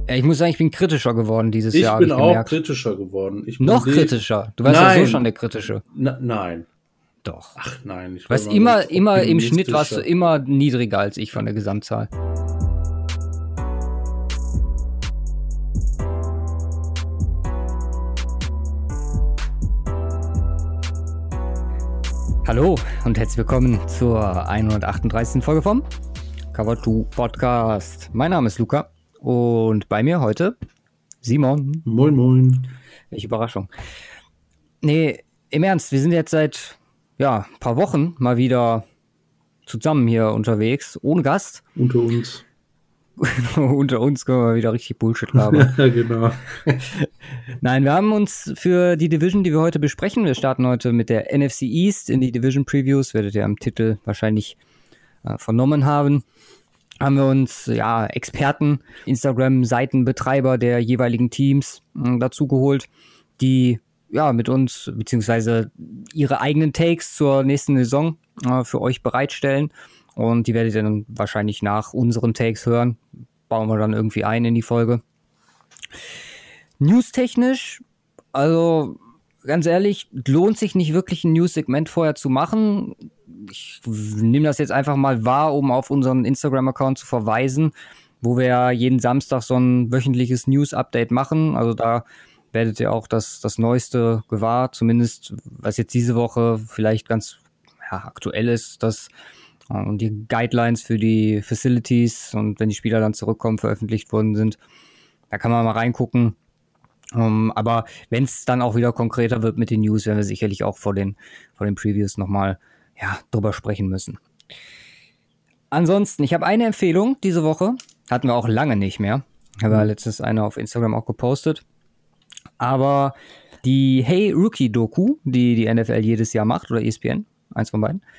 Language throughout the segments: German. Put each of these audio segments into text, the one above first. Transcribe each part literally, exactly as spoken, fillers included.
Ja, ich muss sagen, ich bin kritischer geworden dieses ich Jahr. Bin ich bin auch gemerkt. kritischer geworden. Ich bin Noch die, kritischer? Du warst nein, ja so schon der Kritische. Na, nein. Doch. Ach nein, ich Du war warst mal immer, ganz immer im Schnitt warst du optimistischer. immer niedriger als ich von der Gesamtzahl. Hallo und herzlich willkommen zur hundertachtunddreißigsten Folge vom Cover zwei Podcast. Mein Name ist Luca und bei mir heute Simon. Moin, moin. Welche Überraschung. Nee, im Ernst, wir sind jetzt seit ja, ein paar Wochen mal wieder zusammen hier unterwegs, ohne Gast. Unter uns. Unter uns können wir wieder richtig Bullshit labern. Genau. Nein, wir haben uns für die Division, die wir heute besprechen, wir starten heute mit der N F C East in die Division Previews, werdet ihr am Titel wahrscheinlich äh, vernommen haben, haben wir uns ja Experten, Instagram-Seitenbetreiber der jeweiligen Teams äh, dazu geholt, die ja mit uns, beziehungsweise ihre eigenen Takes zur nächsten Saison äh, für euch bereitstellen. Und die werdet ihr dann wahrscheinlich nach unseren Takes hören. Bauen wir dann irgendwie ein in die Folge. News-technisch, also ganz ehrlich, lohnt sich nicht wirklich ein News-Segment vorher zu machen. Ich nehme das jetzt einfach mal wahr, um auf unseren Instagram-Account zu verweisen, wo wir ja jeden Samstag so ein wöchentliches News-Update machen. Also da werdet ihr auch das, das Neueste gewahr, zumindest was jetzt diese Woche vielleicht ganz ja, aktuell ist, dass und die Guidelines für die Facilities und wenn die Spieler dann zurückkommen, veröffentlicht worden sind. Da kann man mal reingucken. Um, aber wenn es dann auch wieder konkreter wird mit den News, werden wir sicherlich auch vor den, vor den Previews nochmal ja, drüber sprechen müssen. Ansonsten, ich habe eine Empfehlung diese Woche. Hatten wir auch lange nicht mehr. Ich habe ja letztens eine auf Instagram auch gepostet. Aber die Hey Rookie Doku, die die N F L jedes Jahr macht, oder E S P N, eins von beiden,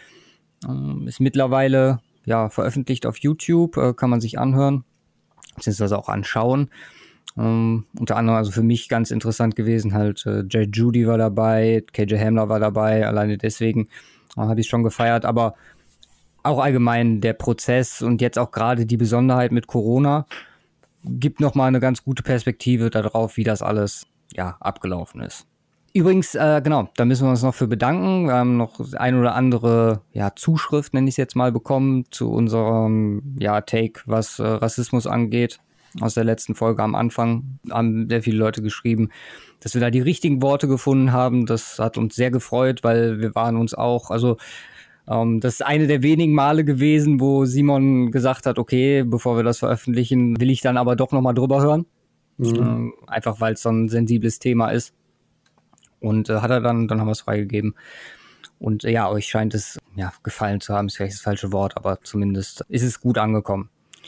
ist mittlerweile ja veröffentlicht auf YouTube, äh, kann man sich anhören, beziehungsweise auch anschauen. Ähm, unter anderem also für mich ganz interessant gewesen, halt äh, Jay Judy war dabei, K J Hamler war dabei, alleine deswegen äh, habe ich schon gefeiert, aber auch allgemein der Prozess und jetzt auch gerade die Besonderheit mit Corona gibt nochmal eine ganz gute Perspektive darauf, wie das alles ja abgelaufen ist. Übrigens, äh, genau, da müssen wir uns noch für bedanken. Wir haben noch ein oder andere ja, Zuschrift, nenne ich es jetzt mal, bekommen zu unserem ja, Take, was äh, Rassismus angeht. Aus der letzten Folge am Anfang haben sehr viele Leute geschrieben, dass wir da die richtigen Worte gefunden haben. Das hat uns sehr gefreut, weil wir waren uns auch, also ähm, das ist eine der wenigen Male gewesen, wo Simon gesagt hat, okay, bevor wir das veröffentlichen, will ich dann aber doch nochmal drüber hören. Mhm. Ähm, einfach weil es so ein sensibles Thema ist. Und äh, hat er dann, dann haben wir es freigegeben. Und äh, ja, euch scheint es ja gefallen zu haben, ist vielleicht das falsche Wort, aber zumindest ist es gut angekommen.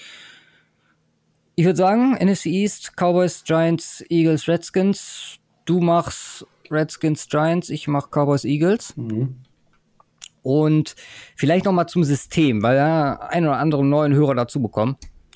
Ich würde sagen, N F C East, Cowboys, Giants, Eagles, Redskins. Du machst Redskins, Giants, ich mach Cowboys, Eagles. Mhm. Und vielleicht nochmal zum System, weil ja ein oder andere neuen Hörer dazu bekommen.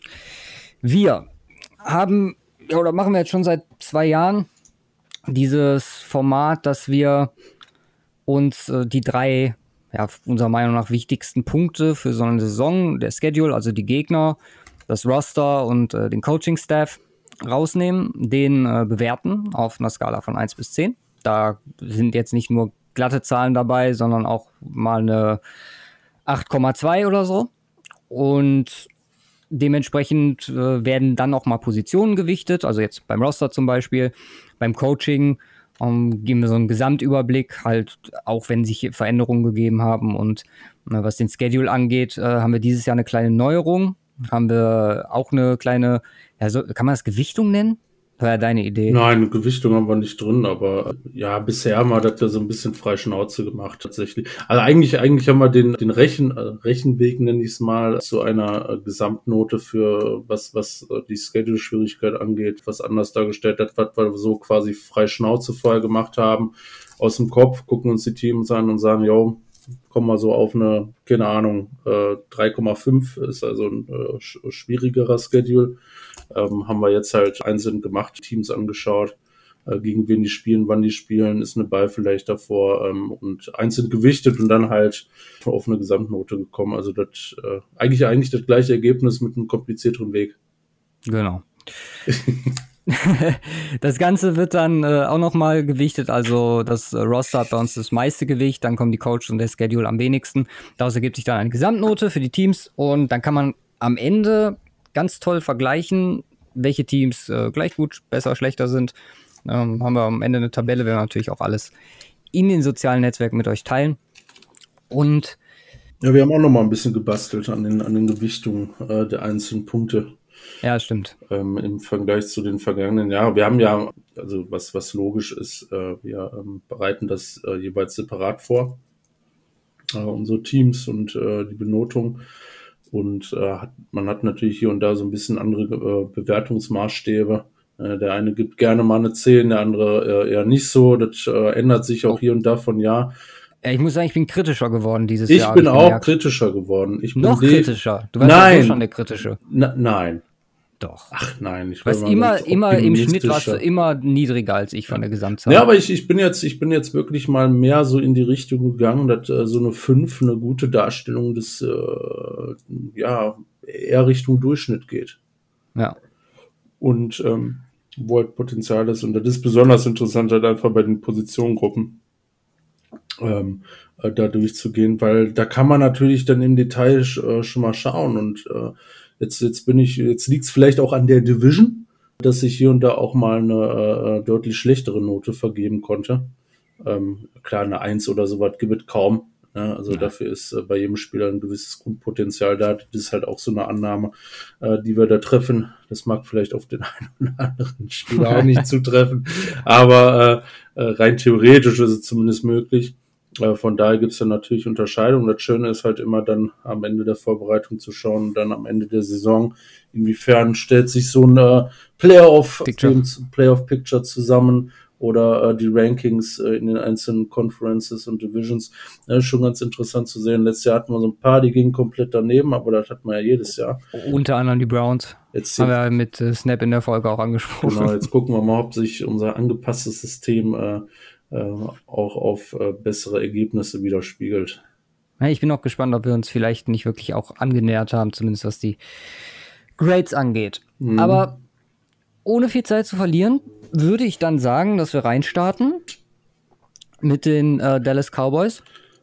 Wir haben, ja, oder machen wir jetzt schon seit zwei Jahren, dieses Format, dass wir uns äh, die drei, ja, unserer Meinung nach wichtigsten Punkte für so eine Saison, der Schedule, also die Gegner, das Roster und äh, den Coaching-Staff rausnehmen, den äh, bewerten auf einer Skala von eins bis zehn. Da sind jetzt nicht nur glatte Zahlen dabei, sondern auch mal eine acht Komma zwei oder so. Und dementsprechend äh, werden dann auch mal Positionen gewichtet, also jetzt beim Roster zum Beispiel. Beim Coaching ähm, geben wir so einen Gesamtüberblick, halt auch wenn sich Veränderungen gegeben haben. Und äh, was den Schedule angeht, äh, haben wir dieses Jahr eine kleine Neuerung. Haben wir auch eine kleine, ja, so, kann man das Gewichtung nennen? War ja deine Idee. Nein, Gewichtung haben wir nicht drin, aber ja, bisher haben wir das ja so ein bisschen frei Schnauze gemacht, tatsächlich. Also eigentlich, eigentlich haben wir den, den Rechen, äh, Rechenweg, nenne ich es mal, zu einer äh, Gesamtnote für was, was äh, die Schedule-Schwierigkeit angeht, was anders dargestellt hat, was wir so quasi frei Schnauze vorher gemacht haben, aus dem Kopf, gucken uns die Teams an und sagen, jo, kommen wir so auf eine, keine Ahnung, äh, drei Komma fünf, ist also ein äh, sch- schwierigerer Schedule. Ähm, haben wir jetzt halt einzeln gemacht, Teams angeschaut, äh, gegen wen die spielen, wann die spielen, ist eine Bye vielleicht davor ähm, und einzeln gewichtet und dann halt auf eine Gesamtnote gekommen. Also das äh, eigentlich eigentlich das gleiche Ergebnis mit einem komplizierteren Weg. Genau. Das Ganze wird dann äh, auch nochmal gewichtet, also das äh, Roster hat bei uns das meiste Gewicht, dann kommen die Coaches und der Schedule am wenigsten. Daraus ergibt sich dann eine Gesamtnote für die Teams und dann kann man am Ende ganz toll vergleichen, welche Teams äh, gleich gut, besser, schlechter sind. Ähm, haben wir am Ende eine Tabelle, werden wir natürlich auch alles in den sozialen Netzwerken mit euch teilen. Und ja, wir haben auch noch mal ein bisschen gebastelt an den, an den Gewichtungen äh, der einzelnen Punkte. Ja, stimmt. Ähm, im Vergleich zu den vergangenen Jahren. Wir haben ja, also was, was logisch ist, äh, wir ähm, bereiten das äh, jeweils separat vor, äh, unsere Teams und äh, die Benotung. Und äh, hat, man hat natürlich hier und da so ein bisschen andere äh, Bewertungsmaßstäbe. Äh, der eine gibt gerne mal eine zehn, der andere äh, eher nicht so. Das äh, ändert sich auch hier und da von Jahr. Ja, ich muss sagen, ich bin kritischer geworden dieses ich Jahr. Bin ich bin auch gemerkt. kritischer geworden. Ich Noch bin kritischer? Du warst nein. ja so schon der Kritische. Na, nein. Doch. Ach nein, ich weiß immer, immer im Schnitt warst du immer niedriger als ich von der Gesamtzahl. Ja, aber ich, ich bin jetzt, ich bin jetzt wirklich mal mehr so in die Richtung gegangen, dass äh, so eine fünf eine gute Darstellung des, äh, ja, eher Richtung Durchschnitt geht. Ja. Und ähm, wo halt Potenzial ist. Und das ist besonders interessant halt einfach bei den Positionengruppen ähm, äh, da durchzugehen, weil da kann man natürlich dann im Detail äh, schon mal schauen und äh, Jetzt, jetzt bin ich, jetzt liegt es vielleicht auch an der Division, dass ich hier und da auch mal eine äh, deutlich schlechtere Note vergeben konnte. Ähm, klar, eine eins oder sowas gibt es kaum. Ne? Also ja. Dafür ist äh, bei jedem Spieler ein gewisses Grundpotenzial da. Das ist halt auch so eine Annahme, äh, die wir da treffen. Das mag vielleicht auf den einen oder anderen Spieler auch nicht zutreffen, aber äh, äh, rein theoretisch ist es zumindest möglich. Von daher gibt es dann natürlich Unterscheidungen. Das Schöne ist halt immer dann am Ende der Vorbereitung zu schauen, dann am Ende der Saison, inwiefern stellt sich so ein Playoff-Picture Playoff Picture zusammen oder äh, die Rankings äh, in den einzelnen Conferences und Divisions. Das ist schon ganz interessant zu sehen. Letztes Jahr hatten wir so ein paar, die gingen komplett daneben, aber das hat man ja jedes Jahr. Unter anderem die Browns. Jetzt haben wir mit äh, Snap in der Folge auch angesprochen. Genau, jetzt gucken wir mal, ob sich unser angepasstes System äh, Äh, auch auf äh, bessere Ergebnisse widerspiegelt. Ja, ich bin auch gespannt, ob wir uns vielleicht nicht wirklich auch angenähert haben, zumindest was die Grades angeht. Mhm. Aber ohne viel Zeit zu verlieren, würde ich dann sagen, dass wir reinstarten mit den äh, Dallas Cowboys.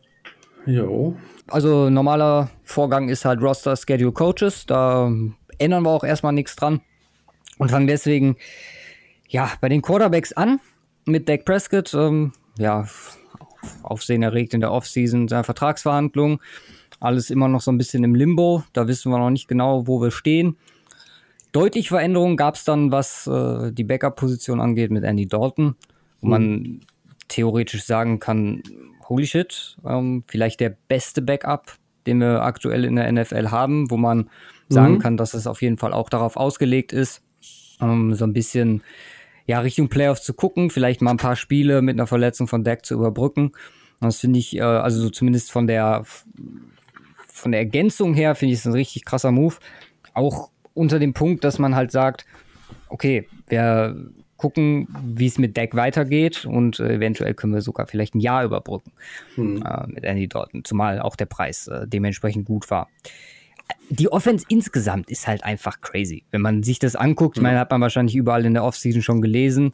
Jo. Also normaler Vorgang ist halt Roster, Schedule, Coaches. Da ändern wir auch erstmal nichts dran und fangen deswegen ja bei den Quarterbacks an. Mit Dak Prescott, ähm, ja, Aufsehen erregt in der Offseason, seine Vertragsverhandlungen. Alles immer noch so ein bisschen im Limbo. Da wissen wir noch nicht genau, wo wir stehen. Deutliche Veränderungen gab es dann, was äh, die Backup-Position angeht mit Andy Dalton, wo mhm. man theoretisch sagen kann, holy shit, ähm, vielleicht der beste Backup, den wir aktuell in der N F L haben, wo man mhm. sagen kann, dass es auf jeden Fall auch darauf ausgelegt ist, ähm, so ein bisschen ja, Richtung Playoffs zu gucken, vielleicht mal ein paar Spiele mit einer Verletzung von Dak zu überbrücken. Das finde ich, äh, also so zumindest von der von der Ergänzung her, finde ich es ein richtig krasser Move. Auch unter dem Punkt, dass man halt sagt, okay, wir gucken, wie es mit Dak weitergeht und äh, eventuell können wir sogar vielleicht ein Jahr überbrücken mhm. äh, mit Andy Dalton, zumal auch der Preis äh, dementsprechend gut war. Die Offense insgesamt ist halt einfach crazy. Wenn man sich das anguckt, mhm. ich meine, hat man wahrscheinlich überall in der Offseason schon gelesen.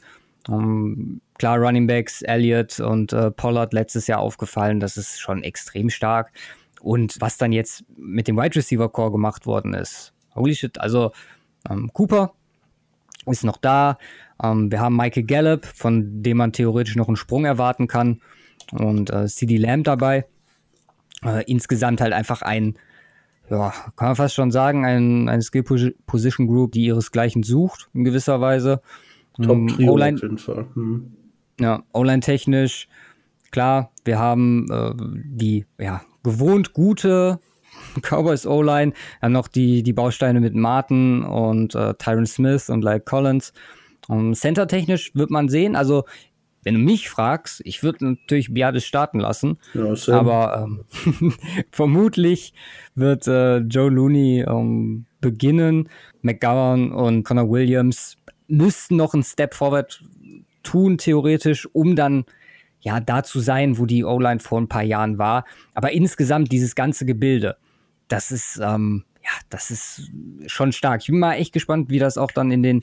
Um, klar, Running Backs, Elliott und äh, Pollard letztes Jahr aufgefallen, das ist schon extrem stark. Und was dann jetzt mit dem Wide Receiver Core gemacht worden ist, holy shit, also ähm, Cooper ist noch da. Ähm, wir haben Michael Gallup, von dem man theoretisch noch einen Sprung erwarten kann. Und äh, CeeDee Lamb dabei. Äh, insgesamt halt einfach ein Ja, kann man fast schon sagen, ein, eine Skill-Position Group, die ihresgleichen sucht, in gewisser Weise. Top-Trio um, auf jeden Fall. Hm. Ja, O-Line-technisch, klar, wir haben äh, die ja, gewohnt gute Cowboys O-Line, dann noch die, die Bausteine mit Martin und äh, Tyron Smith und Lyle Collins. Um, Center-technisch wird man sehen, also wenn du mich fragst, ich würde natürlich Biades starten lassen, ja, aber ähm, vermutlich wird äh, Joe Looney ähm, beginnen. McGowan und Connor Williams müssten noch einen Step forward tun, theoretisch, um dann ja da zu sein, wo die O-Line vor ein paar Jahren war. Aber insgesamt dieses ganze Gebilde, das ist ähm, ja, das ist schon stark. Ich bin mal echt gespannt, wie das auch dann in den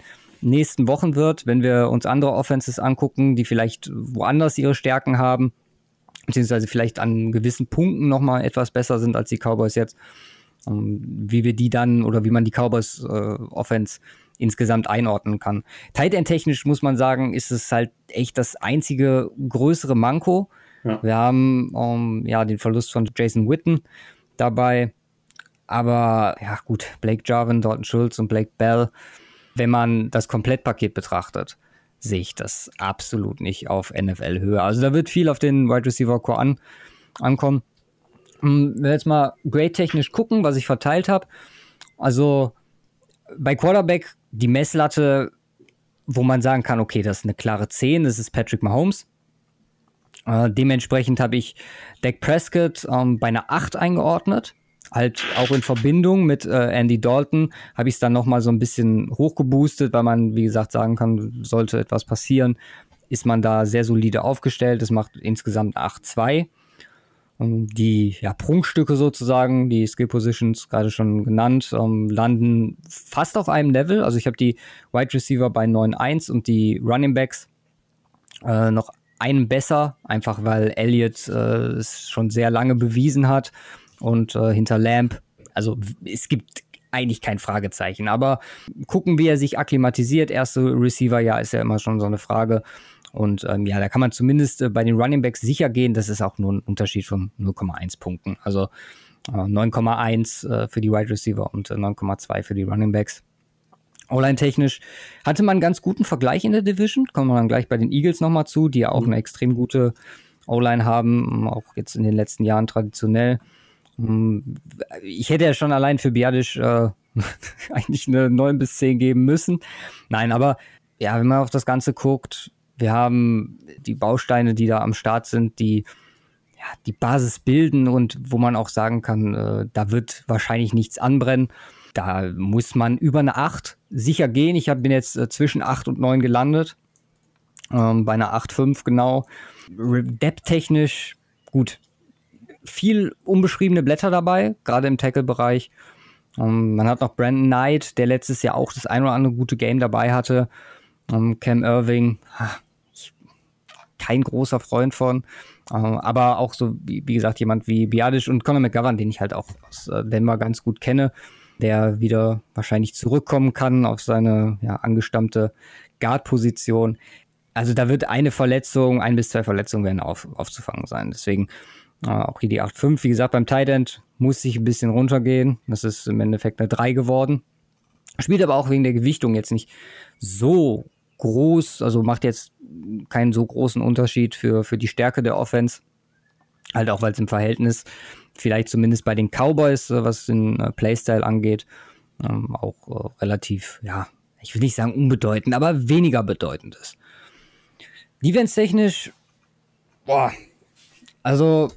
nächsten Wochen wird, wenn wir uns andere Offenses angucken, die vielleicht woanders ihre Stärken haben, beziehungsweise vielleicht an gewissen Punkten nochmal etwas besser sind als die Cowboys jetzt, wie wir die dann oder wie man die Cowboys äh, Offense insgesamt einordnen kann. Tight End technisch muss man sagen, ist es halt echt das einzige größere Manko. Ja. Wir haben ähm, ja den Verlust von Jason Witten dabei, aber ja gut, Blake Jarvin, Dalton Schultz und Blake Bell, wenn man das Komplettpaket betrachtet, sehe ich das absolut nicht auf N F L-Höhe. Also da wird viel auf den Wide Receiver Core an, ankommen. Wenn wir jetzt mal grade-technisch gucken, was ich verteilt habe. Also bei Quarterback die Messlatte, wo man sagen kann, okay, das ist eine klare zehn, das ist Patrick Mahomes. Äh, dementsprechend habe ich Dak Prescott ähm, bei einer acht eingeordnet. Halt auch in Verbindung mit äh, Andy Dalton habe ich es dann nochmal so ein bisschen hochgeboostet, weil man, wie gesagt, sagen kann, sollte etwas passieren, ist man da sehr solide aufgestellt. Das macht insgesamt acht zwei. Die ja, Prunkstücke sozusagen, die Skill Positions, gerade schon genannt, ähm, landen fast auf einem Level. Also ich habe die Wide Receiver bei neun eins und die Running Backs äh, noch einen besser, einfach weil Elliott äh, es schon sehr lange bewiesen hat und äh, hinter Lamb, also es gibt eigentlich kein Fragezeichen, aber gucken, wie er sich akklimatisiert. Erste Receiver, ja, ist ja immer schon so eine Frage. Und ähm, ja, da kann man zumindest äh, bei den Running Backs sicher gehen, das ist auch nur ein Unterschied von null Komma eins Punkten. Also äh, neun Komma eins äh, für die Wide Receiver und äh, neun Komma zwei für die Running Backs. O-Line-technisch hatte man einen ganz guten Vergleich in der Division. Kommen wir dann gleich bei den Eagles nochmal zu, die ja auch mhm. eine extrem gute O-Line haben, auch jetzt in den letzten Jahren traditionell. Ich hätte ja schon allein für Biadisch äh, eigentlich eine neun bis zehn geben müssen. Nein, aber ja, wenn man auf das Ganze guckt, wir haben die Bausteine, die da am Start sind, die ja, die Basis bilden und wo man auch sagen kann, äh, da wird wahrscheinlich nichts anbrennen. Da muss man über eine acht sicher gehen. Ich hab, bin jetzt äh, zwischen acht und neun gelandet. Ähm, bei einer acht Komma fünf genau. Depth-technisch, gut, viel unbeschriebene Blätter dabei, gerade im Tackle-Bereich. Ähm, man hat noch Brandon Knight, der letztes Jahr auch das ein oder andere gute Game dabei hatte. Ähm, Cam Irving, ich, kein großer Freund von. Äh, aber auch so, wie, wie gesagt, jemand wie Biadisch und Conor McGovern, den ich halt auch aus äh, Denver ganz gut kenne, der wieder wahrscheinlich zurückkommen kann auf seine ja, angestammte Guard-Position. Also da wird eine Verletzung, ein bis zwei Verletzungen werden auf, aufzufangen sein. Deswegen äh, auch hier die acht Komma fünf. Wie gesagt, beim Tight End muss ich ein bisschen runtergehen. Das ist im Endeffekt eine drei geworden. Spielt aber auch wegen der Gewichtung jetzt nicht so groß, also macht jetzt keinen so großen Unterschied für, für die Stärke der Offense. Halt auch, weil es im Verhältnis vielleicht zumindest bei den Cowboys, was den äh, Playstyle angeht, ähm, auch äh, relativ, ja, ich will nicht sagen unbedeutend, aber weniger bedeutend ist. Defense-technisch, boah, also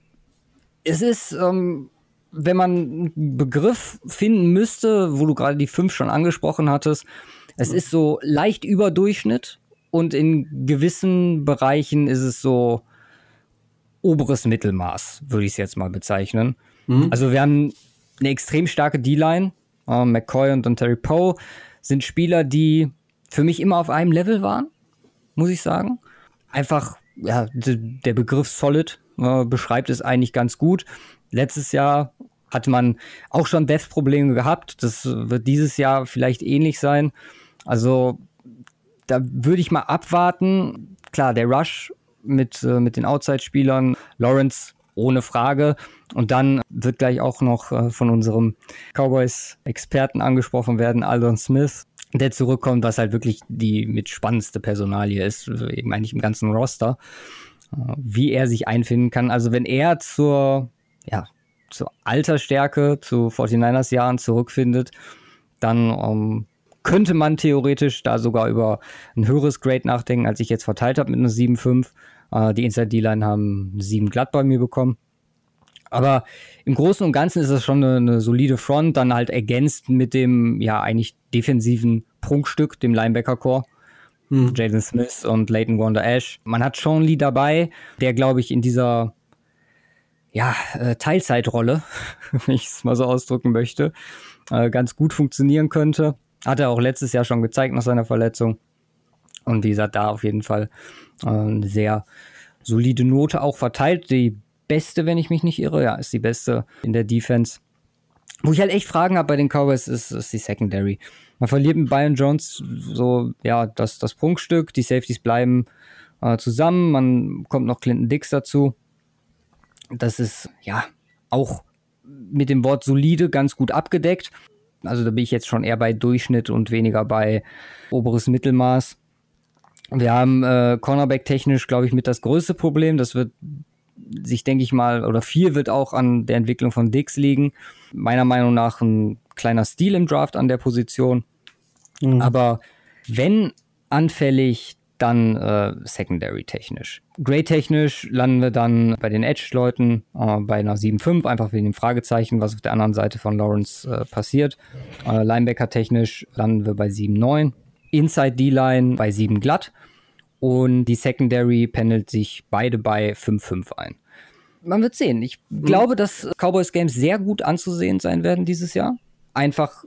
es ist, ähm, wenn man einen Begriff finden müsste, wo du gerade die fünf schon angesprochen hattest, es ist so leicht Überdurchschnitt und in gewissen Bereichen ist es so oberes Mittelmaß, würde ich es jetzt mal bezeichnen. Mhm. Also wir haben eine extrem starke D-Line. Uh, McCoy und Terry Poe sind Spieler, die für mich immer auf einem Level waren, muss ich sagen. Einfach, ja, d- der Begriff Solid äh, beschreibt es eigentlich ganz gut. Letztes Jahr hatte man auch schon Death-Probleme gehabt. Das wird dieses Jahr vielleicht ähnlich sein. Also da würde ich mal abwarten. Klar, der Rush mit, äh, mit den Outside-Spielern, Lawrence ohne Frage. Und dann wird gleich auch noch äh, von unserem Cowboys-Experten angesprochen werden, Aldon Smith, der zurückkommt, was halt wirklich die mit spannendste Personalie ist, eben eigentlich im ganzen Roster, äh, wie er sich einfinden kann. Also wenn er zur, ja, zur Altersstärke, zu forty-niners Jahren zurückfindet, dann ähm, könnte man theoretisch da sogar über ein höheres Grade nachdenken, als ich jetzt verteilt habe mit einer sieben Komma fünf. Äh, die Inside D-Line haben eine sieben glatt bei mir bekommen. Aber im Großen und Ganzen ist das schon eine, eine solide Front, dann halt ergänzt mit dem ja eigentlich defensiven Prunkstück, dem Linebacker-Core. Hm. Jaden Smith und Leighton Wonder Ash. Man hat Sean Lee dabei, der, glaube ich, in dieser ja, äh, Teilzeitrolle, wenn ich es mal so ausdrücken möchte, äh, ganz gut funktionieren könnte. Hat er auch letztes Jahr schon gezeigt nach seiner Verletzung. Und wie gesagt, da auf jeden Fall äh, eine sehr solide Note auch verteilt. Die beste, wenn ich mich nicht irre, ja, ist die beste in der Defense. Wo ich halt echt Fragen habe bei den Cowboys, ist, ist die Secondary. Man verliert mit Byron Jones so, ja, das, das Prunkstück. Die Safeties bleiben äh, zusammen. Man kommt noch Clinton Dix dazu. Das ist, ja, auch mit dem Wort solide ganz gut abgedeckt. Also da bin ich jetzt schon eher bei Durchschnitt und weniger bei oberes Mittelmaß. Wir haben äh, Cornerback-technisch, glaube ich, mit das größte Problem. Das wird sich, denke ich mal, oder viel wird auch an der Entwicklung von Dix liegen. Meiner Meinung nach ein kleiner Stil im Draft an der Position. Mhm. Aber wenn anfällig, dann äh, Secondary-technisch. Grade-technisch landen wir dann bei den Edge-Leuten äh, bei einer sieben fünf, einfach wegen dem Fragezeichen, was auf der anderen Seite von Lawrence äh, passiert. Äh, Linebacker-technisch landen wir bei sieben neun. Inside D-Line bei sieben glatt. Und die Secondary pendelt sich beide bei fünf fünf ein. Man wird sehen. Ich mhm. glaube, dass Cowboys Games sehr gut anzusehen sein werden dieses Jahr. Einfach,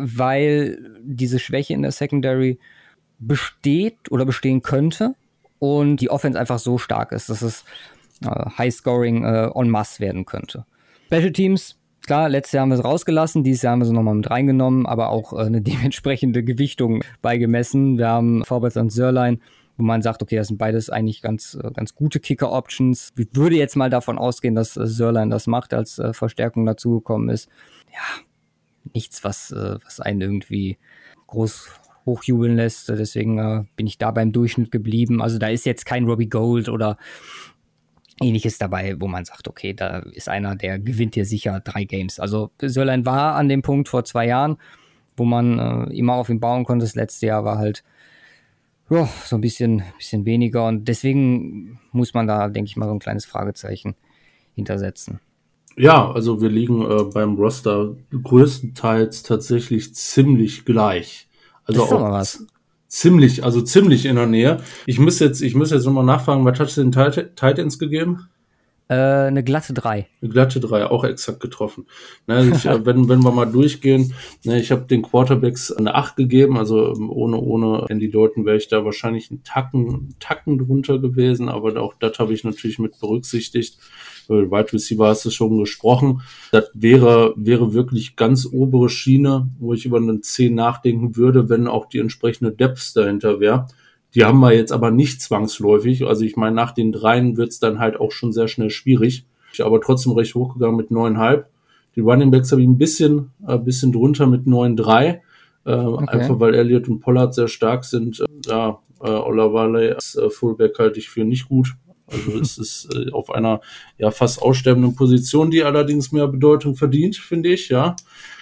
weil diese Schwäche in der Secondary besteht oder bestehen könnte und die Offense einfach so stark ist, dass es äh, High-Scoring äh, en masse werden könnte. Special Teams, klar, letztes Jahr haben wir es rausgelassen, dieses Jahr haben wir sie nochmal mit reingenommen, aber auch äh, eine dementsprechende Gewichtung beigemessen. Wir haben Forbes und Zuerlein, wo man sagt, okay, das sind beides eigentlich ganz, ganz gute Kicker-Options. Ich würde jetzt mal davon ausgehen, dass äh, Zuerlein das macht, als äh, Verstärkung dazugekommen ist. Ja, nichts, was, äh, was einen irgendwie groß hochjubeln lässt. Deswegen äh, bin ich da beim Durchschnitt geblieben. Also da ist jetzt kein Robbie Gould oder Ähnliches dabei, wo man sagt, okay, da ist einer, der gewinnt hier sicher drei Games. Also Zuerlein war an dem Punkt vor zwei Jahren, wo man äh, immer auf ihn bauen konnte. Das letzte Jahr war halt ja, so ein bisschen, bisschen weniger und deswegen muss man da, denke ich mal, so ein kleines Fragezeichen hintersetzen. Ja, also wir liegen äh, beim Roster größtenteils tatsächlich ziemlich gleich. Also das ist doch auch mal was. ziemlich, also ziemlich in der Nähe. Ich muss jetzt, ich muss jetzt nochmal nachfragen, was hast du den Titans gegeben? Äh, eine glatte drei. Eine glatte drei, auch exakt getroffen. Ne, ich, wenn, wenn wir mal durchgehen, ne, ich habe den Quarterbacks eine acht gegeben, also ohne, ohne Andy Dalton wäre ich da wahrscheinlich einen Tacken, Tacken drunter gewesen, aber auch das habe ich natürlich mit berücksichtigt. Wide Receiver hast du schon gesprochen. Das wäre, wäre wirklich ganz obere Schiene, wo ich über eine zehn nachdenken würde, wenn auch die entsprechende Depth dahinter wäre. Die haben wir jetzt aber nicht zwangsläufig. Also ich meine, nach den dreien wird's dann halt auch schon sehr schnell schwierig. Ich aber trotzdem recht hochgegangen mit neun Komma fünf. Die Running Backs habe ich ein bisschen, ein bisschen drunter mit neun Komma drei. Äh, okay. Einfach weil Elliott und Pollard sehr stark sind. Ja, äh, Olawale als äh, Fullback halte ich für nicht gut. Also es ist äh, auf einer ja fast aussterbenden Position, die allerdings mehr Bedeutung verdient, finde ich, ja.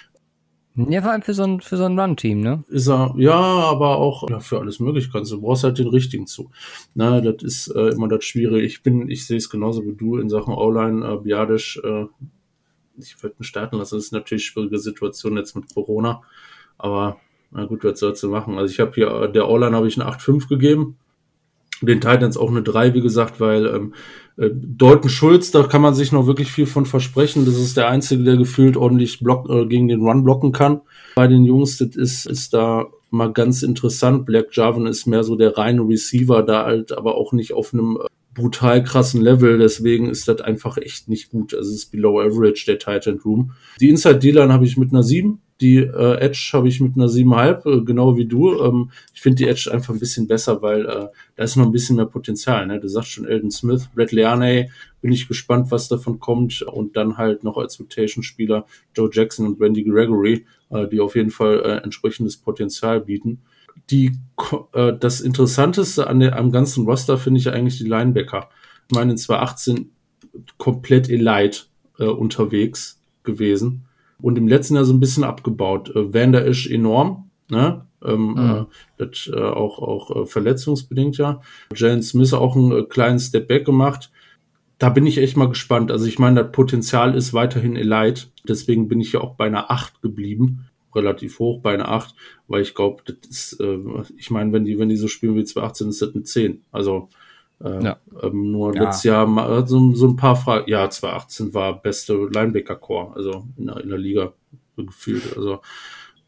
Ja, vor allem für so ein, für so ein Run-Team, ne? Ist er, ja, aber auch ja, für alles möglich kannst du. brauchst halt den richtigen zu. Na, das ist äh, immer das Schwierige. Ich bin, ich sehe es genauso wie du in Sachen O-Line, äh, Biadisch, äh, ich würde ihn starten lassen. Das ist natürlich eine schwierige Situation jetzt mit Corona. Aber na gut, was sollst du machen? Also ich habe hier, der O-Line habe ich eine acht Komma fünf gegeben. Den Titans auch eine drei, wie gesagt, weil ähm, äh, Dalton Schulz, da kann man sich noch wirklich viel von versprechen. Das ist der Einzige, der gefühlt ordentlich block, äh, gegen den Run blocken kann. Bei den Jungs, das ist, ist da mal ganz interessant. Black Jarvin ist mehr so der reine Receiver, da halt aber auch nicht auf einem äh, brutal krassen Level. Deswegen ist das einfach echt nicht gut. Also es ist below average, der Titan Room. Die Inside D-Line habe ich mit einer sieben. Die äh, Edge habe ich mit einer sieben Komma fünf, äh, genau wie du. Ähm, ich finde die Edge einfach ein bisschen besser, weil äh, da ist noch ein bisschen mehr Potenzial. Ne? Du sagst schon Eldon Smith, Brett Leaney, bin ich gespannt, was davon kommt. Und dann halt noch als Rotation-Spieler Joe Jackson und Randy Gregory, äh, die auf jeden Fall äh, entsprechendes Potenzial bieten. Die, äh, das Interessanteste an der, am ganzen Roster finde ich eigentlich die Linebacker. Ich meine, in zwanzig achtzehn komplett elite äh, unterwegs gewesen. Und im letzten Jahr so ein bisschen abgebaut. Äh, Van der Isch enorm, ne? Ähm, mhm. äh, das äh, auch, auch äh, verletzungsbedingt, ja. Jalen Smith auch einen äh, kleinen Step Back gemacht. Da bin ich echt mal gespannt. Also ich meine, das Potenzial ist weiterhin elite. Deswegen bin ich ja auch bei einer acht geblieben. Relativ hoch bei einer acht. Weil ich glaube, das ist, äh, ich meine, wenn die, wenn die so spielen wie zwanzig achtzehn, ist das eine zehn. Also Äh, ja. ähm, nur ja. letztes Jahr so, so ein paar Fragen. Ja, zwanzig achtzehn war beste Linebacker-Core, also in der, in der Liga gefühlt. Also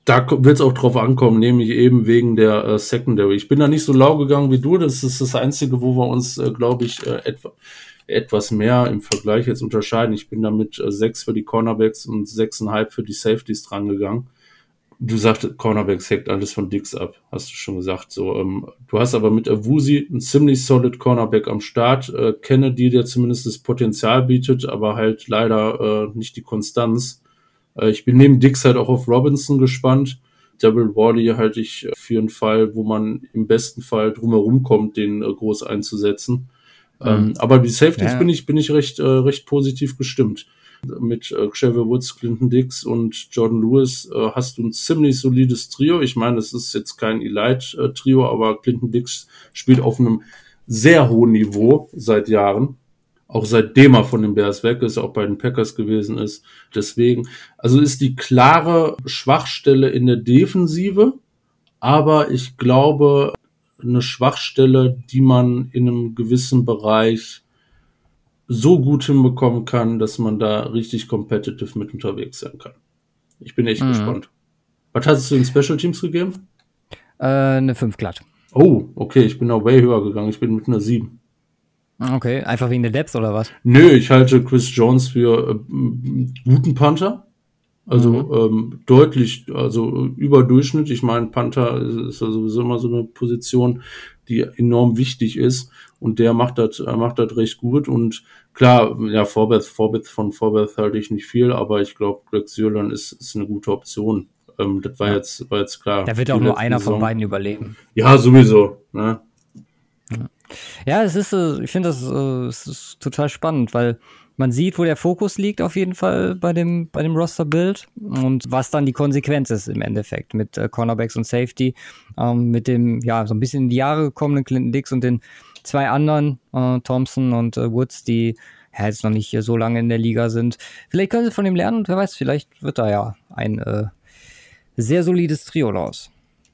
Da wird es auch drauf ankommen, nämlich eben wegen der äh, Secondary. Ich bin da nicht so lau gegangen wie du. Das ist das Einzige, wo wir uns, äh, glaube ich, äh, etwa, etwas mehr im Vergleich jetzt unterscheiden. Ich bin da mit äh, sechs für die Cornerbacks und sechseinhalb für die Safeties dran gegangen. Du sagst, Cornerbacks hackt alles von Dix ab, hast du schon gesagt. So, ähm, du hast aber mit Awuzie einen ziemlich solid Cornerback am Start. Äh, Kennedy, der zumindest das Potenzial bietet, aber halt leider äh, nicht die Konstanz. Äh, ich bin neben Dix halt auch auf Robinson gespannt. Daryl Worley halte ich für einen Fall, wo man im besten Fall drumherum kommt, den äh, groß einzusetzen. Mhm. Ähm, aber die Safeties ja. bin ich bin ich recht äh, recht positiv gestimmt. Mit äh, Xavier Woods, Clinton Dix und Jordan Lewis äh, hast du ein ziemlich solides Trio. Ich meine, es ist jetzt kein Elite-Trio, aber Clinton Dix spielt auf einem sehr hohen Niveau seit Jahren. Auch seitdem er von den Bears weg ist, auch bei den Packers gewesen ist. Deswegen, also ist die klare Schwachstelle in der Defensive, aber ich glaube, eine Schwachstelle, die man in einem gewissen Bereich so gut hinbekommen kann, dass man da richtig competitive mit unterwegs sein kann. Ich bin echt mhm. gespannt. Was hast du in Special Teams gegeben? Äh, eine fünf glatt. Oh, okay, ich bin auch way höher gegangen. Ich bin mit einer sieben. Okay, einfach wegen der Depths oder was? Nö, ich halte Chris Jones für äh, guten Panther. Also mhm. ähm, deutlich, also über Durchschnitt. Ich meine, Panther ist ja sowieso immer so eine Position, die enorm wichtig ist. Und der macht das, macht das recht gut. Und klar, ja, Forbeth, Forbeth von Forbeth halte ich nicht viel, aber ich glaube, Greg Sierlan ist, ist eine gute Option. Ähm, das war ja. jetzt, war jetzt klar. Da wird auch nur einer Saison. Von beiden überleben. Ja, sowieso. Ne? Ja. Ja, es ist, ich finde das es ist total spannend, weil man sieht, wo der Fokus liegt auf jeden Fall bei dem, bei dem Roster-Build und was dann die Konsequenz ist im Endeffekt mit äh, Cornerbacks und Safety, ähm, mit dem, ja, so ein bisschen in die Jahre gekommenen Clinton Dix und den zwei anderen, äh, Thompson und äh, Woods, die ja, jetzt noch nicht äh, so lange in der Liga sind. Vielleicht können sie von dem lernen und wer weiß, vielleicht wird da ja ein äh, sehr solides Trio raus.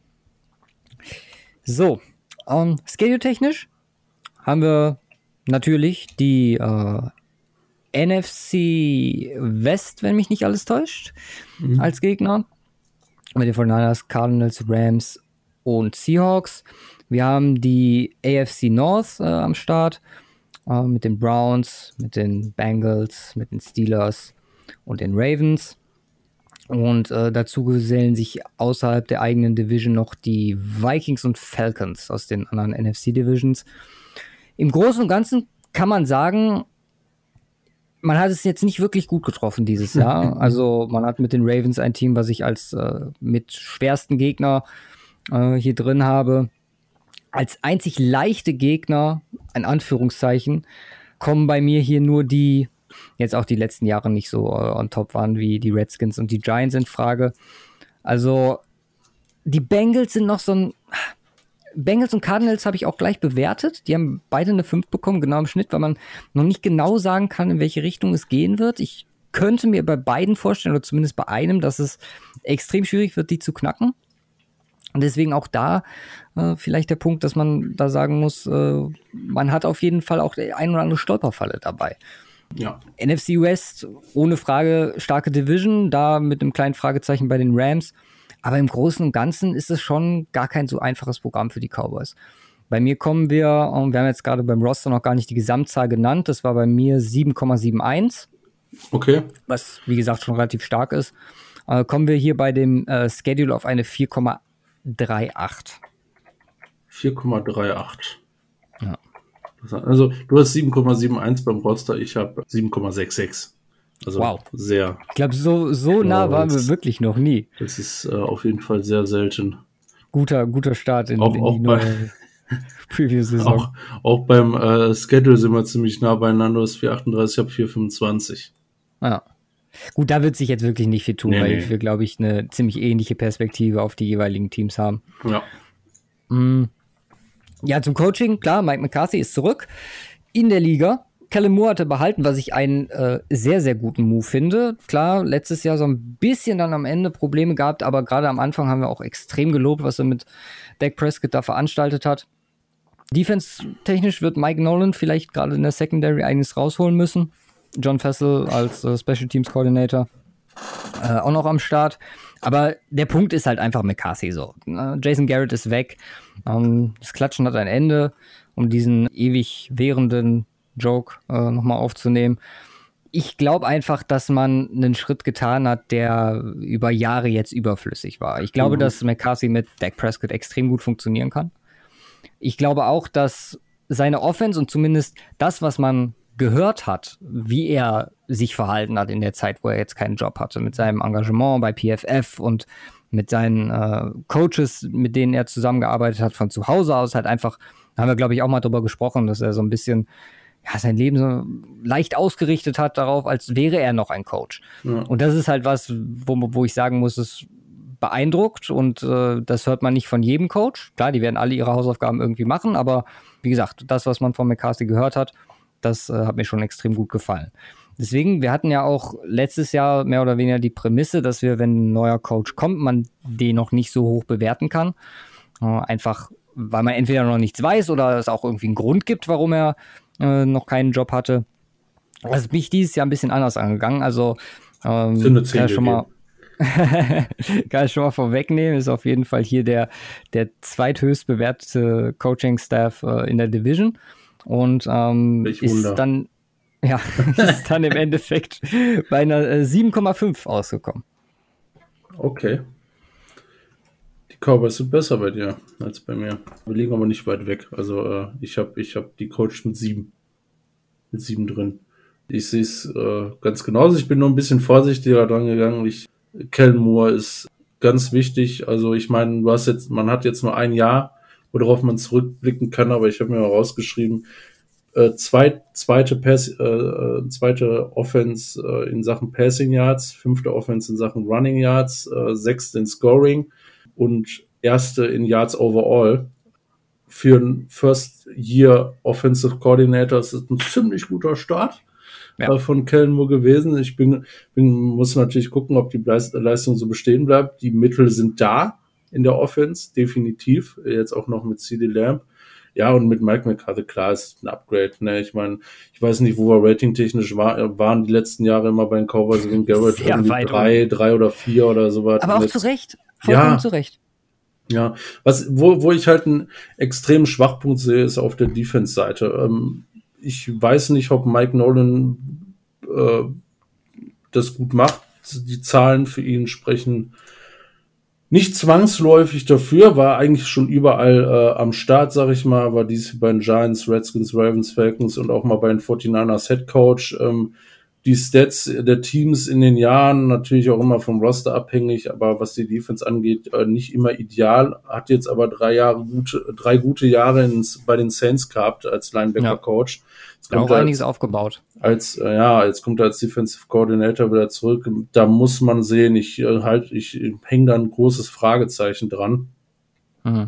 So, ähm, schedule-technisch haben wir natürlich die äh, N F C West, wenn mich nicht alles täuscht, mhm. als Gegner. Mit den forty-niners, Cardinals, Rams und Seahawks. Wir haben die A F C North äh, am Start äh, mit den Browns, mit den Bengals, mit den Steelers und den Ravens. Und äh, dazu gesellen sich außerhalb der eigenen Division noch die Vikings und Falcons aus den anderen N F C-Divisions. Im Großen und Ganzen kann man sagen, man hat es jetzt nicht wirklich gut getroffen dieses Jahr. Also man hat mit den Ravens ein Team, was ich als äh, mit schwersten Gegner äh, hier drin habe. Als einzig leichte Gegner, in Anführungszeichen, kommen bei mir hier nur die, jetzt auch die letzten Jahre nicht so äh, on top waren, wie die Redskins und die Giants in Frage. Also die Bengals sind noch so ein... Bengals und Cardinals habe ich auch gleich bewertet. Die haben beide eine fünf bekommen, genau im Schnitt, weil man noch nicht genau sagen kann, in welche Richtung es gehen wird. Ich könnte mir bei beiden vorstellen, oder zumindest bei einem, dass es extrem schwierig wird, die zu knacken. Und deswegen auch da äh, vielleicht der Punkt, dass man da sagen muss, äh, man hat auf jeden Fall auch die ein oder andere Stolperfalle dabei. Ja. N F C West, ohne Frage, starke Division, da mit einem kleinen Fragezeichen bei den Rams. Aber im Großen und Ganzen ist es schon gar kein so einfaches Programm für die Cowboys. Bei mir kommen wir, wir haben jetzt gerade beim Roster noch gar nicht die Gesamtzahl genannt, das war bei mir sieben Komma einundsiebzig. Okay. Was, wie gesagt, schon relativ stark ist. Äh, kommen wir hier bei dem äh, Schedule auf eine vier Komma achtunddreißig. vier Komma achtunddreißig. Ja. Also, du hast sieben Komma einundsiebzig beim Roster, ich habe sieben Komma sechsundsechzig. Also wow. Sehr. Ich glaube, so, so nah ja, waren wir wirklich noch nie. Das ist äh, auf jeden Fall sehr selten. Guter, guter Start in, auch, in auch die bei, neue Preview-Saison. Auch, auch beim äh, Schedule sind wir ziemlich nah beieinander. Du hast vier Komma achtunddreißig, ich habe vier Komma fünfundzwanzig. Ja. Gut, da wird sich jetzt wirklich nicht viel tun, nee, weil nee. wir, glaube ich, eine ziemlich ähnliche Perspektive auf die jeweiligen Teams haben. Ja. Mm. Ja, zum Coaching, klar, Mike McCarthy ist zurück in der Liga. Kellen Moore hatte behalten, was ich einen äh, sehr, sehr guten Move finde. Klar, letztes Jahr so ein bisschen dann am Ende Probleme gehabt, aber gerade am Anfang haben wir auch extrem gelobt, was er mit Dak Prescott da veranstaltet hat. Defense-technisch wird Mike Nolan vielleicht gerade in der Secondary einiges rausholen müssen. John Fassel als äh, Special Teams Coordinator. äh, auch noch am Start. Aber der Punkt ist halt einfach McCarthy so. Jason Garrett ist weg. Ähm, das Klatschen hat ein Ende, um diesen ewig währenden Joke äh, nochmal aufzunehmen. Ich glaube einfach, dass man einen Schritt getan hat, der über Jahre jetzt überflüssig war. Ich glaube, mhm. dass McCarthy mit Dak Prescott extrem gut funktionieren kann. Ich glaube auch, dass seine Offense und zumindest das, was man gehört hat, wie er sich verhalten hat in der Zeit, wo er jetzt keinen Job hatte, mit seinem Engagement bei P F F und mit seinen äh, Coaches, mit denen er zusammengearbeitet hat, von zu Hause aus, halt einfach, da haben wir, glaube ich, auch mal drüber gesprochen, dass er so ein bisschen ja, sein Leben so leicht ausgerichtet hat darauf, als wäre er noch ein Coach. Ja. Und das ist halt was, wo, wo ich sagen muss, es beeindruckt und äh, das hört man nicht von jedem Coach. Klar, die werden alle ihre Hausaufgaben irgendwie machen, aber wie gesagt, das, was man von McCarthy gehört hat, das äh, hat mir schon extrem gut gefallen. Deswegen, wir hatten ja auch letztes Jahr mehr oder weniger die Prämisse, dass wir, wenn ein neuer Coach kommt, man den noch nicht so hoch bewerten kann. Äh, einfach, weil man entweder noch nichts weiß oder es auch irgendwie einen Grund gibt, warum er äh, noch keinen Job hatte. Das ist mich dieses Jahr ein bisschen anders angegangen. Also, ähm, kann ich schon mal kann ich schon mal vorwegnehmen, ist auf jeden Fall hier der, der zweithöchst bewertete Coaching-Staff äh, in der Division. Und ähm, ist dann ja ist dann im Endeffekt bei einer äh, sieben Komma fünf ausgekommen. Okay. Die Cowboys sind besser bei dir als bei mir. Wir liegen aber nicht weit weg. Also äh, ich habe ich hab die Coach mit sieben. Mit sieben drin. Ich sehe es äh, ganz genauso. Ich bin nur ein bisschen vorsichtiger dran gegangen. Ich, Kellen Moore ist ganz wichtig. Also ich meine, du hast jetzt, man hat jetzt nur ein Jahr, worauf man zurückblicken kann, aber ich habe mir mal rausgeschrieben, äh, zweit, zweite, Pass, äh, zweite Offense äh, in Sachen Passing Yards, fünfte Offense in Sachen Running Yards, äh, sechste in Scoring und erste in Yards overall. Für einen First-Year Offensive Coordinator ist das ein ziemlich guter Start ja. äh, von Kellen Moore gewesen. Ich bin, bin, muss natürlich gucken, ob die Leistung so bestehen bleibt. Die Mittel sind da in der Offense, definitiv. Jetzt auch noch mit CeeDee Lamb. Ja, und mit Mike McCarthy, klar, ist ein Upgrade. Ne? Ich meine, ich weiß nicht, wo wir ratingtechnisch war, waren die letzten Jahre immer bei den Cowboys gegen Garrett irgendwie drei, drei oder vier oder sowas. Aber auch zu Recht. Vollkommen ja. zu Recht. Ja, was, wo, wo ich halt einen extremen Schwachpunkt sehe, ist auf der Defense-Seite. Ähm, ich weiß nicht, ob Mike Nolan äh, das gut macht. Die Zahlen für ihn sprechen nicht zwangsläufig dafür, war eigentlich schon überall äh, am Start, sag ich mal, war dies bei den Giants, Redskins, Ravens, Falcons und auch mal bei den forty-niners Head Coach. Ähm, die Stats der Teams in den Jahren natürlich auch immer vom Roster abhängig, aber was die Defense angeht, äh, nicht immer ideal. Hat jetzt aber drei Jahre gute, drei gute Jahre ins, bei den Saints gehabt als Linebacker-Coach. Ja, auch einiges als, aufgebaut. Als äh, ja, jetzt kommt er als Defensive Coordinator wieder zurück. Da muss man sehen, ich äh, halt, ich, ich hänge da ein großes Fragezeichen dran. Mhm.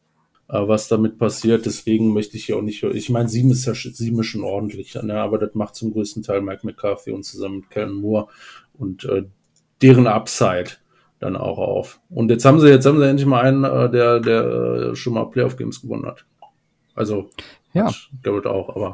Was damit passiert, deswegen möchte ich hier auch nicht, ich meine, sieben ist ja sieben ist schon ordentlich, ne? Aber das macht zum größten Teil Mike McCarthy und zusammen mit Kellen Moore und äh, deren Upside dann auch auf. Und jetzt haben sie, jetzt haben sie endlich mal einen, äh, der, der äh, schon mal Playoff Games gewonnen hat. Also, ja, Garrett auch, aber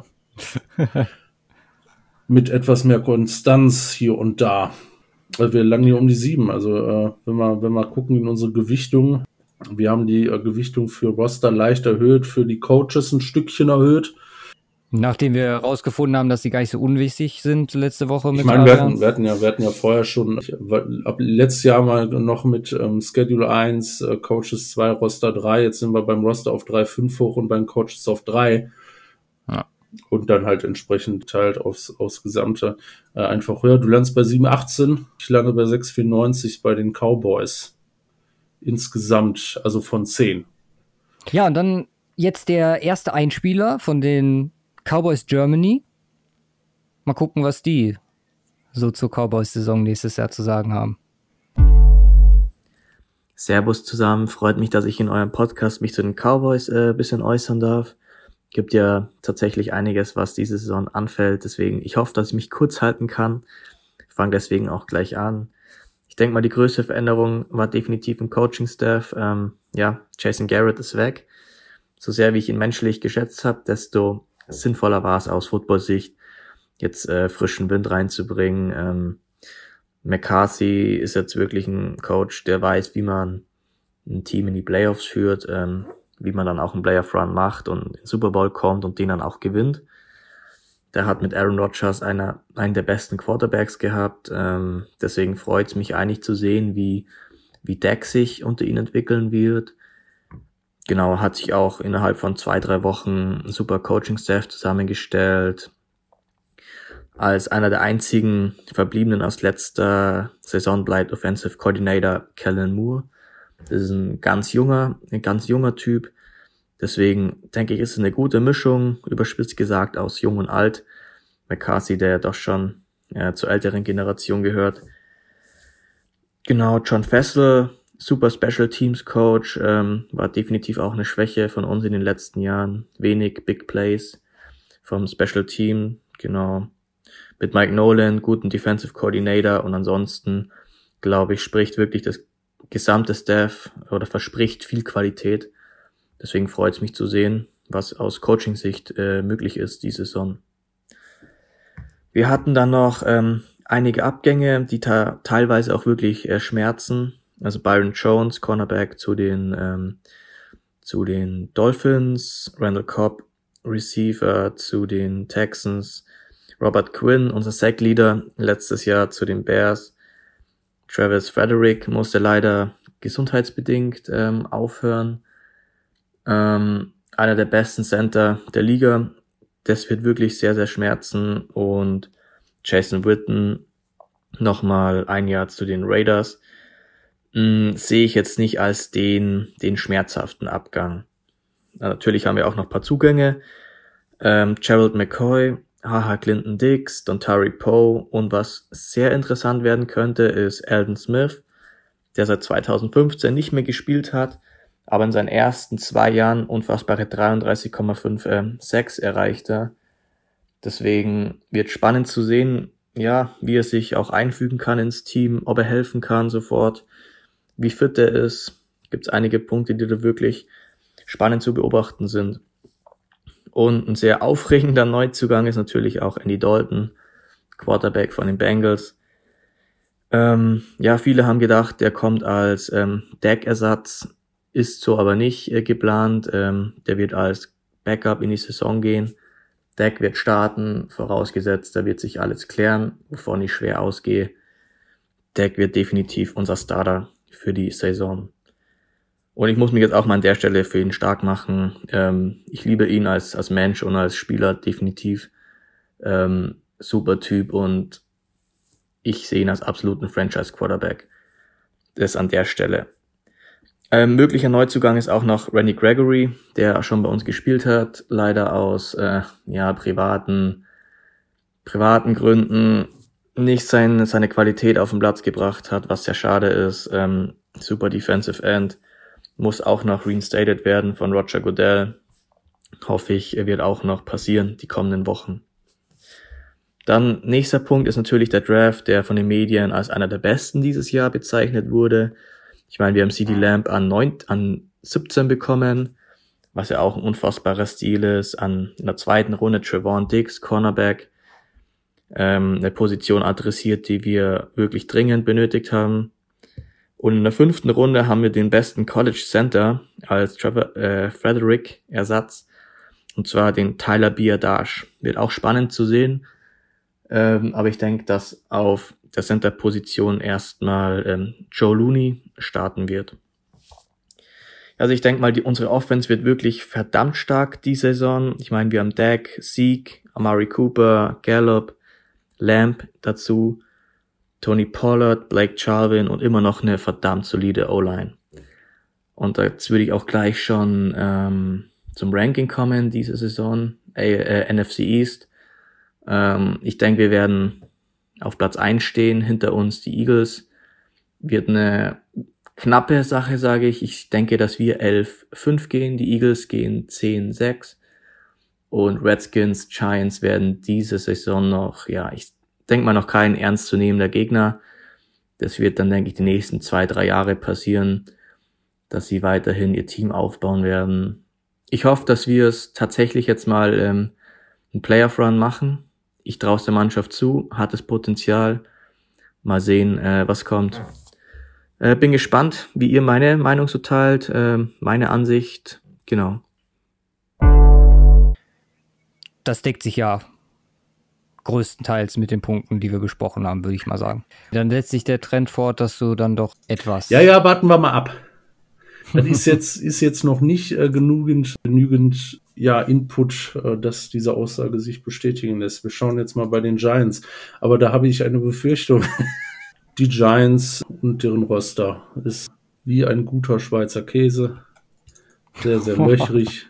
mit etwas mehr Konstanz hier und da. Also wir landen hier um die sieben, also äh, wenn wir, wenn wir gucken in unsere Gewichtung, wir haben die äh, Gewichtung für Roster leicht erhöht, für die Coaches ein Stückchen erhöht. Nachdem wir herausgefunden haben, dass die gar nicht so unwichtig sind letzte Woche mit Ich meine, wir hatten, wir hatten ja, wir hatten ja vorher schon, ich, ab letztes Jahr mal noch mit ähm, Schedule eins, äh, Coaches zwei, Roster drei, jetzt sind wir beim Roster auf drei Komma fünf hoch und beim Coaches auf drei. Ja. Und dann halt entsprechend teilt aufs, aufs Gesamte äh, einfach höher. Du landest bei sieben Komma achtzehn, ich lande bei sechs Komma vierundneunzig bei den Cowboys. Insgesamt, also von zehn. Ja, und dann jetzt der erste Einspieler von den Cowboys Germany. Mal gucken, was die so zur Cowboys-Saison nächstes Jahr zu sagen haben. Servus zusammen, freut mich, dass ich in eurem Podcast mich zu den Cowboys ein äh, bisschen äußern darf. Gibt ja tatsächlich einiges, was diese Saison anfällt, deswegen ich hoffe, dass ich mich kurz halten kann. Ich fange deswegen auch gleich an. Ich denke mal, die größte Veränderung war definitiv im Coaching-Staff. Ähm, ja, Jason Garrett ist weg. So sehr, wie ich ihn menschlich geschätzt habe, desto sinnvoller war es aus Football-Sicht, jetzt äh, frischen Wind reinzubringen. Ähm, McCarthy ist jetzt wirklich ein Coach, der weiß, wie man ein Team in die Playoffs führt, ähm, wie man dann auch einen Playoff-Run macht und in den Super Bowl kommt und den dann auch gewinnt. Der hat mit Aaron Rodgers einer, einen der besten Quarterbacks gehabt. Ähm, deswegen freut es mich eigentlich zu sehen, wie, wie Dak sich unter ihn entwickeln wird. Genau, hat sich auch innerhalb von zwei, drei Wochen ein super Coaching-Staff zusammengestellt. Als einer der einzigen Verbliebenen aus letzter Saison bleibt Offensive Coordinator Kellen Moore. Das ist ein ganz junger, ein ganz junger Typ. Deswegen denke ich, ist es eine gute Mischung, überspitzt gesagt, aus Jung und Alt. McCarthy, der doch schon ja, zur älteren Generation gehört. Genau, John Fessel, super Special Teams Coach, ähm, war definitiv auch eine Schwäche von uns in den letzten Jahren. Wenig Big Plays vom Special Team, genau. Mit Mike Nolan, guten Defensive Coordinator, und ansonsten, glaube ich, spricht wirklich das gesamte Staff oder verspricht viel Qualität. Deswegen freut es mich zu sehen, was aus Coaching-Sicht äh, möglich ist diese Saison. Wir hatten dann noch ähm, einige Abgänge, die ta- teilweise auch wirklich äh, schmerzen. Also Byron Jones, Cornerback zu den ähm, zu den Dolphins, Randall Cobb, Receiver zu den Texans, Robert Quinn, unser Sack-Leader letztes Jahr zu den Bears. Travis Frederick musste leider gesundheitsbedingt ähm, aufhören. Ähm, einer der besten Center der Liga. Das wird wirklich sehr, sehr schmerzen. Und Jason Witten nochmal ein Jahr zu den Raiders. Hm, sehe ich jetzt nicht als den, den schmerzhaften Abgang. Na, natürlich haben wir auch noch ein paar Zugänge. Ähm, Gerald McCoy, Haha Clinton Dix, Dontari Poe, und was sehr interessant werden könnte, ist Aldon Smith, der seit zweitausendfünfzehn nicht mehr gespielt hat, aber in seinen ersten zwei Jahren unfassbare dreiunddreißig Komma fünf ähm, Sacks erreichte. Deswegen wird spannend zu sehen, ja, wie er sich auch einfügen kann ins Team, ob er helfen kann sofort, wie fit er ist. Gibt es einige Punkte, die da wirklich spannend zu beobachten sind. Und ein sehr aufregender Neuzugang ist natürlich auch Andy Dalton, Quarterback von den Bengals. Ähm, ja, viele haben gedacht, der kommt als ähm, Dak-Ersatz, ist so aber nicht äh, geplant. Ähm, der wird als Backup in die Saison gehen. Dak wird starten, vorausgesetzt, da wird sich alles klären, wovon ich schwer ausgehe. Dak wird definitiv unser Starter für die Saison. Und ich muss mich jetzt auch mal an der Stelle für ihn stark machen. Ähm, ich liebe ihn als als Mensch und als Spieler definitiv. Ähm, super Typ, und ich sehe ihn als absoluten Franchise-Quarterback. Das an der Stelle. Ähm, möglicher Neuzugang ist auch noch Randy Gregory, der schon bei uns gespielt hat. Leider aus äh, ja privaten privaten Gründen nicht sein, seine Qualität auf den Platz gebracht hat, was sehr schade ist. Ähm, super Defensive End. Muss auch noch reinstated werden von Roger Goodell. Hoffe ich, er wird auch noch passieren die kommenden Wochen. Dann nächster Punkt ist natürlich der Draft, der von den Medien als einer der besten dieses Jahr bezeichnet wurde. Ich meine, wir haben CeeDee Lamb an neun, an siebzehn bekommen, was ja auch ein unfassbarer Stil ist. An in der zweiten Runde Trevon Diggs, Cornerback, ähm, eine Position adressiert, die wir wirklich dringend benötigt haben. Und in der fünften Runde haben wir den besten College Center als Trevor äh, Frederick Ersatz, und zwar den Tyler Biadasz. Wird auch spannend zu sehen, ähm, aber ich denke, dass auf der Center-Position erstmal ähm, Joe Looney starten wird. Also ich denke mal, die, unsere Offense wird wirklich verdammt stark die Saison. Ich meine, wir haben Dak, Zeke, Amari Cooper, Gallup, Lamb dazu, Tony Pollard, Blake Jarwin und immer noch eine verdammt solide O-Line. Und jetzt würde ich auch gleich schon ähm, zum Ranking kommen diese Saison, äh, äh, N F C East. Ähm, ich denke, wir werden auf Platz eins stehen, hinter uns die Eagles. Wird eine knappe Sache, sage ich. Ich denke, dass wir elf fünf gehen, die Eagles gehen zehn sechs. Und Redskins, Giants werden diese Saison noch, ja, ich denke mal, noch kein ernstzunehmender Gegner. Das wird dann, denke ich, die nächsten zwei, drei Jahre passieren, dass sie weiterhin ihr Team aufbauen werden. Ich hoffe, dass wir es tatsächlich jetzt mal ähm, einen Playoff-Run machen. Ich traue es der Mannschaft zu, hat das Potenzial. Mal sehen, äh, was kommt. Äh, bin gespannt, wie ihr meine Meinung so teilt, äh, meine Ansicht, genau. Das deckt sich ja größtenteils mit den Punkten, die wir besprochen haben, würde ich mal sagen. Dann setzt sich der Trend fort, dass du dann doch etwas... Ja, ja, warten wir mal ab. Das ist jetzt, ist jetzt noch nicht äh, genügend, genügend ja, Input, äh, dass diese Aussage sich bestätigen lässt. Wir schauen jetzt mal bei den Giants. Aber da habe ich eine Befürchtung. Die Giants und deren Roster ist wie ein guter Schweizer Käse. Sehr, sehr löchrig.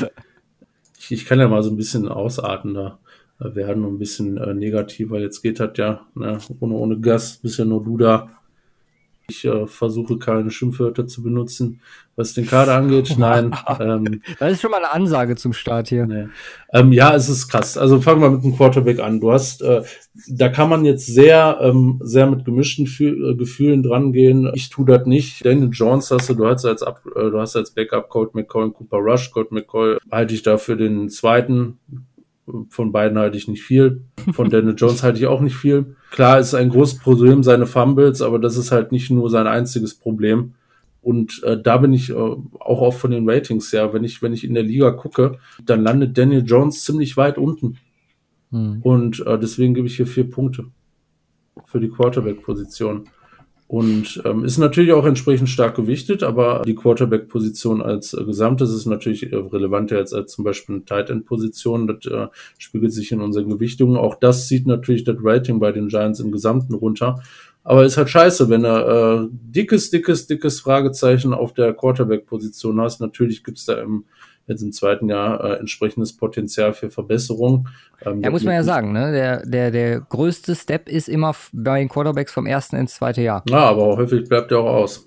Ich, ich kann ja mal so ein bisschen ausartender werden und ein bisschen äh, negativer. Jetzt geht das ja, ne, ohne, ohne Gast, bist ja nur du da. Ich äh, versuche keine Schimpfwörter zu benutzen, was den Kader angeht. Nein. Ähm, das ist schon mal eine Ansage zum Start hier. Nee. Ähm, ja, es ist krass. Also fangen wir mit dem Quarterback an. Du hast, äh, da kann man jetzt sehr, ähm, sehr mit gemischten Fü- äh, Gefühlen dran gehen. Ich tue das nicht. Daniel Jones hast du, du hast als Ab, äh, du hast als Backup Colt McCoy und Cooper Rush. Colt McCoy halte ich da für den zweiten. Von beiden halte ich nicht viel. Von Daniel Jones halte ich auch nicht viel. Klar, ist ein großes Problem seine Fumbles, aber das ist halt nicht nur sein einziges Problem. Und äh, da bin ich äh, auch oft von den Ratings her, wenn ich wenn ich in der Liga gucke, dann landet Daniel Jones ziemlich weit unten. Hm. Und äh, deswegen gebe ich hier vier Punkte für die Quarterback-Position. Und ähm, ist natürlich auch entsprechend stark gewichtet, aber die Quarterback-Position als äh, Gesamtes ist natürlich äh, relevanter als, als zum Beispiel eine Tight-End-Position. Das äh, spiegelt sich in unseren Gewichtungen. Auch das zieht natürlich das Rating bei den Giants im Gesamten runter. Aber ist halt scheiße, wenn du äh, dickes, dickes, dickes Fragezeichen auf der Quarterback-Position hast. Natürlich gibt's da im jetzt im zweiten Jahr äh, entsprechendes Potenzial für Verbesserung. Ähm, ja, muss man ja sagen, ne? Der, der, der größte Step ist immer f- bei den Quarterbacks vom ersten ins zweite Jahr. Ja, aber häufig bleibt er auch aus.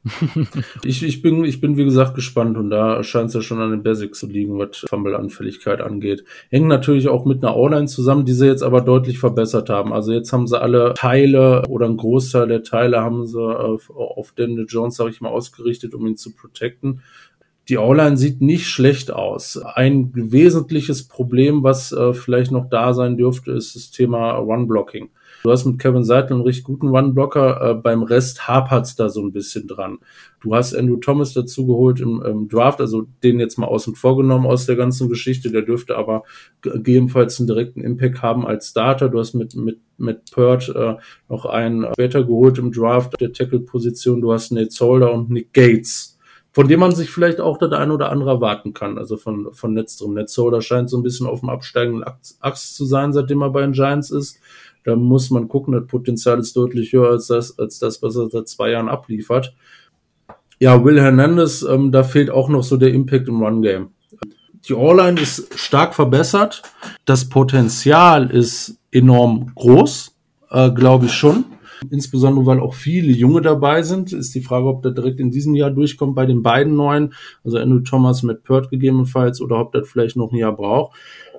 ich, ich, bin, ich bin, wie gesagt, gespannt und da scheint es ja schon an den Basics zu liegen, was Fumble-Anfälligkeit angeht. Hängt natürlich auch mit einer O-Line zusammen, die sie jetzt aber deutlich verbessert haben. Also jetzt haben sie alle Teile oder einen Großteil der Teile haben sie auf, auf Daniel Jones, sag ich mal, ausgerichtet, um ihn zu protecten. Die O-Line sieht nicht schlecht aus. Ein wesentliches Problem, was äh, vielleicht noch da sein dürfte, ist das Thema Run-Blocking. Du hast mit Kevin Seidel einen richtig guten Run-Blocker, äh, beim Rest hapert's da so ein bisschen dran. Du hast Andrew Thomas dazu geholt im, im Draft, also den jetzt mal außen vor genommen aus der ganzen Geschichte, der dürfte aber gegebenenfalls einen direkten Impact haben als Starter. Du hast mit mit mit Pert äh, noch einen später geholt im Draft der Tackle-Position. Du hast Nate Solder und Nick Gates, von dem man sich vielleicht auch das ein oder andere erwarten kann, also von, von letzterem. Nate Solder scheint so ein bisschen auf dem absteigenden Achs zu sein, seitdem er bei den Giants ist. Da muss man gucken, das Potenzial ist deutlich höher als das, als das, was er seit zwei Jahren abliefert. Ja, Will Hernandez, ähm, da fehlt auch noch so der Impact im Run-Game. Die O-Line ist stark verbessert. Das Potenzial ist enorm groß, äh, glaube ich schon. Insbesondere, weil auch viele Junge dabei sind, ist die Frage, ob der direkt in diesem Jahr durchkommt bei den beiden Neuen, also Andrew Thomas mit Pert gegebenenfalls, oder ob das vielleicht noch ein Jahr braucht.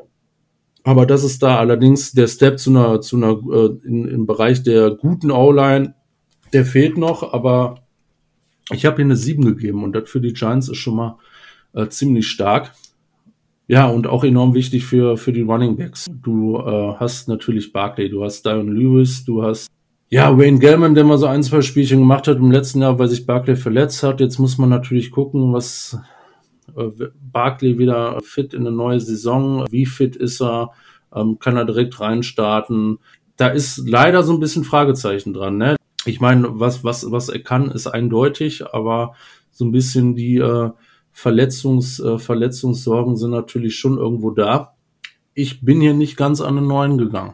Aber das ist da allerdings der Step zu einer, zu einer äh, in, im Bereich der guten O-Line, der fehlt noch, aber ich habe hier eine sieben gegeben und das für die Giants ist schon mal äh, ziemlich stark. Ja, und auch enorm wichtig für für die Running Backs. Du äh, hast natürlich Barkley, du hast Dion Lewis, du hast ja Wayne Gellman, der mal so ein, zwei Spielchen gemacht hat im letzten Jahr, weil sich Barkley verletzt hat. Jetzt muss man natürlich gucken, was äh, Barkley wieder fit in eine neue Saison, wie fit ist er, ähm, kann er direkt reinstarten. Da ist leider so ein bisschen Fragezeichen dran, ne? Ich meine, was was was er kann, ist eindeutig, aber so ein bisschen die äh, Verletzungs, äh, Verletzungssorgen sind natürlich schon irgendwo da. Ich bin hier nicht ganz an den neuen gegangen.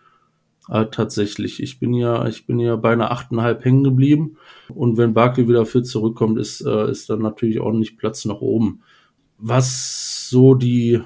Äh, tatsächlich. Ich bin ja, ich bin ja bei einer acht Komma fünf hängen geblieben. Und wenn Barkley wieder fit zurückkommt, ist, äh, ist dann natürlich ordentlich Platz nach oben. Was so die,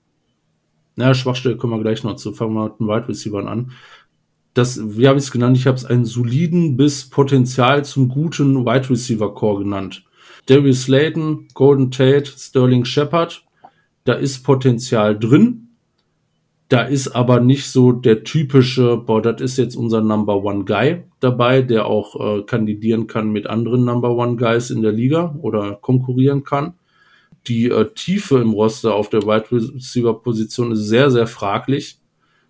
naja, Schwachstelle kommen wir gleich noch zu. Fangen wir mit den Wide Receivers an. Das, wie habe ich es genannt? Ich habe es einen soliden bis Potenzial zum guten Wide Receiver Core genannt. Darius Slayton, Golden Tate, Sterling Shepard, da ist Potenzial drin. Da ist aber nicht so der typische, boah, das ist jetzt unser Number One Guy dabei, der auch äh, kandidieren kann mit anderen Number One Guys in der Liga oder konkurrieren kann. Die äh, Tiefe im Roster auf der Wide Receiver Position ist sehr, sehr fraglich.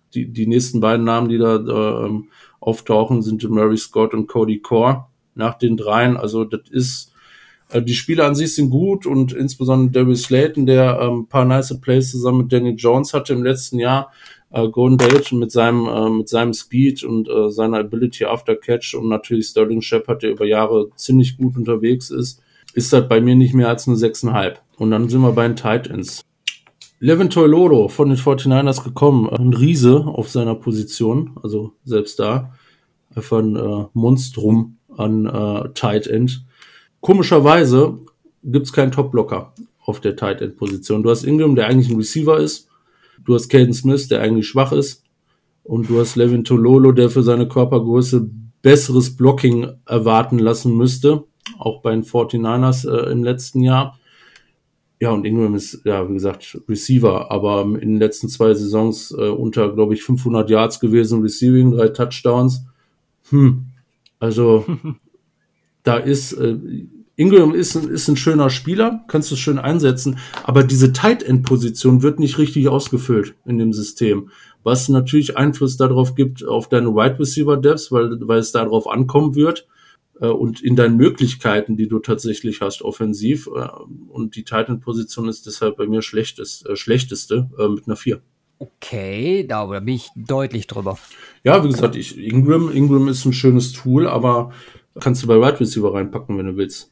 die, die nächsten beiden Namen, die da äh, auftauchen, sind Murray Scott und Cody Core nach den dreien. Also das ist, äh, die Spiele an sich sind gut und insbesondere Darius Slayton, der ein ähm, paar nice Plays zusammen mit Danny Jones hatte im letzten Jahr. Äh, Golden Tate mit seinem, äh, mit seinem Speed und äh, seiner Ability after Catch und natürlich Sterling Shepard, der über Jahre ziemlich gut unterwegs ist, ist das bei mir nicht mehr als eine sechs Komma fünf. Und dann sind wir bei den Tight Ends. Levin Toilolo von den forty-niners gekommen, ein Riese auf seiner Position, also selbst da, einfach ein äh, Monstrum an äh, Tight End. Komischerweise gibt's keinen Top-Blocker auf der Tight End Position. Du hast Ingram, der eigentlich ein Receiver ist, du hast Caden Smith, der eigentlich schwach ist, und du hast Levin Toilolo, der für seine Körpergröße besseres Blocking erwarten lassen müsste, auch bei den forty-niners äh, im letzten Jahr. Ja, und Ingram ist, ja, wie gesagt, Receiver, aber in den letzten zwei Saisons äh, unter, glaube ich, fünfhundert Yards gewesen, Receiving, drei Touchdowns. Hm, also da ist, äh, Ingram ist, ist ein schöner Spieler, kannst du schön einsetzen, aber diese Tight-End-Position wird nicht richtig ausgefüllt in dem System, was natürlich Einfluss darauf gibt, auf deine Wide-Receiver-Depths, weil, weil es darauf ankommen wird, und in deinen Möglichkeiten, die du tatsächlich hast, offensiv. Und die Tight-End-Position ist deshalb bei mir schlechtest, äh, schlechteste äh, mit einer vier. Okay, da bin ich deutlich drüber. Ja, wie gesagt, ich, Ingram, Ingram ist ein schönes Tool, aber kannst du bei Wide Receiver reinpacken, wenn du willst.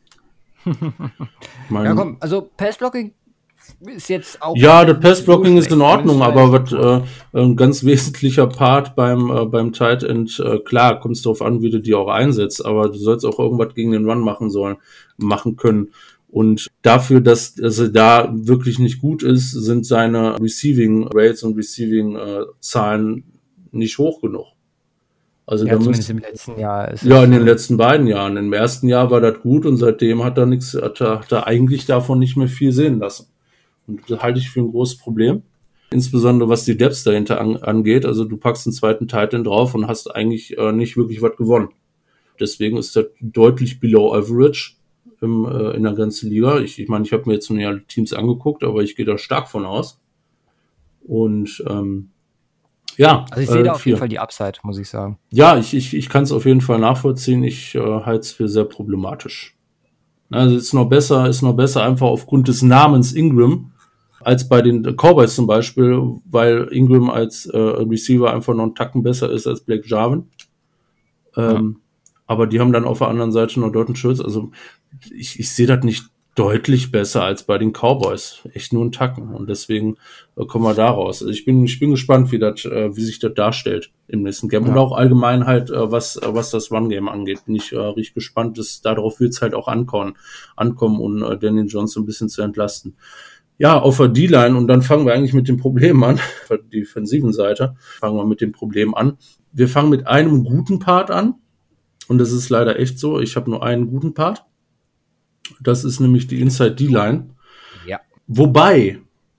Mein, ja, komm, also Pass-Blocking ist jetzt auch... Ja, das Passblocking ist in Ordnung, aber was äh, ein ganz wesentlicher Part beim äh, beim Tight End, äh, klar, kommt es darauf an, wie du die auch einsetzt, aber du sollst auch irgendwas gegen den Run machen sollen, machen können. Und dafür, dass er also da wirklich nicht gut ist, sind seine Receiving Rates und Receiving äh, Zahlen nicht hoch genug. Also ja, da zumindest müsst, im letzten Jahr. Ist ja, in den letzten beiden Jahren. Im ersten Jahr war das gut und seitdem hat er nichts, hat er, hat er eigentlich davon nicht mehr viel sehen lassen. Und das halte ich für ein großes Problem. Insbesondere was die Depths dahinter an, angeht. Also du packst einen zweiten Tight End drauf und hast eigentlich äh, nicht wirklich was gewonnen. Deswegen ist das deutlich below average im, äh, in der ganzen Liga. Ich, ich meine, ich habe mir jetzt nur ja die Teams angeguckt, aber ich gehe da stark von aus. Und ähm, ja. Also ich sehe äh, da auf vier. jeden Fall die Upside, muss ich sagen. Ja, ich, ich, ich kann es auf jeden Fall nachvollziehen. Ich äh, halte es für sehr problematisch. Also ist noch besser, ist noch besser einfach aufgrund des Namens Ingram als bei den Cowboys zum Beispiel, weil Ingram als äh, Receiver einfach noch einen Tacken besser ist als Blake Jarvin. Ähm, ja. Aber die haben dann auf der anderen Seite noch Dalton Schultz. Also ich, ich sehe das nicht deutlich besser als bei den Cowboys. Echt nur einen Tacken. Und deswegen äh, kommen wir da raus. Also ich bin, ich bin gespannt, wie das, äh, wie sich das darstellt im nächsten Game. Ja. Und auch allgemein halt, äh, was, äh, was das Run-Game angeht. Bin ich äh, richtig gespannt. Das, darauf wird es halt auch ankommen, ankommen und äh, Daniel Jones ein bisschen zu entlasten. Ja, auf der D-Line, und dann fangen wir eigentlich mit dem Problem an, für die defensiven Seite, fangen wir mit dem Problem an. Wir fangen mit einem guten Part an, und das ist leider echt so, ich habe nur einen guten Part. Das ist nämlich die Inside D-Line. Ja. Wobei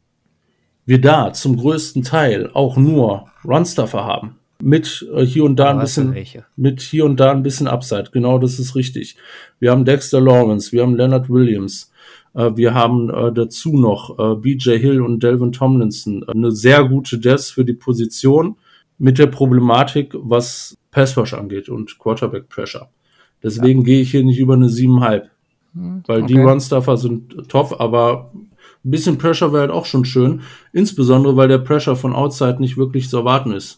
wir da zum größten Teil auch nur Run-Stuffer haben. Mit äh, hier und da ein bisschen, mit hier und da ein bisschen Upside. Genau, das ist richtig. Wir haben Dexter Lawrence, wir haben Leonard Williams, wir haben äh, dazu noch äh, B J Hill und Delvin Tomlinson. Eine sehr gute Depth für die Position mit der Problematik, was Pass Rush angeht und Quarterback Pressure. Deswegen ja. gehe ich hier nicht über eine sieben Komma fünf. Hm, weil okay. Die Run-Stuffer sind top, aber ein bisschen Pressure wäre halt auch schon schön. Insbesondere, weil der Pressure von Outside nicht wirklich zu erwarten ist.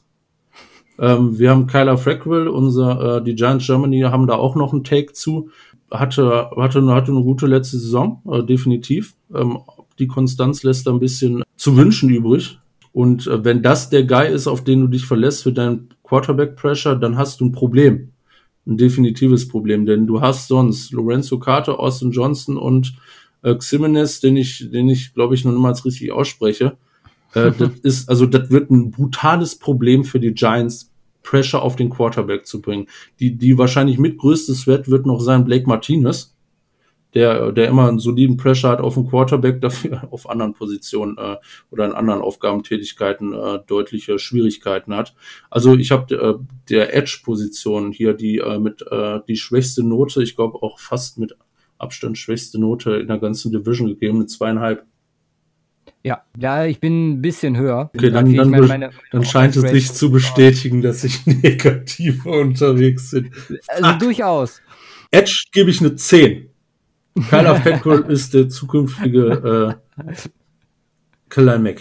Ähm, wir haben Kyler Fackrell, unser, äh, die Giants Germany haben da auch noch einen Take zu. Hatte, hatte, hatte eine gute letzte Saison, äh, definitiv. Ähm, die Konstanz lässt da ein bisschen zu wünschen übrig. Und äh, wenn das der Guy ist, auf den du dich verlässt für deinen Quarterback-Pressure, dann hast du ein Problem. Ein definitives Problem, denn du hast sonst Lorenzo Carter, Austin Johnson und äh, Ximenez, den ich, den ich, glaube ich, noch niemals richtig ausspreche. Äh, das ist, also, das wird ein brutales Problem für die Giants, Pressure auf den Quarterback zu bringen. Die, die wahrscheinlich mitgrößte Threat wird noch sein Blake Martinez, der, der immer einen soliden Pressure hat auf den Quarterback, dafür auf anderen Positionen äh, oder in anderen Aufgabentätigkeiten äh, deutliche Schwierigkeiten hat. Also ich habe äh, der Edge-Position hier die äh, mit äh, die schwächste Note, ich glaube auch fast mit Abstand schwächste Note in der ganzen Division gegeben, eine zweieinhalb. Ja, ja, ich bin ein bisschen höher. Okay, dann, dann, meine, meine, dann scheint es sich zu bestätigen, dass ich negativer unterwegs bin. Also ah, durchaus. Edge gebe ich eine zehn. Kyler Fackrell ist der zukünftige äh, Khalil Mack.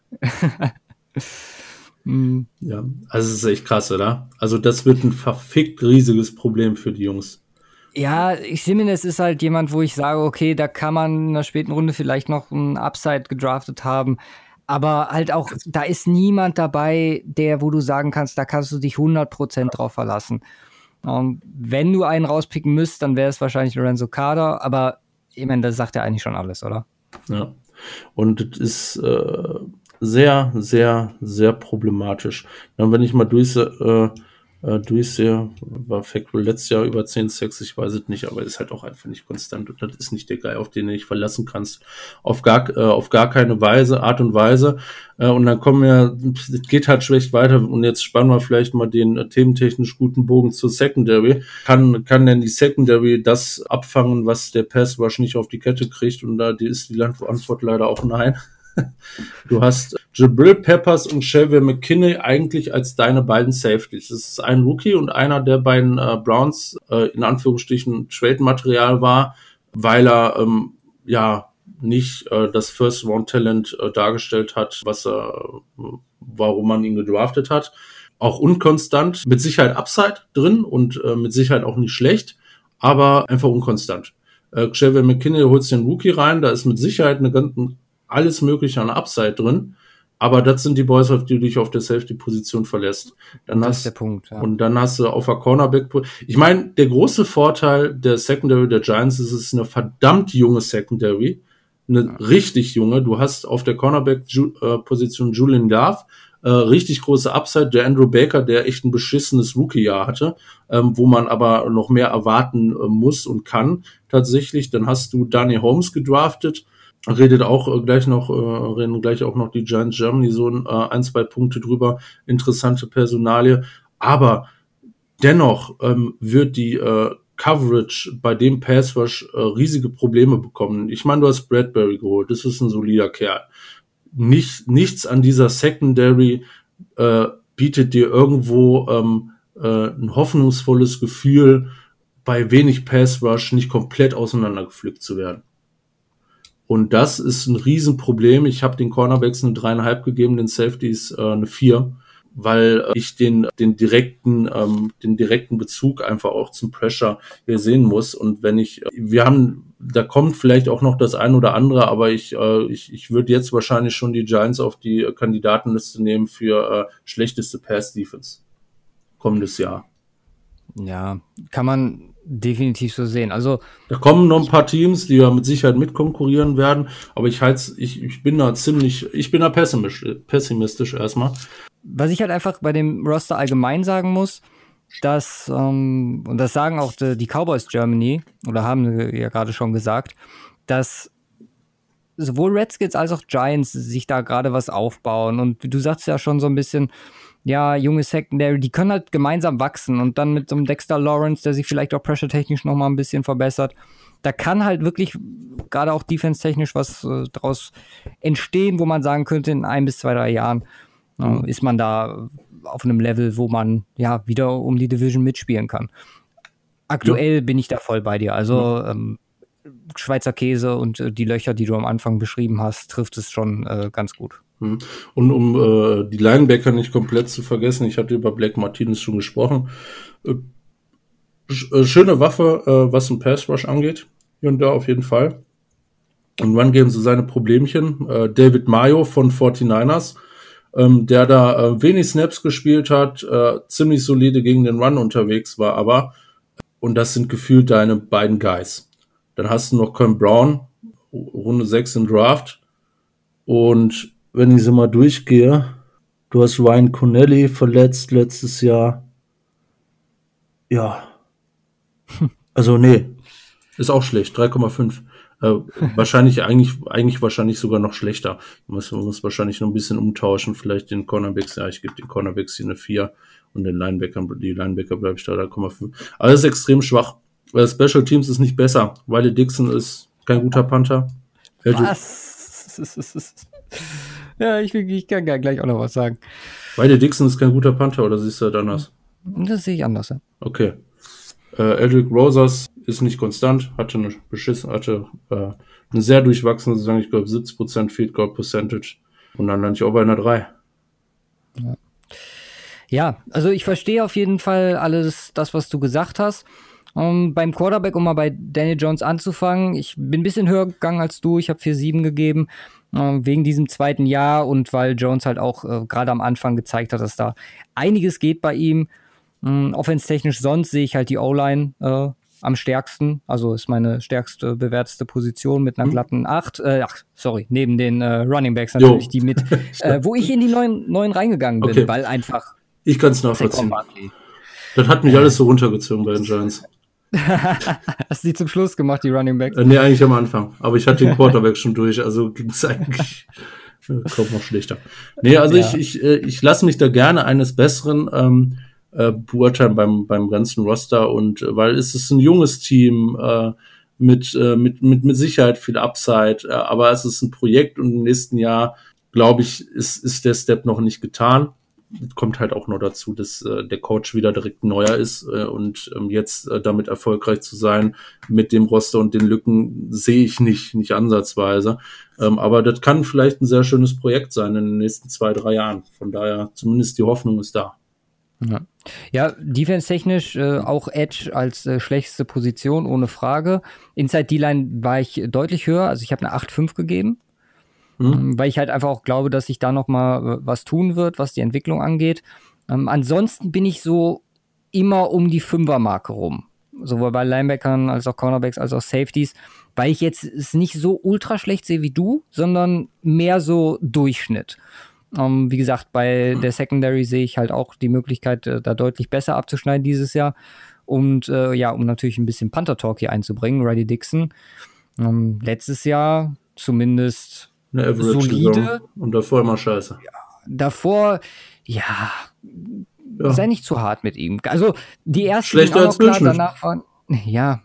hm. Ja, also es ist echt krass, oder? Also das wird ein verfickt riesiges Problem für die Jungs. Ja, Jimenez ist halt jemand, wo ich sage, okay, da kann man in der späten Runde vielleicht noch einen Upside gedraftet haben, aber halt auch, da ist niemand dabei, der, wo du sagen kannst, da kannst du dich hundert Prozent drauf verlassen. Und wenn du einen rauspicken müsst, dann wäre es wahrscheinlich Lorenzo Carter, aber ich meine, das sagt ja eigentlich schon alles, oder? Ja, und es ist äh, sehr, sehr, sehr problematisch. Dann, wenn ich mal durch äh, Uh, durchsehe, war Fackrell letztes Jahr über zehn Sacks, ich weiß es nicht, aber ist halt auch einfach nicht konstant und das ist nicht der Guy, auf den du dich verlassen kannst. Auf gar, äh, auf gar keine Weise, Art und Weise. Äh, und dann kommen wir, es geht halt schlecht weiter und jetzt spannen wir vielleicht mal den äh, thementechnisch guten Bogen zur Secondary. Kann, kann denn die Secondary das abfangen, was der Pass Rush nicht auf die Kette kriegt? Und da die ist die Antwort leider auch nein. Du hast Jabril Peppers und Xavier McKinney eigentlich als deine beiden Safeties. Das ist ein Rookie und einer der beiden äh, Browns äh, in Anführungsstrichen Trade-Material war, weil er ähm, ja nicht äh, das First-Round-Talent äh, dargestellt hat, was er, äh, warum man ihn gedraftet hat. Auch unkonstant, mit Sicherheit Upside drin und äh, mit Sicherheit auch nicht schlecht, aber einfach unkonstant. Äh, Xavier McKinney holt den Rookie rein, da ist mit Sicherheit eine ganze alles mögliche an Upside drin, aber das sind die Boys, auf die du dich auf der Safety-Position verlässt. Dann das hast, ist der Punkt, ja. Und dann hast du auf der Cornerback, ich meine, der große Vorteil der Secondary der Giants ist, es ist eine verdammt junge Secondary, eine ja. richtig junge, du hast auf der Cornerback-Position Julian Love, äh, richtig große Upside, der Andrew Baker, der echt ein beschissenes Rookie-Jahr hatte, ähm, wo man aber noch mehr erwarten äh, muss und kann, tatsächlich. Dann hast du Danny Holmes gedraftet, redet auch äh, gleich noch, äh, reden gleich auch noch die Giants Germany so äh, ein, zwei Punkte drüber, interessante Personalie, aber dennoch ähm, wird die äh, Coverage bei dem Pass Rush äh, riesige Probleme bekommen. Ich meine, du hast Bradbury geholt, das ist ein solider Kerl. Nicht, nichts an dieser Secondary äh, bietet dir irgendwo ähm, äh, ein hoffnungsvolles Gefühl, bei wenig Pass Rush nicht komplett auseinandergepflückt zu werden. Und das ist ein Riesenproblem. Ich habe den Cornerbacks eine dreieinhalb gegeben, den Safeties äh, eine vier, weil ich den den direkten ähm, den direkten Bezug einfach auch zum Pressure hier sehen muss. Und wenn ich, wir haben, da kommt vielleicht auch noch das ein oder andere, aber ich äh, ich ich würde jetzt wahrscheinlich schon die Giants auf die Kandidatenliste nehmen für äh, schlechteste Pass-Defense kommendes Jahr. Ja, kann man definitiv so sehen. Also da kommen noch ein paar Teams, die ja mit Sicherheit mitkonkurrieren werden, aber ich halt, ich, ich bin da ziemlich, ich bin da pessimistisch, pessimistisch erstmal. Was ich halt einfach bei dem Roster allgemein sagen muss, dass, ähm, und das sagen auch die, die Cowboys Germany, oder haben ja gerade schon gesagt, dass sowohl Redskins als auch Giants sich da gerade was aufbauen. Und du sagst ja schon so ein bisschen, ja, junge Secondary, die können halt gemeinsam wachsen und dann mit so einem Dexter Lawrence, der sich vielleicht auch pressure-technisch noch mal ein bisschen verbessert, da kann halt wirklich gerade auch defense-technisch was äh, draus entstehen, wo man sagen könnte, in ein bis zwei, drei Jahren äh, mhm. ist man da auf einem Level, wo man ja wieder um die Division mitspielen kann. Aktuell ja. bin ich da voll bei dir, also ja. ähm, Schweizer Käse und äh, die Löcher, die du am Anfang beschrieben hast, trifft es schon äh, ganz gut. Und um äh, die Linebacker nicht komplett zu vergessen, ich hatte über Blake Martinez schon gesprochen, äh, sch- äh, schöne Waffe, äh, was ein Pass Rush angeht, hier und da auf jeden Fall. Und wann geben sie seine Problemchen? Äh, David Mayo von forty-niners, ähm, der da äh, wenig Snaps gespielt hat, äh, ziemlich solide gegen den Run unterwegs war, aber, und das sind gefühlt deine beiden Guys. Dann hast du noch Cam Brown, Runde sechs im Draft, und wenn ich sie mal durchgehe, du hast Ryan Connelly verletzt letztes Jahr. Ja. Also, nee. Ist auch schlecht. drei Komma fünf. Äh, wahrscheinlich, eigentlich, eigentlich wahrscheinlich sogar noch schlechter. Man muss, man muss wahrscheinlich noch ein bisschen umtauschen. Vielleicht den Cornerbacks. Ja, ich gebe den Cornerbacks hier eine vier. Und den Linebackern, die Linebacker bleibe ich da drei Komma fünf. Aber das ist extrem schwach. Weil Special Teams ist nicht besser. Wiley Dixon ist kein guter Panther. Was? Ja, ich, ich kann gleich auch noch was sagen. Riley Dixon ist kein guter Panther, oder siehst du das anders? Das sehe ich anders, ja. Okay. Äh, Eldrick Rosas ist nicht konstant, hatte eine Beschiss, hatte äh, eine sehr durchwachsene Saison, ich glaube siebzig Prozent Field Goal Percentage. Und dann lande ich auch bei einer drei. Ja. Ja, also ich verstehe auf jeden Fall alles, das, was du gesagt hast. Um, beim Quarterback, um mal bei Daniel Jones anzufangen, ich bin ein bisschen höher gegangen als du, ich habe vier Komma sieben gegeben, um, wegen diesem zweiten Jahr und weil Jones halt auch äh, gerade am Anfang gezeigt hat, dass da einiges geht bei ihm. Um, offense-technisch sonst sehe ich halt die O-Line äh, am stärksten, also ist meine stärkste bewertete Position mit einer hm. glatten acht, äh, ach, sorry, neben den äh, Running Backs natürlich, jo. die mit, äh, wo ich in die neuen, neuen reingegangen bin, okay. weil einfach ich kann es nachvollziehen. Das hat mich alles so runtergezogen bei den Giants. Hast du die zum Schluss gemacht, die Running Backs? Äh, nee, eigentlich am Anfang. Aber ich hatte den Quarterback schon durch, also ging es eigentlich kaum noch schlechter. Nee, also ja. ich, ich, äh, ich lasse mich da gerne eines Besseren ähm, äh, beurteilen beim, beim ganzen Roster und äh, weil es ist ein junges Team äh, mit, äh, mit, mit, mit Sicherheit viel Upside, äh, aber es ist ein Projekt und im nächsten Jahr, glaube ich, ist, ist der Step noch nicht getan. Kommt halt auch noch dazu, dass äh, der Coach wieder direkt neuer ist äh, und ähm, jetzt äh, damit erfolgreich zu sein mit dem Roster und den Lücken sehe ich nicht, nicht ansatzweise. Ähm, aber das kann vielleicht ein sehr schönes Projekt sein in den nächsten zwei, drei Jahren. Von daher zumindest die Hoffnung ist da. Ja, ja, defense-technisch äh, auch Edge als äh, schlechteste Position, ohne Frage. Inside D-Line war ich deutlich höher, also ich habe eine acht Komma fünf gegeben. Mhm. Weil ich halt einfach auch glaube, dass sich da noch mal was tun wird, was die Entwicklung angeht. Ähm, ansonsten bin ich so immer um die Fünfer-Marke rum. Sowohl bei Linebackern als auch Cornerbacks als auch Safeties. Weil ich jetzt es nicht so ultra schlecht sehe wie du, sondern mehr so Durchschnitt. Ähm, wie gesagt, bei der Secondary sehe ich halt auch die Möglichkeit, äh, da deutlich besser abzuschneiden dieses Jahr. Und äh, ja, um natürlich ein bisschen Panther-Talk hier einzubringen, Riley Dixon. Ähm, letztes Jahr zumindest eine Average solide. Und davor immer scheiße. Ja, davor, ja, ja, sei nicht zu hart mit ihm. Also die ersten schlechter als klar, danach waren, ja.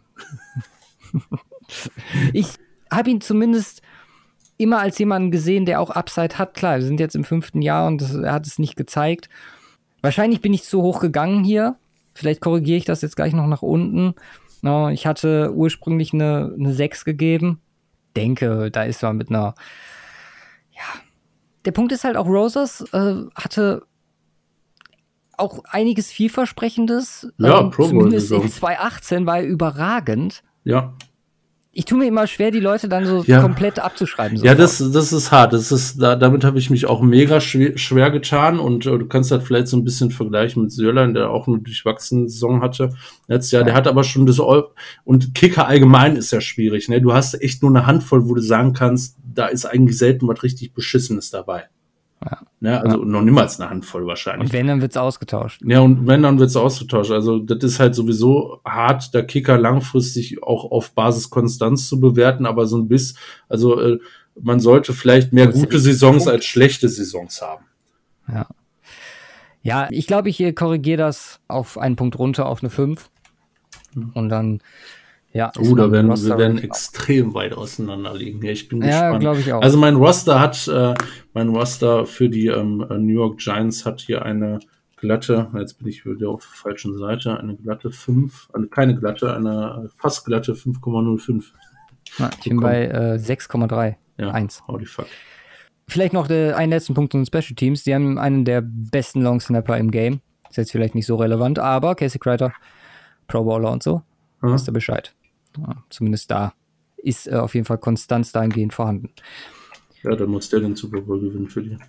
Ich habe ihn zumindest immer als jemanden gesehen, der auch Upside hat. Klar, wir sind jetzt im fünften Jahr und das, er hat es nicht gezeigt. Wahrscheinlich bin ich zu hoch gegangen hier. Vielleicht korrigiere ich das jetzt gleich noch nach unten. No, ich hatte ursprünglich eine, eine sechs gegeben. Denke, da ist man mit einer ja, der Punkt ist halt auch, Rosas äh, hatte auch einiges vielversprechendes. Ja, ähm, Pro zumindest in zwanzig achtzehn war er überragend. Ja. Ich tue mir immer schwer, die Leute dann so ja. komplett abzuschreiben. Sofort. Ja, das, das ist hart. Das ist, da, damit habe ich mich auch mega schwer, schwer getan und äh, du kannst das vielleicht so ein bisschen vergleichen mit Sörlein, der auch eine durchwachsene Saison hatte letztes Jahr. Ja. Der hat aber schon das All- und Kicker allgemein ist ja schwierig. Ne? Du hast echt nur eine Handvoll, wo du sagen kannst, da ist eigentlich selten was richtig Beschissenes dabei. Ja. Ne? Also ja. noch niemals eine Handvoll wahrscheinlich. Und wenn, dann wird's ausgetauscht. Ja, und wenn, dann wird's ausgetauscht. Also das ist halt sowieso hart, der Kicker langfristig auch auf Basis Konstanz zu bewerten, aber so ein bisschen, also äh, man sollte vielleicht mehr gute Saisons als schlechte Saisons haben. Ja, ja, ich glaube, ich korrigiere das auf einen Punkt runter, auf eine fünf. Und dann ja, oh, da werden wir werden extrem weit auseinander liegen. Ja, ich bin ja, gespannt. Glaube ich auch. Also mein Roster hat, äh, mein Roster für die ähm, New York Giants hat hier eine glatte, jetzt bin ich wieder auf der falschen Seite, eine glatte fünf, eine, keine glatte, eine fast glatte fünf Komma null fünf. Na, ich bin bei äh, sechs Komma drei. Ja, eins. Holy fuck. Vielleicht noch der, einen letzten Punkt zu den Special Teams. Die haben einen der besten Long Snapper im Game. Ist jetzt vielleicht nicht so relevant, aber Casey Kreiter, Pro Bowler und so, hm. Wisst ihr Bescheid. Ja, zumindest da ist äh, auf jeden Fall Konstanz dahingehend vorhanden. Ja, dann muss der den Super Bowl gewinnen für die.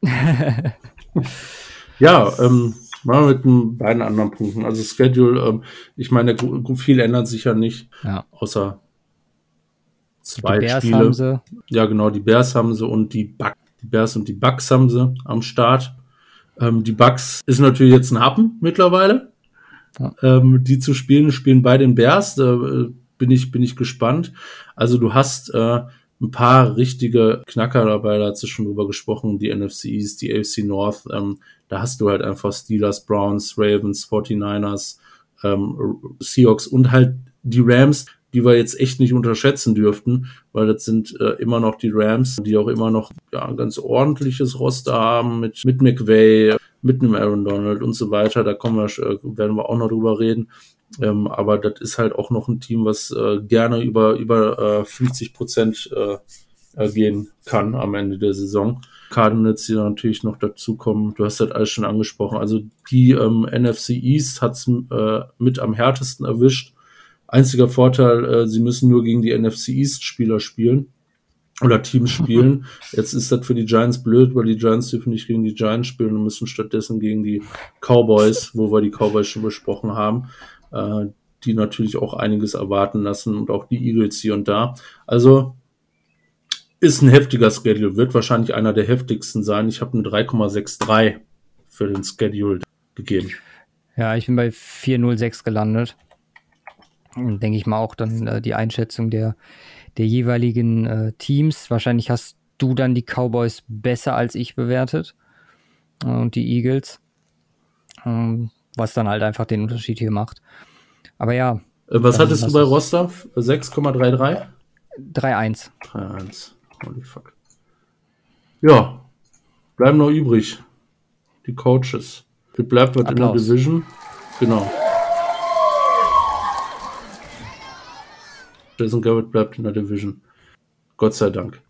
Ja, ähm, machen wir mit den beiden anderen Punkten. Also Schedule, ähm, ich meine, viel ändert sich ja nicht, ja. außer zwei die Bears Spiele. Haben sie. Ja, genau, die Bears haben sie und die, Buc- die Bears und die Bucks haben sie am Start. Ähm, die Bucks ist natürlich jetzt ein Happen mittlerweile. Ja. Ähm, die zu spielen, spielen bei den Bears. Da äh, bin ich, bin ich gespannt. Also du hast äh, ein paar richtige Knacker dabei, da hast du schon drüber gesprochen, die N F C East, die A F C North, ähm, da hast du halt einfach Steelers, Browns, Ravens, forty-niners, ähm, Seahawks und halt die Rams, die wir jetzt echt nicht unterschätzen dürften, weil das sind äh, immer noch die Rams, die auch immer noch ja, ein ganz ordentliches Roster haben mit, mit McVay, mit einem Aaron Donald und so weiter. Da kommen wir, äh, werden wir auch noch drüber reden. Ähm, aber das ist halt auch noch ein Team, was äh, gerne über, über äh, fünfzig Prozent äh, gehen kann am Ende der Saison. Cardinals, die natürlich noch dazukommen. Du hast das alles schon angesprochen. Also die ähm, N F C East hat's äh, mit am härtesten erwischt. Einziger Vorteil, äh, sie müssen nur gegen die N F C East Spieler spielen oder Teams spielen. Jetzt ist das für die Giants blöd, weil die Giants dürfen nicht gegen die Giants spielen und müssen stattdessen gegen die Cowboys, wo wir die Cowboys schon besprochen haben, äh, die natürlich auch einiges erwarten lassen und auch die Eagles hier und da. Also ist ein heftiger Schedule, wird wahrscheinlich einer der heftigsten sein. Ich habe eine drei Komma dreiundsechzig für den Schedule gegeben. Ja, ich bin bei vier Komma null sechs gelandet. Denke ich mal auch dann äh, die Einschätzung der, der jeweiligen äh, Teams. Wahrscheinlich hast du dann die Cowboys besser als ich bewertet äh, und die Eagles, ähm, was dann halt einfach den Unterschied hier macht. Aber ja. Äh, was hattest du bei Roster? sechs Komma dreiunddreißig? drei eins. drei eins. Holy fuck. Ja, bleiben noch übrig die Coaches. Das bleibt was in der Division. Genau. Jason Garrett bleibt in der Division. Gott sei Dank.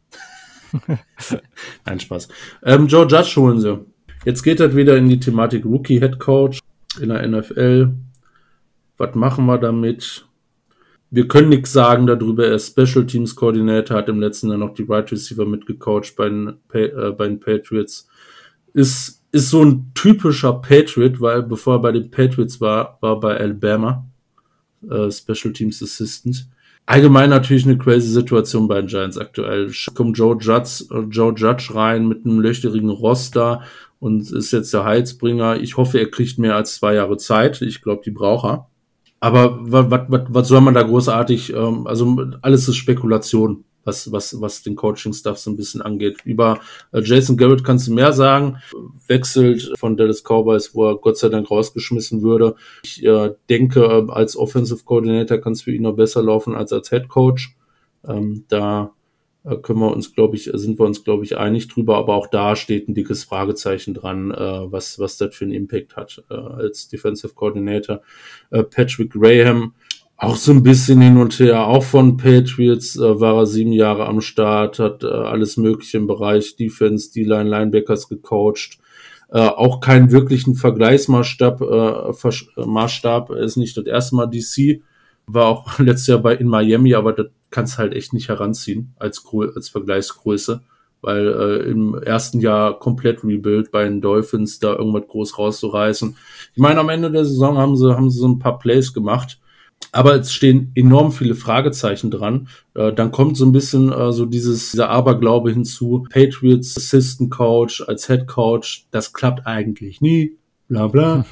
Nein, Spaß. Ähm, Joe Judge holen sie. Jetzt geht das wieder in die Thematik Rookie Head Coach in der N F L. Was machen wir damit? Wir können nichts sagen darüber. Er ist Special Teams Coordinator, hat im letzten Jahr noch die Wide Receiver mitgecoacht bei den, äh, bei den Patriots. Ist, ist so ein typischer Patriot, weil bevor er bei den Patriots war, war bei Alabama äh, Special Teams Assistant. Allgemein natürlich eine crazy Situation bei den Giants aktuell. Kommt Joe Judge, Joe Judge rein mit einem löcherigen Roster und ist jetzt der Heilsbringer. Ich hoffe, er kriegt mehr als zwei Jahre Zeit. Ich glaube, die braucht er. Aber was, was, was soll man da großartig, ähm, also alles ist Spekulation, was, was, was den Coaching-Stuff so ein bisschen angeht. Über äh, Jason Garrett kannst du mehr sagen, wechselt von Dallas Cowboys, wo er Gott sei Dank rausgeschmissen würde. Ich äh, denke, äh, als Offensive Coordinator kann es für ihn noch besser laufen als als Head Coach. Ähm, da äh, können wir uns, glaube ich, sind wir uns, glaube ich, einig drüber, aber auch da steht ein dickes Fragezeichen dran, äh, was, was das für einen Impact hat äh, als Defensive Coordinator. Äh, Patrick Graham, auch so ein bisschen hin und her, auch von Patriots äh, war er sieben Jahre am Start, hat äh, alles Mögliche im Bereich Defense, D-Line, Linebackers gecoacht. Äh, auch keinen wirklichen Vergleichsmaßstab, äh, Vers- Maßstab, er ist nicht das erste Mal D C, war auch letztes Jahr bei in Miami, aber das kannst halt echt nicht heranziehen als, als Vergleichsgröße, weil äh, im ersten Jahr komplett Rebuild bei den Dolphins da irgendwas groß rauszureißen. Ich meine, am Ende der Saison haben sie, haben sie so ein paar Plays gemacht, aber es stehen enorm viele Fragezeichen dran. Äh, dann kommt so ein bisschen äh, so dieses, dieser Aberglaube hinzu. Patriots Assistant Coach als Head Coach, das klappt eigentlich nie, bla bla.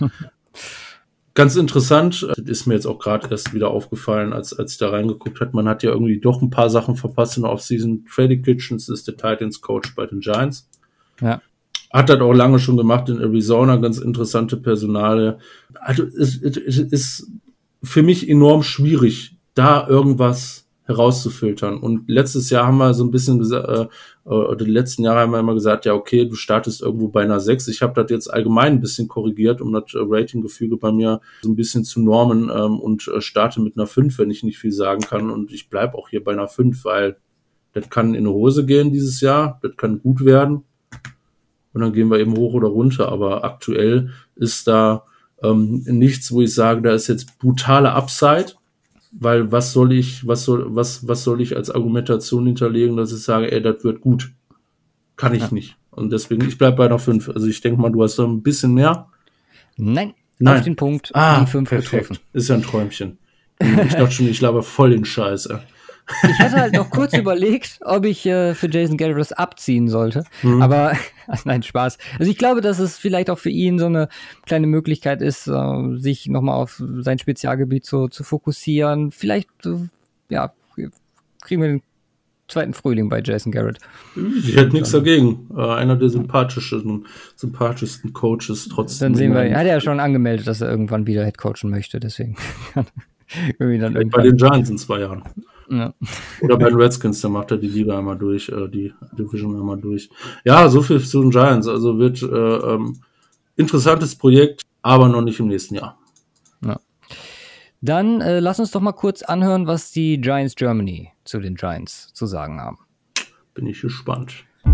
Ganz interessant, das ist mir jetzt auch gerade erst wieder aufgefallen, als als ich da reingeguckt habe. Man hat ja irgendwie doch ein paar Sachen verpasst in der Offseason. Freddie Kitchens ist der Titans Coach bei den Giants. Ja. Hat das auch lange schon gemacht in Arizona, ganz interessante Personale. Also es, es, es ist für mich enorm schwierig, da irgendwas herauszufiltern. Und letztes Jahr haben wir so ein bisschen gesagt, äh, oder die letzten Jahre haben wir immer gesagt, ja okay, du startest irgendwo bei einer sechs. Ich habe das jetzt allgemein ein bisschen korrigiert, um das Ratinggefüge bei mir so ein bisschen zu normen ähm, und äh, starte mit einer fünf, wenn ich nicht viel sagen kann. Und ich bleib auch hier bei einer fünf, weil das kann in die Hose gehen dieses Jahr, das kann gut werden. Und dann gehen wir eben hoch oder runter. Aber aktuell ist da ähm, nichts, wo ich sage, da ist jetzt brutale Upside. Weil was soll ich, was soll, was, was soll ich als Argumentation hinterlegen, dass ich sage, ey, das wird gut. Kann ich ja. nicht. Und deswegen, ich bleib bei einer fünf. Also ich denke mal, du hast da ein bisschen mehr. Nein, Nein. auf den Punkt, ah, die fünf perfekt. getroffen. Ist ja ein Träumchen. Ich dachte schon, ich laber voll den Scheiß, ey. Ich hatte halt noch kurz überlegt, ob ich äh, für Jason Garrett das abziehen sollte. Mhm. Aber, nein, Spaß. Also ich glaube, dass es vielleicht auch für ihn so eine kleine Möglichkeit ist, äh, sich nochmal auf sein Spezialgebiet zu, zu fokussieren. Vielleicht, äh, ja, kriegen wir den zweiten Frühling bei Jason Garrett. Ich hätte nichts dagegen. Äh, einer der sympathischsten, sympathischsten Coaches trotzdem. Dann sehen wir, er hat ja schon angemeldet, dass er irgendwann wieder Headcoachen möchte, deswegen. Irgendwie dann Bei irgendwann. den Giants in zwei Jahren. Ja. Oder bei den Redskins, da macht er die Liga einmal durch, äh, die Division einmal durch. Ja, so viel zu den Giants. Also wird äh, ähm, interessantes Projekt, aber noch nicht im nächsten Jahr. Ja. Dann äh, lass uns doch mal kurz anhören, was die Giants Germany zu den Giants zu sagen haben. Bin ich gespannt.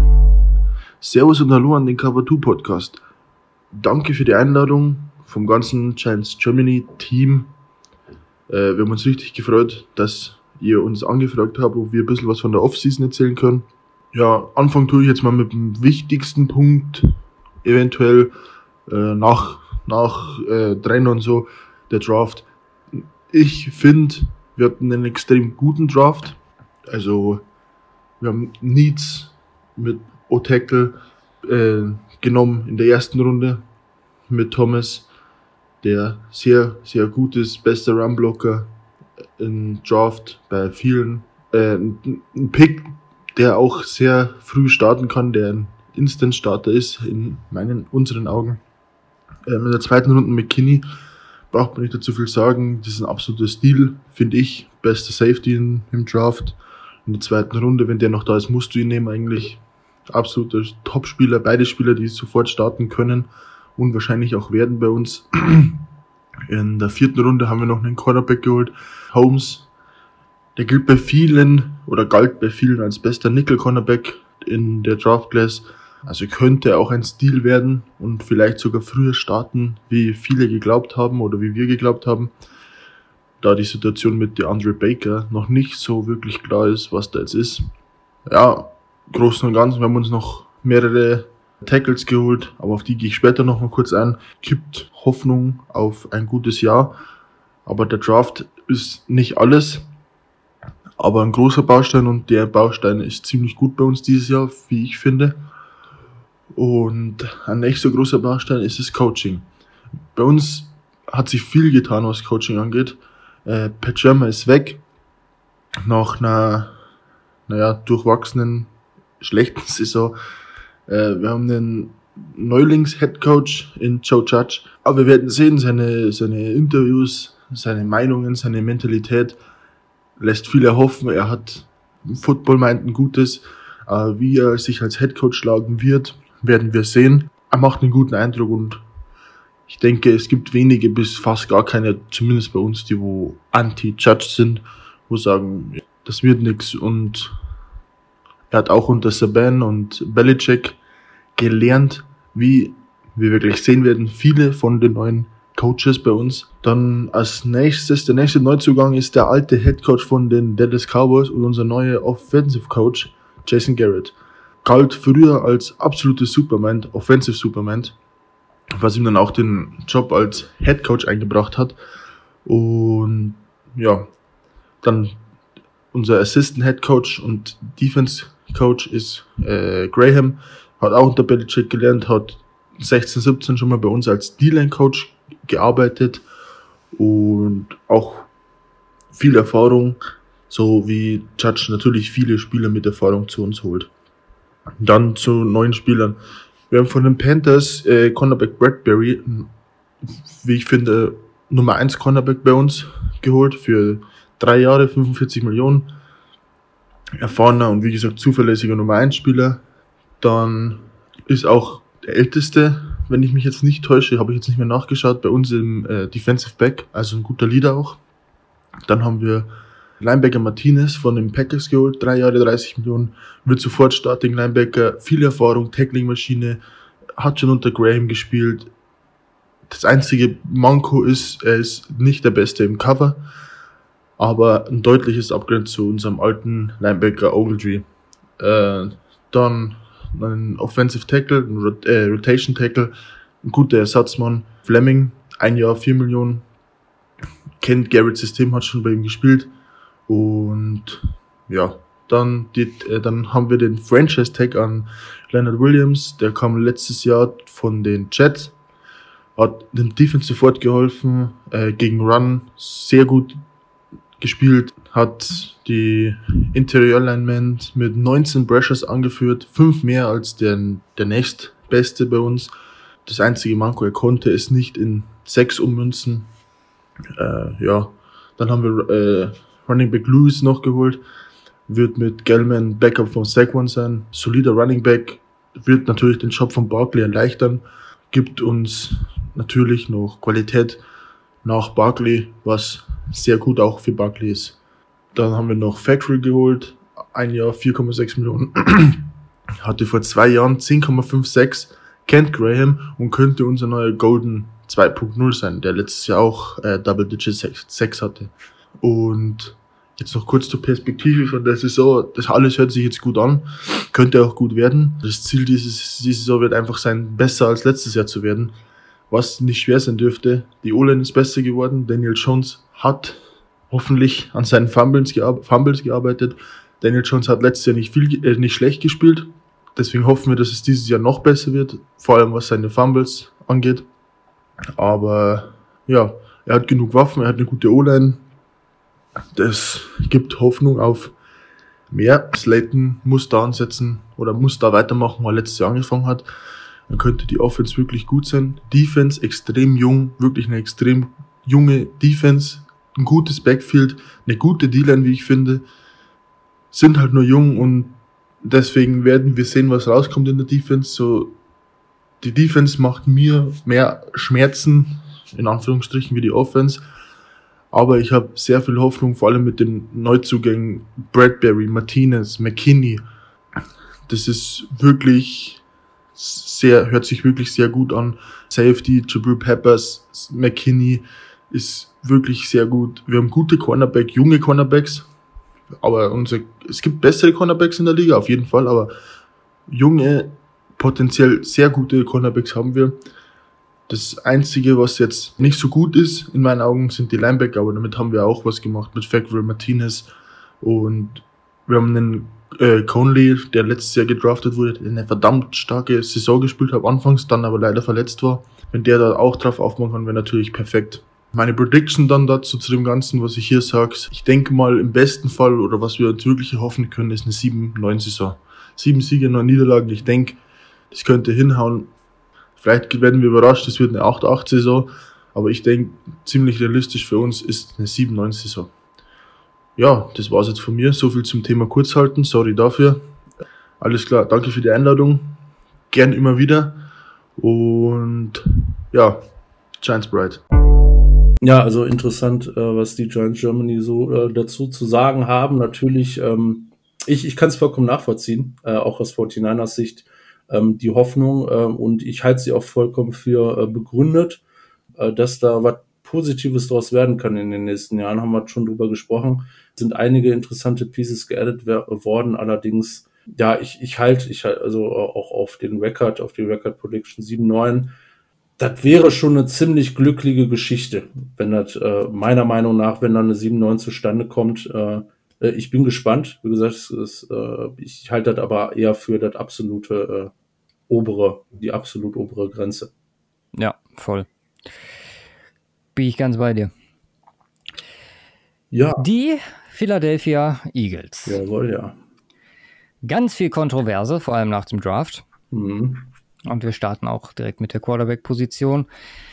Servus und Hallo an den Cover zwei Podcast. Danke für die Einladung vom ganzen Giants Germany Team. Äh, wir haben uns richtig gefreut, dass ihr uns angefragt habt, ob wir ein bisschen was von der Offseason erzählen können. Ja, anfangen tue ich jetzt mal mit dem wichtigsten Punkt, eventuell äh, nach, nach äh, Rennen und so, der Draft. Ich finde, wir hatten einen extrem guten Draft. Also, wir haben Needs mit O-Tackle äh, genommen in der ersten Runde mit Thomas, der sehr, sehr gut ist, bester Runblocker im Draft bei vielen. Äh, ein Pick, der auch sehr früh starten kann, der ein Instant-Starter ist, in meinen, unseren Augen. Äh, in der zweiten Runde mit Kinney braucht man nicht dazu viel sagen, das ist ein absoluter Stil, finde ich, bester Safety in, im Draft. In der zweiten Runde, wenn der noch da ist, musst du ihn nehmen eigentlich. Absoluter Top-Spieler, beide Spieler, die sofort starten können und wahrscheinlich auch werden bei uns. In der vierten Runde haben wir noch einen Cornerback geholt, Holmes. Der gilt bei vielen oder galt bei vielen als bester Nickel-Cornerback in der Draft-Class. Also könnte auch ein Stil werden und vielleicht sogar früher starten, wie viele geglaubt haben oder wie wir geglaubt haben. Da die Situation mit DeAndre Baker noch nicht so wirklich klar ist, was da jetzt ist. Ja, Großen und Ganzen, wir haben uns noch mehrere Tackles geholt, aber auf die gehe ich später noch mal kurz ein. Gibt Hoffnung auf ein gutes Jahr, aber der Draft ist nicht alles, aber ein großer Baustein und der Baustein ist ziemlich gut bei uns dieses Jahr, wie ich finde. Und ein nächster großer Baustein ist das Coaching. Bei uns hat sich viel getan, was Coaching angeht. Äh, Pat Shurmur ist weg, nach einer, naja, durchwachsenen schlechten Saison. Äh, wir haben einen Neulings-Headcoach in Joe Judge. Aber wir werden sehen, seine, seine Interviews, seine Meinungen, seine Mentalität lässt viel erhoffen. Er hat im Football meint ein gutes. Äh, wie er sich als Headcoach schlagen wird, werden wir sehen. Er macht einen guten Eindruck und ich denke, es gibt wenige bis fast gar keine, zumindest bei uns, die wo anti-Judge sind, wo sagen, das wird nichts. Und er hat auch unter Saban und Belichick gelernt, wie wir wirklich sehen werden, viele von den neuen Coaches bei uns. Dann als nächstes, der nächste Neuzugang ist der alte Headcoach von den Dallas Cowboys und unser neuer Offensive Coach, Jason Garrett. Galt früher als absolutes Superman, Offensive Superman, was ihm dann auch den Job als Headcoach eingebracht hat. Und ja, dann unser Assistant Head Coach und Defense Coach ist äh, Graham, hat auch unter Belichick gelernt, hat sechzehn, siebzehn schon mal bei uns als D-Line Coach gearbeitet und auch viel Erfahrung, so wie Judge natürlich viele Spieler mit Erfahrung zu uns holt. Dann zu neuen Spielern. Wir haben von den Panthers äh, Cornerback Bradbury, wie ich finde, Nummer eins Cornerback bei uns geholt für drei Jahre, fünfundvierzig Millionen. Erfahrener und wie gesagt zuverlässiger Nummer eins Spieler. Dann ist auch der älteste, wenn ich mich jetzt nicht täusche, habe ich jetzt nicht mehr nachgeschaut, bei uns im äh, Defensive Back, also ein guter Leader auch. Dann haben wir Linebacker Martinez von den Packers geholt, drei Jahre, dreißig Millionen, wird sofort Starting Linebacker, viel Erfahrung, Tackling-Maschine, hat schon unter Graham gespielt. Das einzige Manko ist, er ist nicht der Beste im Cover, aber ein deutliches Upgrade zu unserem alten Linebacker Ogletree. Äh, dann ein Offensive Tackle, ein Rot- äh, Rotation Tackle, ein guter Ersatzmann, Fleming, ein Jahr, vier Millionen, kennt Garrett's System, hat schon bei ihm gespielt. Und ja, dann, die, äh, dann haben wir den Franchise Tag an Leonard Williams, der kam letztes Jahr von den Jets, hat dem Defense sofort geholfen, äh, gegen Run sehr gut gespielt, hat die Interior Linemen mit neunzehn Pressures angeführt, fünf mehr als der, der nächstbeste bei uns. Das einzige Manko, er konnte es nicht in sechs ummünzen. Äh, ja, Dann haben wir äh, Running Back Lewis noch geholt. Wird mit Gellman Backup von Saquon sein. Solider Running Back. Wird natürlich den Job von Barkley erleichtern. Gibt uns natürlich noch Qualität nach Barkley, was sehr gut auch für Barkley ist. Dann haben wir noch Factory geholt. Ein Jahr vier Komma sechs Millionen. Hatte vor zwei Jahren zehn Komma sechsundfünfzig. Kent Graham und könnte unser neuer Golden zwei Punkt null sein, der letztes Jahr auch äh, Double-Digit sechs hatte. Und jetzt noch kurz zur Perspektive von der Saison. Das alles hört sich jetzt gut an, könnte auch gut werden. Das Ziel dieses, diese Saison wird einfach sein, besser als letztes Jahr zu werden, was nicht schwer sein dürfte. Die O-Line ist besser geworden. Daniel Jones hat hoffentlich an seinen Fumbles, gear- Fumbles gearbeitet. Daniel Jones hat letztes Jahr nicht viel, äh, nicht schlecht gespielt. Deswegen hoffen wir, dass es dieses Jahr noch besser wird, vor allem was seine Fumbles angeht. Aber ja, er hat genug Waffen, er hat eine gute O-Line. Das gibt Hoffnung auf mehr. Slayton muss da ansetzen oder muss da weitermachen, weil er letztes Jahr angefangen hat. Dann könnte die Offense wirklich gut sein. Defense extrem jung, wirklich eine extrem junge Defense. Ein gutes Backfield, eine gute D-Line, wie ich finde. Sind halt nur jung und deswegen werden wir sehen, was rauskommt in der Defense. So, die Defense macht mir mehr Schmerzen, in Anführungsstrichen, wie die Offense. Aber ich habe sehr viel Hoffnung, vor allem mit den Neuzugängen Bradbury, Martinez, McKinney. Das ist wirklich sehr, hört sich wirklich sehr gut an. Safety, Jabril Peppers, McKinney ist wirklich sehr gut. Wir haben gute Cornerback, junge Cornerbacks. Aber unsere, es gibt bessere Cornerbacks in der Liga, auf jeden Fall, aber junge, potenziell sehr gute Cornerbacks haben wir. Das Einzige, was jetzt nicht so gut ist, in meinen Augen, sind die Linebacker, aber damit haben wir auch was gemacht mit Factory Martinez. Und wir haben einen äh, Conley, der letztes Jahr gedraftet wurde, der eine verdammt starke Saison gespielt hat, anfangs, dann aber leider verletzt war. Wenn der da auch drauf aufbauen kann, wäre natürlich perfekt. Meine Prediction dann dazu, zu dem Ganzen, was ich hier sage, ich denke mal, im besten Fall, oder was wir uns wirklich erhoffen können, ist eine sieben neun Saison. Sieben Siege, neun Niederlagen, ich denke, das könnte hinhauen. Vielleicht werden wir überrascht, es wird eine acht acht Saison, aber ich denke, ziemlich realistisch für uns ist eine sieben neun Saison. Ja, das war's jetzt von mir, so viel zum Thema Kurzhalten, sorry dafür. Alles klar, danke für die Einladung, gern immer wieder und ja, Giants Bright. Ja, also interessant, äh, was die Giants Germany so äh, dazu zu sagen haben. Natürlich, ähm, ich, ich kann es vollkommen nachvollziehen, äh, auch aus forty-niners Sicht, ähm, die Hoffnung, äh, und ich halte sie auch vollkommen für äh, begründet, äh, dass da was Positives draus werden kann in den nächsten Jahren, haben wir schon drüber gesprochen. Es sind einige interessante Pieces geaddet wer- worden, allerdings, ja, ich, ich halte, ich halt also auch auf den Record, auf die Record Prediction sieben neun. Das wäre schon eine ziemlich glückliche Geschichte, wenn das, äh, meiner Meinung nach, wenn dann eine sieben neun zustande kommt. Äh, ich bin gespannt. Wie gesagt, es ist, äh, ich halte das aber eher für das absolute äh, obere, die absolut obere Grenze. Ja, voll. Bin ich ganz bei dir. Ja. Die Philadelphia Eagles. Jawohl, ja. Ganz viel Kontroverse, vor allem nach dem Draft. Mhm. Und wir starten auch direkt mit der Quarterback-Position.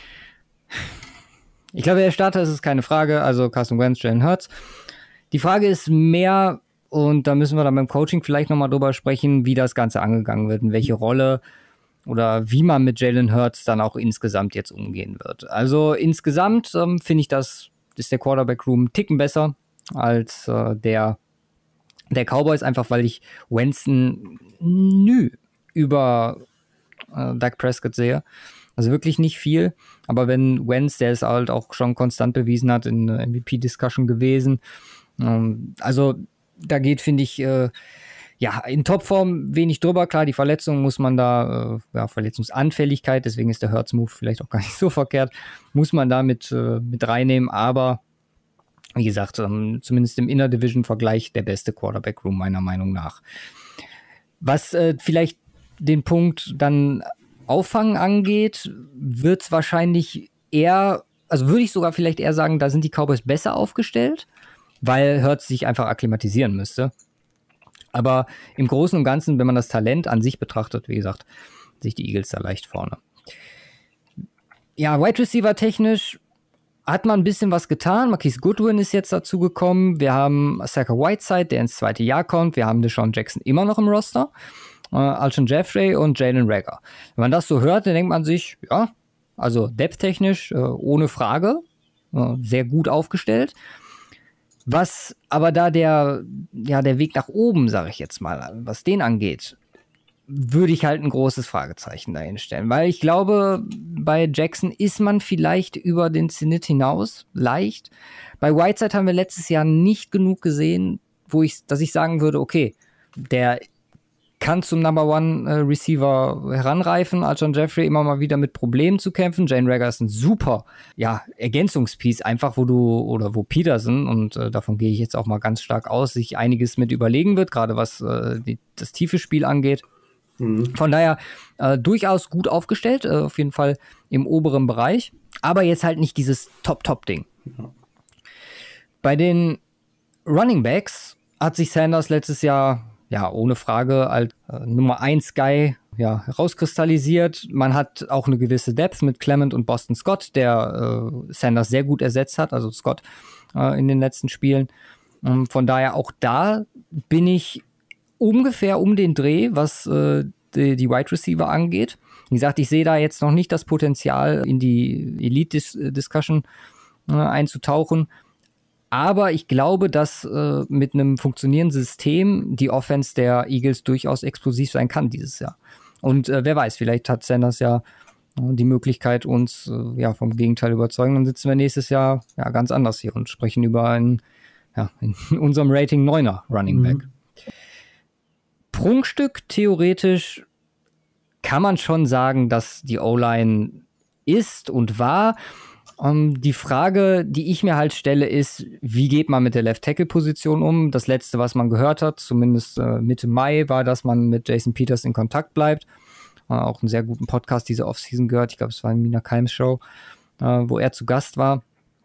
Ich glaube, der Starter ist es keine Frage. Also Carson Wentz, Jalen Hurts. Die Frage ist mehr, und da müssen wir dann beim Coaching vielleicht nochmal drüber sprechen, wie das Ganze angegangen wird, in welche Rolle oder wie man mit Jalen Hurts dann auch insgesamt jetzt umgehen wird. Also insgesamt ähm, finde ich, das ist der Quarterback-Room einen Ticken besser als äh, der, der Cowboys, einfach weil ich Wentz nü über äh, Dak Prescott sehe. Also wirklich nicht viel. Aber wenn Wentz, der es halt auch schon konstant bewiesen hat, in der M V P-Discussion gewesen. Ähm, also da geht, finde ich, äh, ja, in Topform wenig drüber. Klar, die Verletzung muss man da, äh, ja, Verletzungsanfälligkeit, deswegen ist der Hurts-Move vielleicht auch gar nicht so verkehrt, muss man da mit, äh, mit reinnehmen. Aber wie gesagt, ähm, zumindest im Inner-Division-Vergleich der beste Quarterback-Room meiner Meinung nach. Was äh, vielleicht den Punkt dann Auffangen angeht, wird es wahrscheinlich eher, also würde ich sogar vielleicht eher sagen, da sind die Cowboys besser aufgestellt, weil Hurts sich einfach akklimatisieren müsste. Aber im Großen und Ganzen, wenn man das Talent an sich betrachtet, wie gesagt, sich die Eagles da leicht vorne. Ja, Wide Receiver technisch hat man ein bisschen was getan. Marquise Goodwin ist jetzt dazu gekommen. Wir haben Saka Whiteside, der ins zweite Jahr kommt. Wir haben Deshaun Jackson immer noch im Roster. Äh, Alshon Jeffrey und Jalen Reagor. Wenn man das so hört, dann denkt man sich, ja, also depth-technisch äh, ohne Frage, äh, sehr gut aufgestellt. Was aber da der, ja, der Weg nach oben, sage ich jetzt mal, was den angeht, würde ich halt ein großes Fragezeichen dahin stellen. Weil ich glaube, bei Jackson ist man vielleicht über den Zenit hinaus, leicht. Bei Whiteside haben wir letztes Jahr nicht genug gesehen, wo ich, dass ich sagen würde, okay, der kann zum Number One äh, Receiver heranreifen. Alshon Jeffrey immer mal wieder mit Problemen zu kämpfen. Jalen Reagor ist ein super, ja, Ergänzungspiece, einfach wo du, oder wo Peterson, und äh, davon gehe ich jetzt auch mal ganz stark aus, sich einiges mit überlegen wird, gerade was äh, die, das tiefe Spiel angeht. Mhm. Von daher äh, durchaus gut aufgestellt, äh, auf jeden Fall im oberen Bereich, aber jetzt halt nicht dieses Top-Top-Ding. Ja. Bei den Running Backs hat sich Sanders letztes Jahr ja, ohne Frage als äh, Nummer eins Guy ja, herauskristallisiert. Man hat auch eine gewisse Depth mit Clement und Boston Scott, der äh, Sanders sehr gut ersetzt hat, also Scott äh, in den letzten Spielen. Ähm, von daher auch da bin ich ungefähr um den Dreh, was äh, die, die Wide Receiver angeht. Wie gesagt, ich sehe da jetzt noch nicht das Potenzial, in die Elite-Discussion äh, einzutauchen. Aber ich glaube, dass äh, mit einem funktionierenden System die Offense der Eagles durchaus explosiv sein kann dieses Jahr. Und äh, wer weiß, vielleicht hat Sanders ja äh, die Möglichkeit, uns äh, ja, vom Gegenteil überzeugen. Dann sitzen wir nächstes Jahr ja, ganz anders hier und sprechen über einen, ja, in unserem Rating neuner Running Back. Mhm. Prunkstück theoretisch kann man schon sagen, dass die O-Line ist und war. Um, die Frage, die ich mir halt stelle, ist, wie geht man mit der Left-Tackle-Position um? Das Letzte, was man gehört hat, zumindest äh, Mitte Mai, war, dass man mit Jason Peters in Kontakt bleibt. Äh, auch einen sehr guten Podcast diese Offseason gehört. Ich glaube, es war in Mina Keims Show, äh, wo er zu Gast war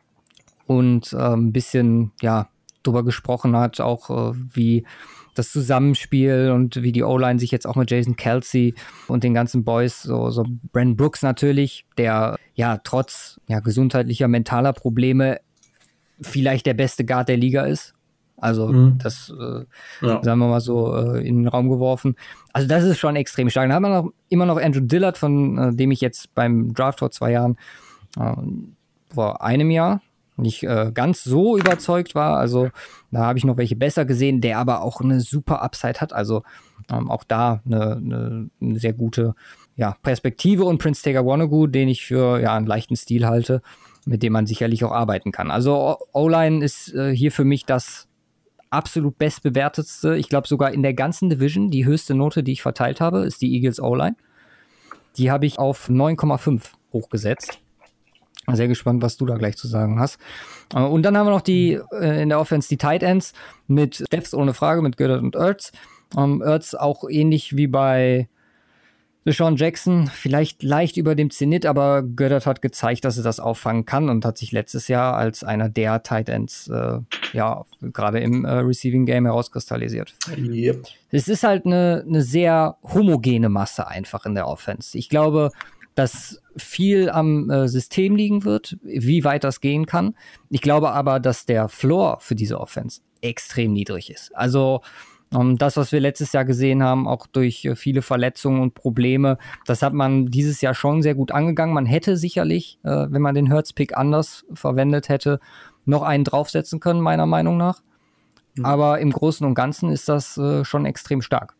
und äh, ein bisschen ja drüber gesprochen hat, auch äh, wie das Zusammenspiel und wie die O-Line sich jetzt auch mit Jason Kelce und den ganzen Boys, so, so Brandon Brooks natürlich, der ja trotz ja, gesundheitlicher, mentaler Probleme vielleicht der beste Guard der Liga ist. Also mhm. das, äh, ja. sagen wir mal so, äh, in den Raum geworfen. Also das ist schon extrem stark. Dann hat man noch, immer noch Andrew Dillard, von äh, dem ich jetzt beim Draft vor zwei Jahren, äh, vor einem Jahr, nicht äh, ganz so überzeugt war. Also da habe ich noch welche besser gesehen, der aber auch eine super Upside hat. Also ähm, auch da eine, eine, eine sehr gute ja, Perspektive. Und Prince Tega Wanogho, den ich für ja, einen leichten Stil halte, mit dem man sicherlich auch arbeiten kann. Also O-Line ist äh, hier für mich das absolut bestbewertetste. Ich glaube sogar in der ganzen Division, die höchste Note, die ich verteilt habe, ist die Eagles O-Line. Die habe ich auf neun Komma fünf hochgesetzt. Sehr gespannt, was du da gleich zu sagen hast. Und dann haben wir noch die äh, in der Offense die Tight Ends mit Depth ohne Frage, mit Goddard und Ertz. Um, Ertz auch ähnlich wie bei Deshaun Jackson, vielleicht leicht über dem Zenit, aber Goddard hat gezeigt, dass er das auffangen kann und hat sich letztes Jahr als einer der Tight Ends äh, ja gerade im äh, Receiving Game herauskristallisiert. Yep. Es ist halt eine, eine sehr homogene Masse einfach in der Offense. Ich glaube, dass viel am äh, System liegen wird, wie weit das gehen kann. Ich glaube aber, dass der Floor für diese Offense extrem niedrig ist. Also ähm, das, was wir letztes Jahr gesehen haben, auch durch äh, viele Verletzungen und Probleme, das hat man dieses Jahr schon sehr gut angegangen. Man hätte sicherlich, äh, wenn man den Hurts-Pick anders verwendet hätte, noch einen draufsetzen können, meiner Meinung nach. Mhm. Aber im Großen und Ganzen ist das äh, schon extrem stark.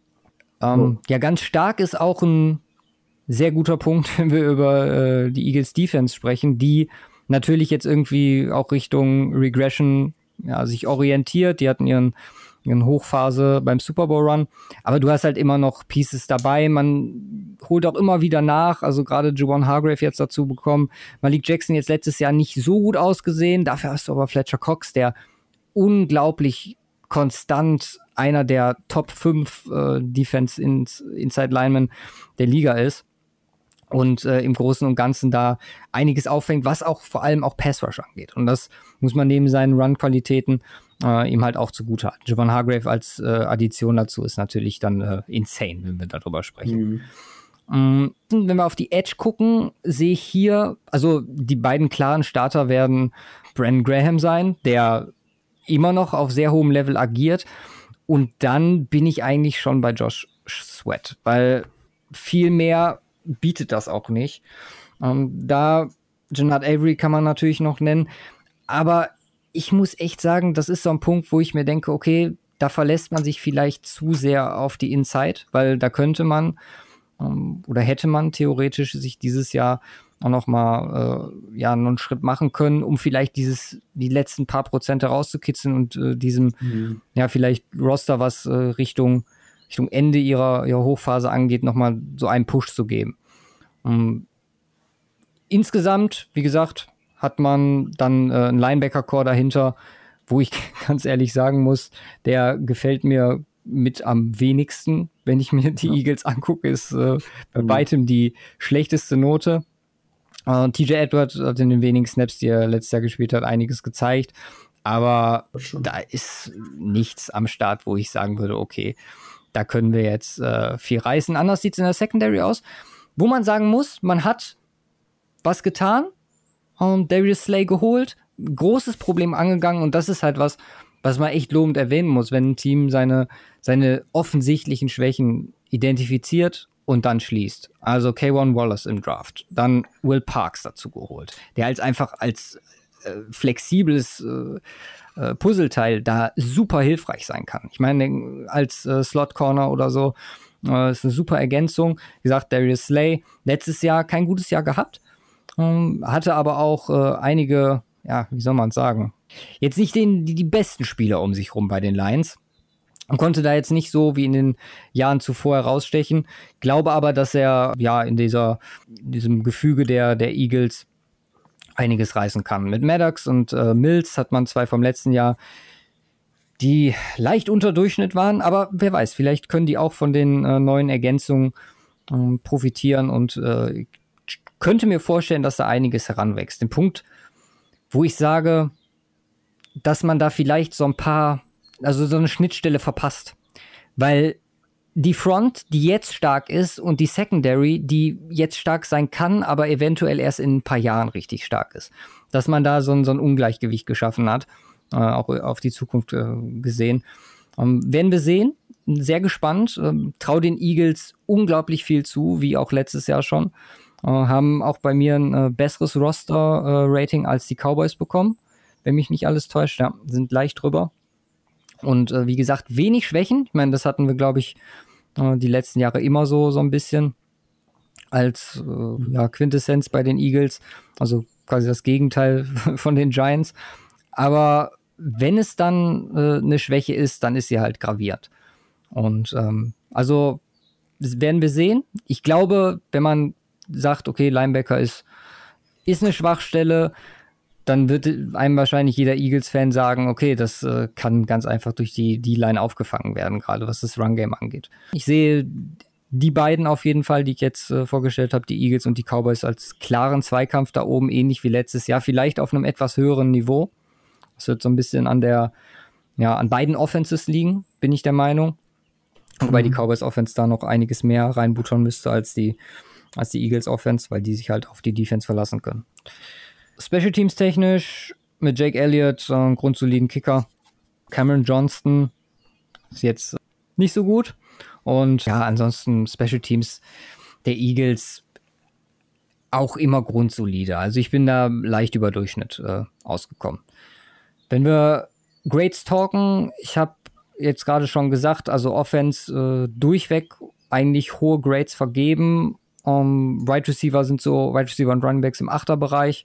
Ähm, oh. Ja, ganz stark ist auch ein sehr guter Punkt, wenn wir über äh, die Eagles Defense sprechen, die natürlich jetzt irgendwie auch Richtung Regression ja, sich orientiert. Die hatten ihren, ihren Hochphase beim Super Bowl Run. Aber du hast halt immer noch Pieces dabei. Man holt auch immer wieder nach. Also gerade Juwan Hargrave jetzt dazu bekommen. Malik Jackson jetzt letztes Jahr nicht so gut ausgesehen. Dafür hast du aber Fletcher Cox, der unglaublich konstant einer der Top fünf äh, Defense Inside Linemen der Liga ist. Und äh, im Großen und Ganzen da einiges auffängt, was auch vor allem auch Pass Rush angeht. Und das muss man neben seinen Run-Qualitäten äh, ihm halt auch zugute halten. Juwan Hargrave als äh, Addition dazu ist natürlich dann äh, insane, wenn wir darüber sprechen. Mhm. Wenn wir auf die Edge gucken, sehe ich hier, also die beiden klaren Starter werden Brandon Graham sein, der immer noch auf sehr hohem Level agiert. Und dann bin ich eigentlich schon bei Josh Sweat, weil viel mehr bietet das auch nicht. Ähm, da Jannard Avery kann man natürlich noch nennen, aber ich muss echt sagen, das ist so ein Punkt, wo ich mir denke, okay, da verlässt man sich vielleicht zu sehr auf die Inside, weil da könnte man ähm, oder hätte man theoretisch sich dieses Jahr auch noch mal äh, ja, noch einen Schritt machen können, um vielleicht dieses die letzten paar Prozent herauszukitzeln und äh, diesem mhm. ja vielleicht Roster, was äh, Richtung Richtung Ende ihrer, ihrer Hochphase angeht, noch mal so einen Push zu geben. Um, insgesamt, wie gesagt, hat man dann äh, einen Linebacker-Core dahinter, wo ich ganz ehrlich sagen muss, der gefällt mir mit am wenigsten, wenn ich mir die ja. Eagles angucke, ist äh, bei mhm. weitem die schlechteste Note. Uh, T J Edwards hat in den wenigen Snaps, die er letztes Jahr gespielt hat, einiges gezeigt. Aber da ist nichts am Start, wo ich sagen würde, okay, da können wir jetzt äh, viel reißen. Anders sieht es in der Secondary aus, wo man sagen muss, man hat was getan, um, Darius Slay geholt, großes Problem angegangen und das ist halt was, was man echt lobend erwähnen muss, wenn ein Team seine, seine offensichtlichen Schwächen identifiziert und dann schließt. Also K eins Wallace im Draft, dann Will Parks dazu geholt, der als einfach als äh, flexibles äh, äh, Puzzleteil da super hilfreich sein kann. Ich meine, als äh, Slot-Corner oder so äh, ist eine super Ergänzung. Wie gesagt, Darius Slay, letztes Jahr kein gutes Jahr gehabt, ähm, hatte aber auch äh, einige, ja, wie soll man es sagen, jetzt nicht den, die, die besten Spieler um sich rum bei den Lions. Und konnte da jetzt nicht so wie in den Jahren zuvor herausstechen. Glaube aber, dass er ja in dieser, in diesem Gefüge der, der Eagles einiges reißen kann. Mit Maddox und äh, Mills hat man zwei vom letzten Jahr, die leicht unter Durchschnitt waren, aber wer weiß, vielleicht können die auch von den äh, neuen Ergänzungen ähm, profitieren und äh, ich könnte mir vorstellen, dass da einiges heranwächst. Den Punkt, wo ich sage, dass man da vielleicht so ein paar also so eine Schnittstelle verpasst. Weil die Front, die jetzt stark ist und die Secondary, die jetzt stark sein kann, aber eventuell erst in ein paar Jahren richtig stark ist. Dass man da so ein, so ein Ungleichgewicht geschaffen hat, äh, auch auf die Zukunft äh, gesehen. Ähm, werden wir sehen. Sehr gespannt. Ähm, trau den Eagles unglaublich viel zu, wie auch letztes Jahr schon. Äh, haben auch bei mir ein äh, besseres Roster-Rating äh, als die Cowboys bekommen. Wenn mich nicht alles täuscht, ja, sind leicht drüber. Und äh, wie gesagt, wenig Schwächen. Ich meine, das hatten wir, glaube ich, äh, die letzten Jahre immer so so ein bisschen als äh, ja, Quintessenz bei den Eagles. Also quasi das Gegenteil von den Giants. Aber wenn es dann äh, eine Schwäche ist, dann ist sie halt gravierend. Und ähm, also das werden wir sehen. Ich glaube, wenn man sagt, okay, Linebacker ist, ist eine Schwachstelle, dann wird einem wahrscheinlich jeder Eagles-Fan sagen, okay, das äh, kann ganz einfach durch die D-Line aufgefangen werden, gerade was das Run-Game angeht. Ich sehe die beiden auf jeden Fall, die ich jetzt äh, vorgestellt habe, die Eagles und die Cowboys, als klaren Zweikampf da oben, ähnlich wie letztes Jahr, vielleicht auf einem etwas höheren Niveau. Das wird so ein bisschen an der, ja, an beiden Offenses liegen, bin ich der Meinung. Mhm. Wobei die Cowboys-Offense da noch einiges mehr reinbuttern müsste als die, als die Eagles-Offense, weil die sich halt auf die Defense verlassen können. Special Teams technisch mit Jake Elliott, äh, einen grundsoliden Kicker. Cameron Johnston ist jetzt nicht so gut. Und ja, ansonsten Special Teams der Eagles auch immer grundsolide. Also ich bin da leicht über Durchschnitt äh, ausgekommen. Wenn wir Grades talken, ich habe jetzt gerade schon gesagt, also Offense äh, durchweg eigentlich hohe Grades vergeben. Um, Wide Receiver sind so, Wide Receiver und Running Backs im Achterbereich.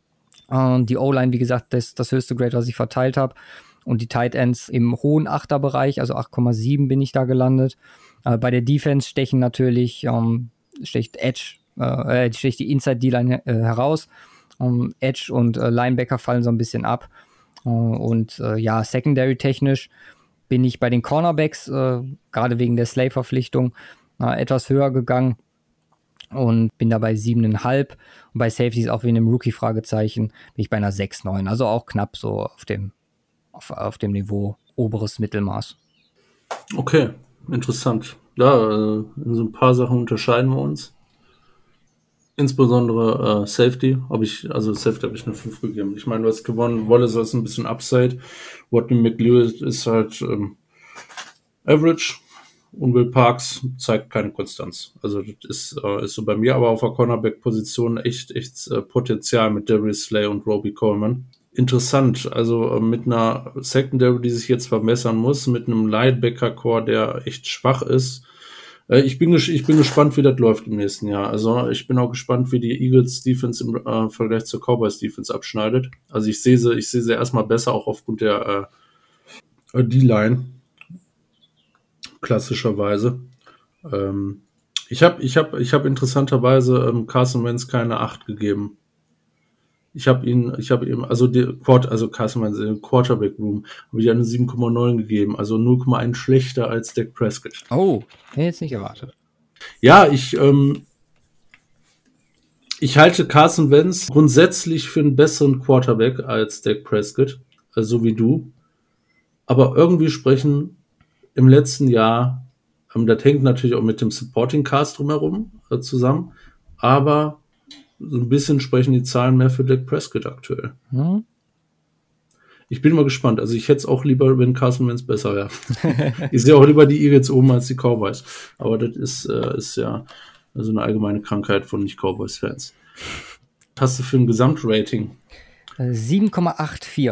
Uh, die O-Line, wie gesagt, das das höchste Grade, was ich verteilt habe. Und die Tight Ends im hohen Achterbereich, also acht Komma sieben bin ich da gelandet. Uh, bei der Defense stechen natürlich, um, stecht Edge, äh, stecht die Inside D-Line äh, heraus. Um, Edge und äh, Linebacker fallen so ein bisschen ab. Uh, und äh, ja, Secondary technisch bin ich bei den Cornerbacks, äh, gerade wegen der Slay-Verpflichtung, äh, etwas höher gegangen. Und bin da bei sieben Komma fünf. Und bei Safeties, auch wie in dem Rookie-Fragezeichen, bin ich bei einer sechs Komma neun. Also auch knapp so auf dem, auf, auf dem Niveau oberes Mittelmaß. Okay, interessant. Ja, äh, in so ein paar Sachen unterscheiden wir uns. Insbesondere äh, Safety, habe ich, also Safety habe ich eine fünf gegeben. Ich meine, du hast gewonnen, Wallace ist ein bisschen Upside. Rodney McLeod ist halt ähm, Average. Und Will Parks zeigt keine Konstanz. Also das ist, äh, ist so bei mir, aber auf der Cornerback-Position echt, echt äh, Potenzial mit Darius Slay und Robbie Coleman. Interessant, also äh, mit einer Secondary, die sich jetzt verbessern muss, mit einem Linebacker-Core, der echt schwach ist. Äh, ich bin, ich bin gespannt, wie das läuft im nächsten Jahr. Also ich bin auch gespannt, wie die Eagles Defense im äh, Vergleich zur Cowboys Defense abschneidet. Also ich sehe sie, ich sehe sie erstmal besser, auch aufgrund der äh, D-Line. Klassischerweise. Ähm, ich habe ich hab, ich hab interessanterweise ähm, Carson Wentz keine acht gegeben. Ich habe ihn, ich habe ihm, also die, also Carson Wentz in Quarterback Room, habe ich eine sieben Komma neun gegeben, also null Komma eins schlechter als Dak Prescott. Oh, hätte ich jetzt nicht erwartet. Ja, ich, ähm, ich halte Carson Wentz grundsätzlich für einen besseren Quarterback als Dak Prescott, also so wie du. Aber irgendwie sprechen im letzten Jahr, ähm, das hängt natürlich auch mit dem Supporting Cast drumherum äh, zusammen, aber so ein bisschen sprechen die Zahlen mehr für Dak Prescott aktuell. Hm? Ich bin mal gespannt. Also ich hätte es auch lieber, wenn Carson Wentz besser wäre. Ich sehe auch lieber die Eagles oben als die Cowboys. Aber das ist, äh, ist ja also eine allgemeine Krankheit von Nicht-Cowboys-Fans. Was hast du für ein Gesamtrating? sieben Komma vierundachtzig.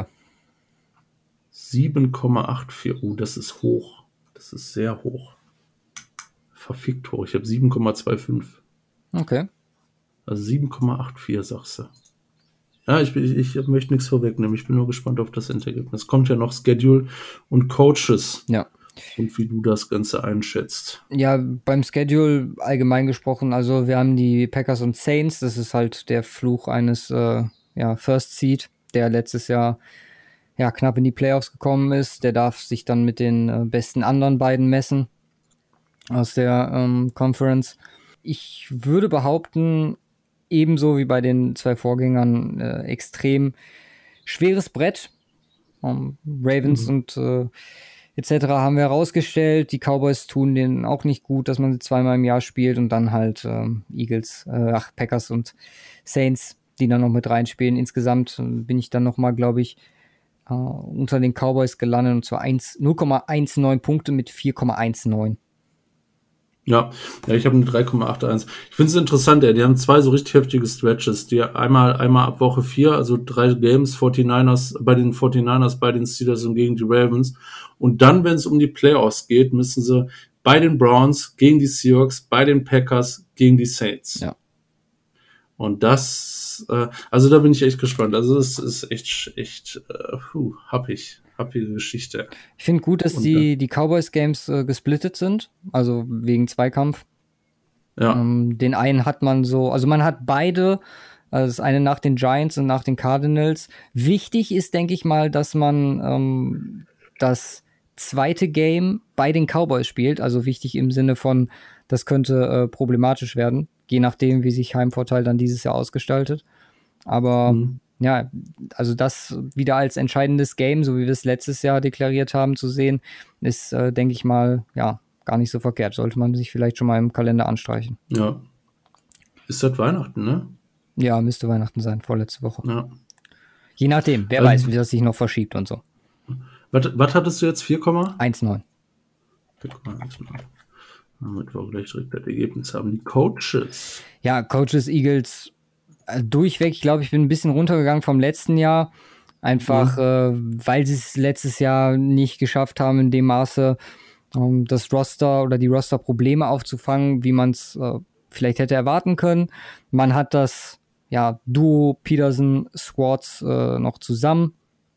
sieben Komma vierundachtzig. Oh, das ist hoch. Das ist sehr hoch. Verfickt hoch. Ich habe sieben Komma fünfundzwanzig. Okay. Also sieben Komma vierundachtzig, sagst du. Ja, ich, ich, ich möchte nichts vorwegnehmen. Ich bin nur gespannt auf das Endergebnis. Kommt ja noch Schedule und Coaches. Ja. Und wie du das Ganze einschätzt. Ja, beim Schedule allgemein gesprochen, also wir haben die Packers und Saints. Das ist halt der Fluch eines äh, ja, First Seed, der letztes Jahr ja, knapp in die Playoffs gekommen ist. Der darf sich dann mit den äh, besten anderen beiden messen aus der ähm, Conference. Ich würde behaupten, ebenso wie bei den zwei Vorgängern, äh, extrem schweres Brett. Um, Ravens mhm. und äh, et cetera haben wir herausgestellt. Die Cowboys tun denen auch nicht gut, dass man sie zweimal im Jahr spielt und dann halt ähm, Eagles, äh, ach, Packers und Saints, die dann noch mit reinspielen. Insgesamt äh, bin ich dann nochmal, glaube ich, Uh, unter den Cowboys gelandet, und zwar null Komma neunzehn Punkte mit vier Komma neunzehn. Ja, ja, ich habe eine drei Komma einundachtzig. Ich finde es interessant, ja, die haben zwei so richtig heftige Stretches, die einmal einmal ab Woche vier, also drei Games, forty-niners, bei den forty-niners, bei den Steelers und gegen die Ravens. Und dann, wenn es um die Playoffs geht, müssen sie bei den Browns, gegen die Seahawks, bei den Packers, gegen die Saints. Ja. Und das, äh, also da bin ich echt gespannt. Also es ist echt, echt, äh, puh, happig, happige Geschichte. Ich finde gut, dass Und, die, äh, die Cowboys-Games äh, gesplittet sind, also wegen Zweikampf. Ja. Ähm, den einen hat man so, also man hat beide, also das eine nach den Giants und nach den Cardinals. Wichtig ist, denke ich mal, dass man ähm, das zweite Game bei den Cowboys spielt, also wichtig im Sinne von, das könnte äh, problematisch werden, je nachdem, wie sich Heimvorteil dann dieses Jahr ausgestaltet. Aber mhm. ja, also das wieder als entscheidendes Game, so wie wir es letztes Jahr deklariert haben, zu sehen, ist, äh, denke ich mal, ja, gar nicht so verkehrt. Sollte man sich vielleicht schon mal im Kalender anstreichen. Ja. Ist das Weihnachten, ne? Ja, müsste Weihnachten sein, vorletzte Woche. Ja. Je nachdem, wer also, weiß, wie das sich noch verschiebt und so. Was, was hattest du jetzt? vier Komma neunzehn. vier Komma neunzehn. Damit wir gleich direkt das Ergebnis haben. Die Coaches. Ja, Coaches, Eagles, äh, durchweg. Ich glaube, ich bin ein bisschen runtergegangen vom letzten Jahr. Einfach, ja. äh, weil sie es letztes Jahr nicht geschafft haben, in dem Maße ähm, das Roster oder die Roster-Probleme aufzufangen, wie man es äh, vielleicht hätte erwarten können. Man hat das ja, Duo Peterson-Squads äh, noch zusammen,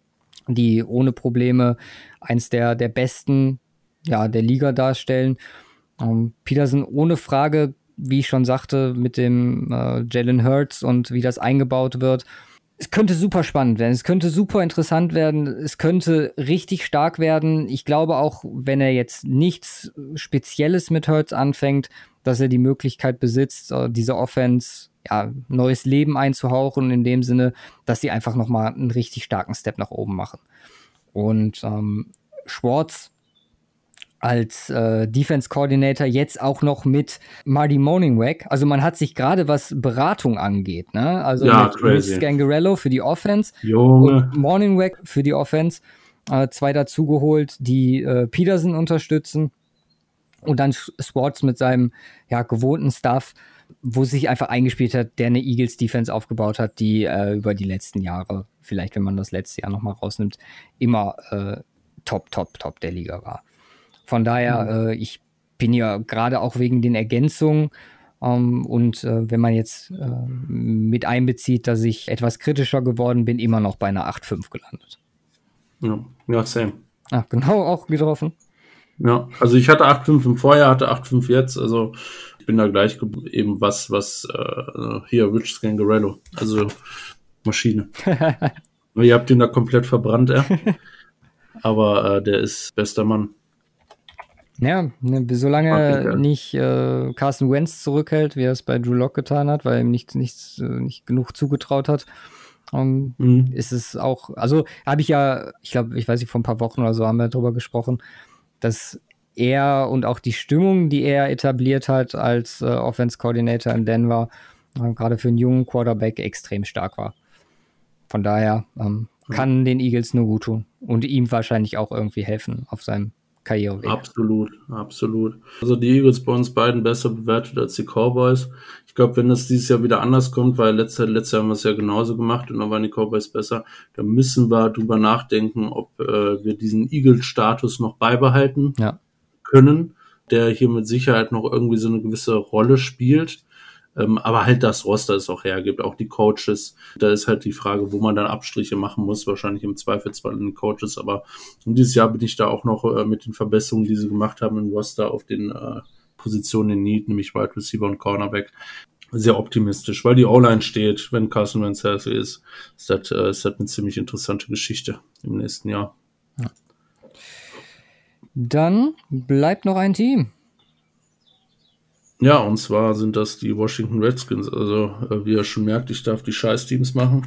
die ohne Probleme eins der, der besten ja, der Liga darstellen. Um, Peterson ohne Frage, wie ich schon sagte, mit dem äh, Jalen Hurts und wie das eingebaut wird. Es könnte super spannend werden, es könnte super interessant werden, es könnte richtig stark werden. Ich glaube auch, wenn er jetzt nichts Spezielles mit Hurts anfängt, dass er die Möglichkeit besitzt, äh, diese Offense ja, neues Leben einzuhauchen, in dem Sinne, dass sie einfach nochmal einen richtig starken Step nach oben machen. Und ähm, Schwartz als äh, Defense Coordinator jetzt auch noch mit Marty Mornhinweg. Also man hat sich gerade, was Beratung angeht, ne? Also ja, mit Rich Scangarello für die Offense Junge. und Mornhinweg für die Offense. Äh, zwei dazugeholt, die äh, Peterson unterstützen. Und dann Swartz mit seinem ja, gewohnten Stuff, wo sich einfach eingespielt hat, der eine Eagles-Defense aufgebaut hat, die äh, über die letzten Jahre, vielleicht wenn man das letzte Jahr nochmal rausnimmt, immer äh, top, top, top der Liga war. Von daher, mhm. äh, ich bin ja gerade auch wegen den Ergänzungen ähm, und äh, wenn man jetzt äh, mit einbezieht, dass ich etwas kritischer geworden bin, immer noch bei einer acht fünf gelandet. Ja, ja, same. Ach, genau, auch getroffen. Ja, also ich hatte acht fünf im Vorjahr, hatte acht fünf jetzt, also ich bin da gleich ge- eben was, was äh, hier, Rich Scangarello, also Maschine. Ihr habt ihn da komplett verbrannt, ja. Aber äh, der ist bester Mann. Ja, ne, solange nicht äh, Carson Wentz zurückhält, wie er es bei Drew Lock getan hat, weil er ihm nicht, nicht, nicht genug zugetraut hat, um, mhm. ist es auch, also habe ich ja, ich glaube, ich weiß nicht, vor ein paar Wochen oder so haben wir darüber gesprochen, dass er und auch die Stimmung, die er etabliert hat als äh, Offense-Coordinator in Denver, äh, gerade für einen jungen Quarterback extrem stark war. Von daher ähm, mhm. kann den Eagles nur gut tun und ihm wahrscheinlich auch irgendwie helfen auf seinem Karriereweg. Absolut, absolut. Also die Eagles bei uns beiden besser bewertet als die Cowboys. Ich glaube, wenn das dieses Jahr wieder anders kommt, weil letztes Jahr, letztes Jahr haben wir es ja genauso gemacht und dann waren die Cowboys besser, dann müssen wir drüber nachdenken, ob äh, wir diesen Eagles-Status noch beibehalten ja. können, der hier mit Sicherheit noch irgendwie so eine gewisse Rolle spielt. Ähm, aber halt das Roster es auch hergibt, auch die Coaches. Da ist halt die Frage, wo man dann Abstriche machen muss, wahrscheinlich im Zweifelsfall in den Coaches. Aber dieses Jahr bin ich da auch noch äh, mit den Verbesserungen, die sie gemacht haben im Roster auf den äh, Positionen in Need, nämlich Wide Receiver und Cornerback, sehr optimistisch, weil die O-Line steht, wenn Carson Wentz healthy ist. Ist das, äh, ist das eine ziemlich interessante Geschichte im nächsten Jahr. Ja. Dann bleibt noch ein Team. Ja, und zwar sind das die Washington Redskins. Also, äh, wie ihr schon merkt, ich darf die Scheiß-Teams machen.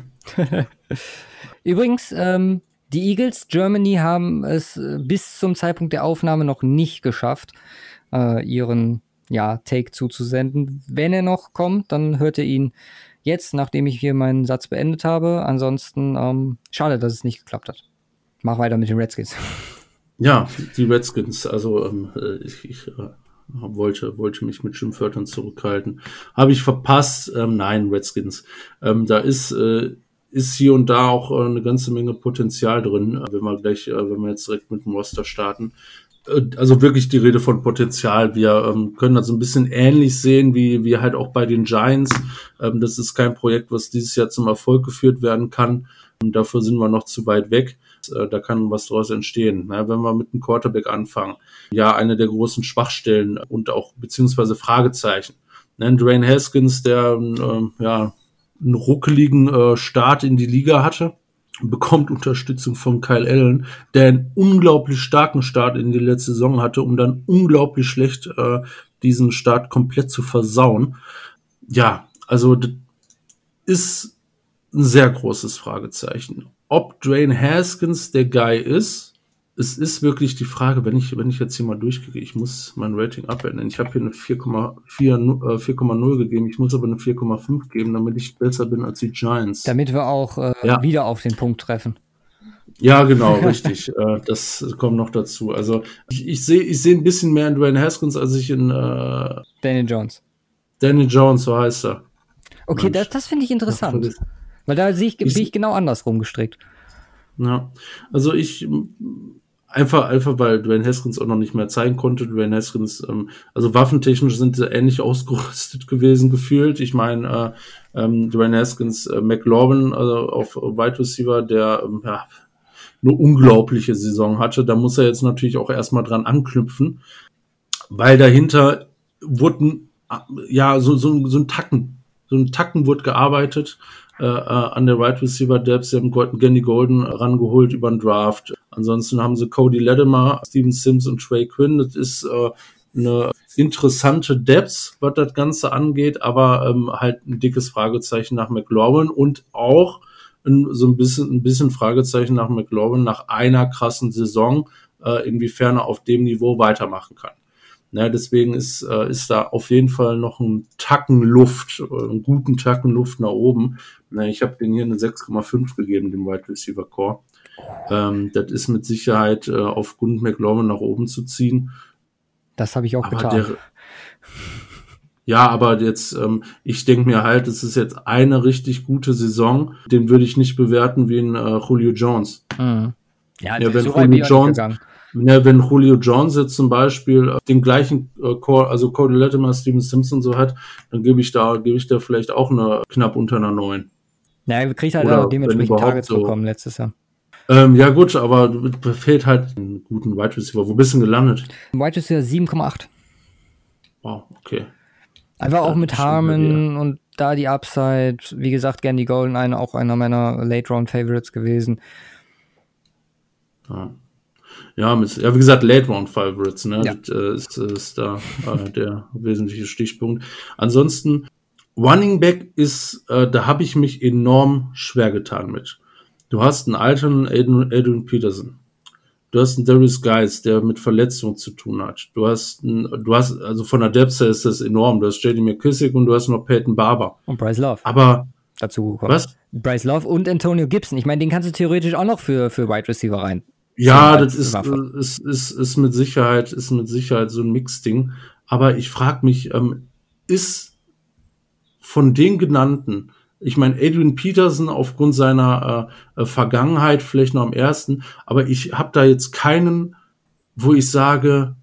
Übrigens, ähm, die Eagles Germany haben es äh, bis zum Zeitpunkt der Aufnahme noch nicht geschafft, äh, ihren ja, Take zuzusenden. Wenn er noch kommt, dann hört ihr ihn jetzt, nachdem ich hier meinen Satz beendet habe. Ansonsten, ähm, schade, dass es nicht geklappt hat. Mach weiter mit den Redskins. Ja, die Redskins, also ähm, ich, ich äh, wollte, wollte mich mit Schimpfwörtern zurückhalten. Habe ich verpasst? Ähm, nein, Redskins. Ähm, da ist, äh, ist hier und da auch äh, eine ganze Menge Potenzial drin, äh, wenn wir gleich, äh, wenn wir jetzt direkt mit dem Roster starten. Äh, also wirklich die Rede von Potenzial. Wir ähm, können das so ein bisschen ähnlich sehen, wie, wie halt auch bei den Giants. Ähm, das ist kein Projekt, was dieses Jahr zum Erfolg geführt werden kann. Und dafür sind wir noch zu weit weg. Da kann was daraus entstehen. Wenn wir mit dem Quarterback anfangen, ja, eine der großen Schwachstellen und auch beziehungsweise Fragezeichen. Dwayne Haskins, der äh, ja einen ruckeligen äh, Start in die Liga hatte, bekommt Unterstützung von Kyle Allen, der einen unglaublich starken Start in die letzte Saison hatte, um dann unglaublich schlecht äh, diesen Start komplett zu versauen. Ja, also das ist ein sehr großes Fragezeichen. Ob Dwayne Haskins der Guy ist, es ist wirklich die Frage, wenn ich wenn ich jetzt hier mal durchgehe, ich muss mein Rating abändern. Ich habe hier eine vier Komma null gegeben, ich muss aber eine vier Komma fünf geben, damit ich besser bin als die Giants. Damit wir auch äh, ja. wieder auf den Punkt treffen. Ja, genau, richtig. äh, das kommt noch dazu. Also ich, ich sehe ich sehe ein bisschen mehr in Dwayne Haskins, als ich in äh, Daniel Jones. Daniel Jones, so heißt er. Okay, Mensch. das, das finde ich interessant. Ja, weil da sehe ich, ich, bin ich genau andersrum gestrickt. Ja, also ich einfach, einfach weil Dwayne Haskins auch noch nicht mehr zeigen konnte. Dwayne Haskins, ähm, also waffentechnisch sind sie ähnlich ausgerüstet gewesen, gefühlt. Ich meine, äh, ähm, Dwayne Haskins, äh, McLaurin, also auf Wide Receiver, der ähm, ja, eine unglaubliche Saison hatte. Da muss er jetzt natürlich auch erstmal dran anknüpfen, weil dahinter wurden ja so, so, so ein Tacken, so ein Tacken wurde gearbeitet. Äh, an der Wide Receiver Depth, sie haben Gandy Golden rangeholt über den Draft. Ansonsten haben sie Cody Latimer, Steven Sims und Trey Quinn. Das ist äh, eine interessante Depth, was das Ganze angeht, aber ähm, halt ein dickes Fragezeichen nach McLaurin und auch ein, so ein bisschen, ein bisschen Fragezeichen nach McLaurin nach einer krassen Saison, äh, inwiefern er auf dem Niveau weitermachen kann. Ne, deswegen ist, äh, ist da auf jeden Fall noch ein Tacken Luft, äh, einen guten Tacken Luft nach oben. Ne, ich habe den hier eine sechs Komma fünf gegeben, dem Wide Receiver Core. Ähm, das ist mit Sicherheit äh, aufgrund McLaurin nach oben zu ziehen. Das habe ich auch Aber getan. der, ja, aber jetzt, ähm, ich denke mir halt, es ist jetzt eine richtig gute Saison. Den würde ich nicht bewerten wie ein äh, Julio Jones. Mhm. Ja, Ja, wenn so weit bin Julio ich auch nicht Jones, gegangen. ja, wenn Julio Jones jetzt zum Beispiel äh, den gleichen äh, Core, also Cody Latimer, Steven Simpson so hat, dann gebe ich da, gebe ich da vielleicht auch eine knapp unter einer neun. Ja, er kriegt halt Oder auch dementsprechend wenn überhaupt Targets so. bekommen letztes Jahr. Ähm, ja gut, aber da fehlt halt einen guten Wide Receiver. Wo bist du denn gelandet? Wide Receiver sieben Komma acht. Oh, okay. Einfach auch Ja, mit schon Harmon und da die Upside. Wie gesagt, Gandy Golden, eine, auch einer meiner Late-Round-Favorites gewesen. Ja. Ja, mit, ja, wie gesagt, Late-Round-Favorites, ne? Ja. Das äh, ist, ist da äh, der wesentliche Stichpunkt. Ansonsten, Running Back ist, äh, da habe ich mich enorm schwer getan mit. Du hast einen alten Adrian, Adrian Peterson. Du hast einen Darius Guice, der mit Verletzungen zu tun hat. Du hast, einen, du hast, also von der Depth her ist das enorm. Du hast J D McKissick und du hast noch Peyton Barber. Und Bryce Love. Aber, dazu gekommen. was? Bryce Love und Antonio Gibson. Ich meine, den kannst du theoretisch auch noch für, für Wide Receiver rein. Ja, als das ist, Waffe. ist, ist, ist mit Sicherheit, ist mit Sicherheit so ein Mix-Ding. Aber ich frage mich, ähm, ist von den genannten, ich meine, Adrian Peterson aufgrund seiner äh, Vergangenheit vielleicht noch am ersten, aber ich habe da jetzt keinen, wo ich sage,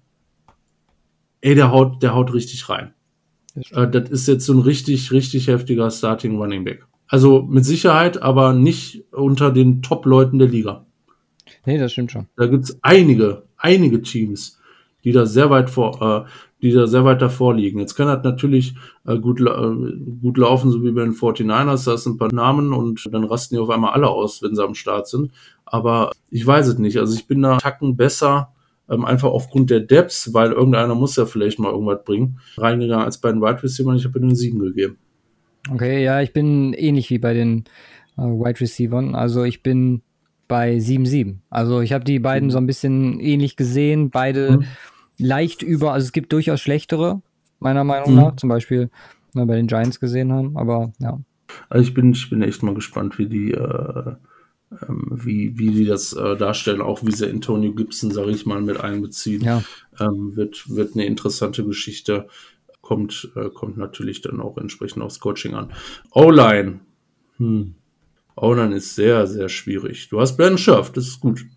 ey, der haut, der haut richtig rein. Das Äh, das ist jetzt so ein richtig, richtig heftiger Starting Running Back. Also mit Sicherheit, aber nicht unter den Top-Leuten der Liga. Nee, das stimmt schon. Da gibt's einige, einige Teams, die da sehr weit vor, äh, die da sehr weit davor liegen. Jetzt kann das natürlich äh, gut, äh, gut laufen, so wie bei den forty-niners, da sind ein paar Namen und dann rasten die auf einmal alle aus, wenn sie am Start sind. Aber ich weiß es nicht. Also ich bin da Tacken besser, ähm, einfach aufgrund der Depths, weil irgendeiner muss ja vielleicht mal irgendwas bringen, reingegangen als bei den Wide Receivers. Ich habe ihnen sieben gegeben. Okay, ja, ich bin ähnlich wie bei den äh, Wide Receivern. Also ich bin bei sieben sieben. Also ich habe die beiden Mhm. so ein bisschen ähnlich gesehen. Beide Mhm. leicht über, also es gibt durchaus schlechtere, meiner Meinung Mhm. nach. Zum Beispiel, wenn wir bei den Giants gesehen haben. Aber ja. Also ich bin, ich bin echt mal gespannt, wie die, äh, ähm, wie, wie die das äh, darstellen, auch wie sie Antonio Gibson, sage ich mal, mit einbeziehen. Ja. Ähm, wird, wird eine interessante Geschichte. Kommt, äh, kommt natürlich dann auch entsprechend aufs Coaching an. O-Line. Hm. O-Line ist sehr, sehr schwierig. Du hast Brandon Scherf, das ist gut.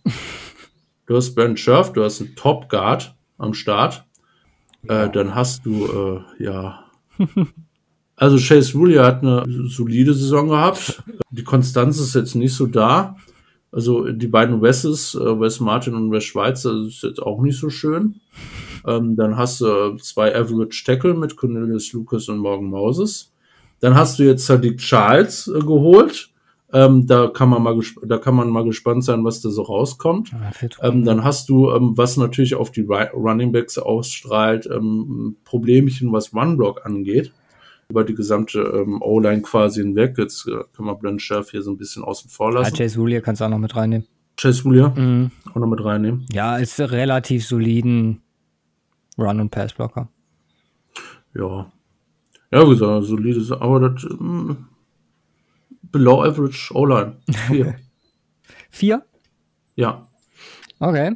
Du hast Brandon Scherf, du hast einen Top Guard am Start. Äh, dann hast du, äh, ja. Also Chase Rulia hat eine solide Saison gehabt. Die Konstanz ist jetzt nicht so da. Also die beiden Wesses, äh, Wes Martin und Wes Schweitzer, das ist jetzt auch nicht so schön. Ähm, dann hast du äh, zwei Average Tackle mit Cornelius Lucas und Morgan Moses. Dann hast du jetzt Sadiq Charles äh, geholt. Ähm, da kann man mal gesp- da kann man mal gespannt sein, was da so rauskommt. Ah, fit. Ähm, dann hast du, ähm, was natürlich auf die Ri- Running Backs ausstrahlt, ähm, Problemchen, was Run-Block angeht. Über die gesamte ähm, O-Line quasi hinweg. Jetzt äh, können wir Brandon Scherf hier so ein bisschen außen vor Ja, lassen. Chase Rulia kannst du auch noch mit reinnehmen. Chase Rulia Mhm. auch noch mit reinnehmen. Ja, ist relativ soliden Run- und Pass-Blocker. Ja. Ja, wie gesagt, solides, aber das ähm, below average O-Line. Hier. Vier? Ja. Okay.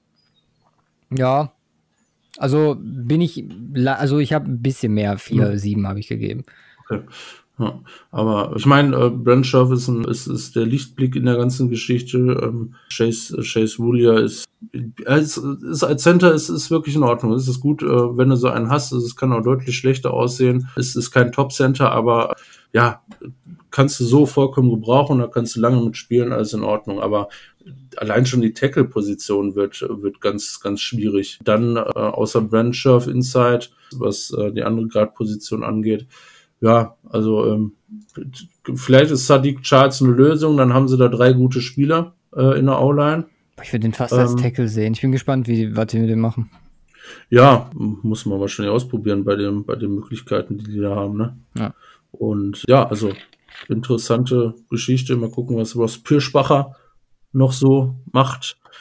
Ja. Also bin ich, la- also ich habe ein bisschen mehr, vier, Mhm. sieben habe ich gegeben. Okay. Ja, aber ich meine, äh, Brandon Scherf ist, ein, ist, ist der Lichtblick in der ganzen Geschichte. Ähm, Chase, Chase Rulia ist, er ist, ist als Center ist, ist wirklich in Ordnung. Es ist gut, äh, wenn du so einen hast. Es kann auch deutlich schlechter aussehen. Es ist kein Top-Center, aber äh, ja, kannst du so vollkommen gebrauchen. Da kannst du lange mitspielen, alles in Ordnung. Aber allein schon die Tackle-Position wird, wird ganz, ganz schwierig. Dann äh, außer Brandon Scherf Inside, was äh, die andere Guard-Position angeht. Ja, also ähm, vielleicht ist Sadiq Charles eine Lösung, dann haben sie da drei gute Spieler äh, in der O-Line. Ich würde den fast als Ähm, Tackle sehen. Ich bin gespannt, wie, was die mit dem machen. Ja, muss man wahrscheinlich ausprobieren bei dem, bei den Möglichkeiten, die die da haben, ne? Ja. Und ja, also interessante Geschichte. Mal gucken, was Ross Pirschbacher noch so macht.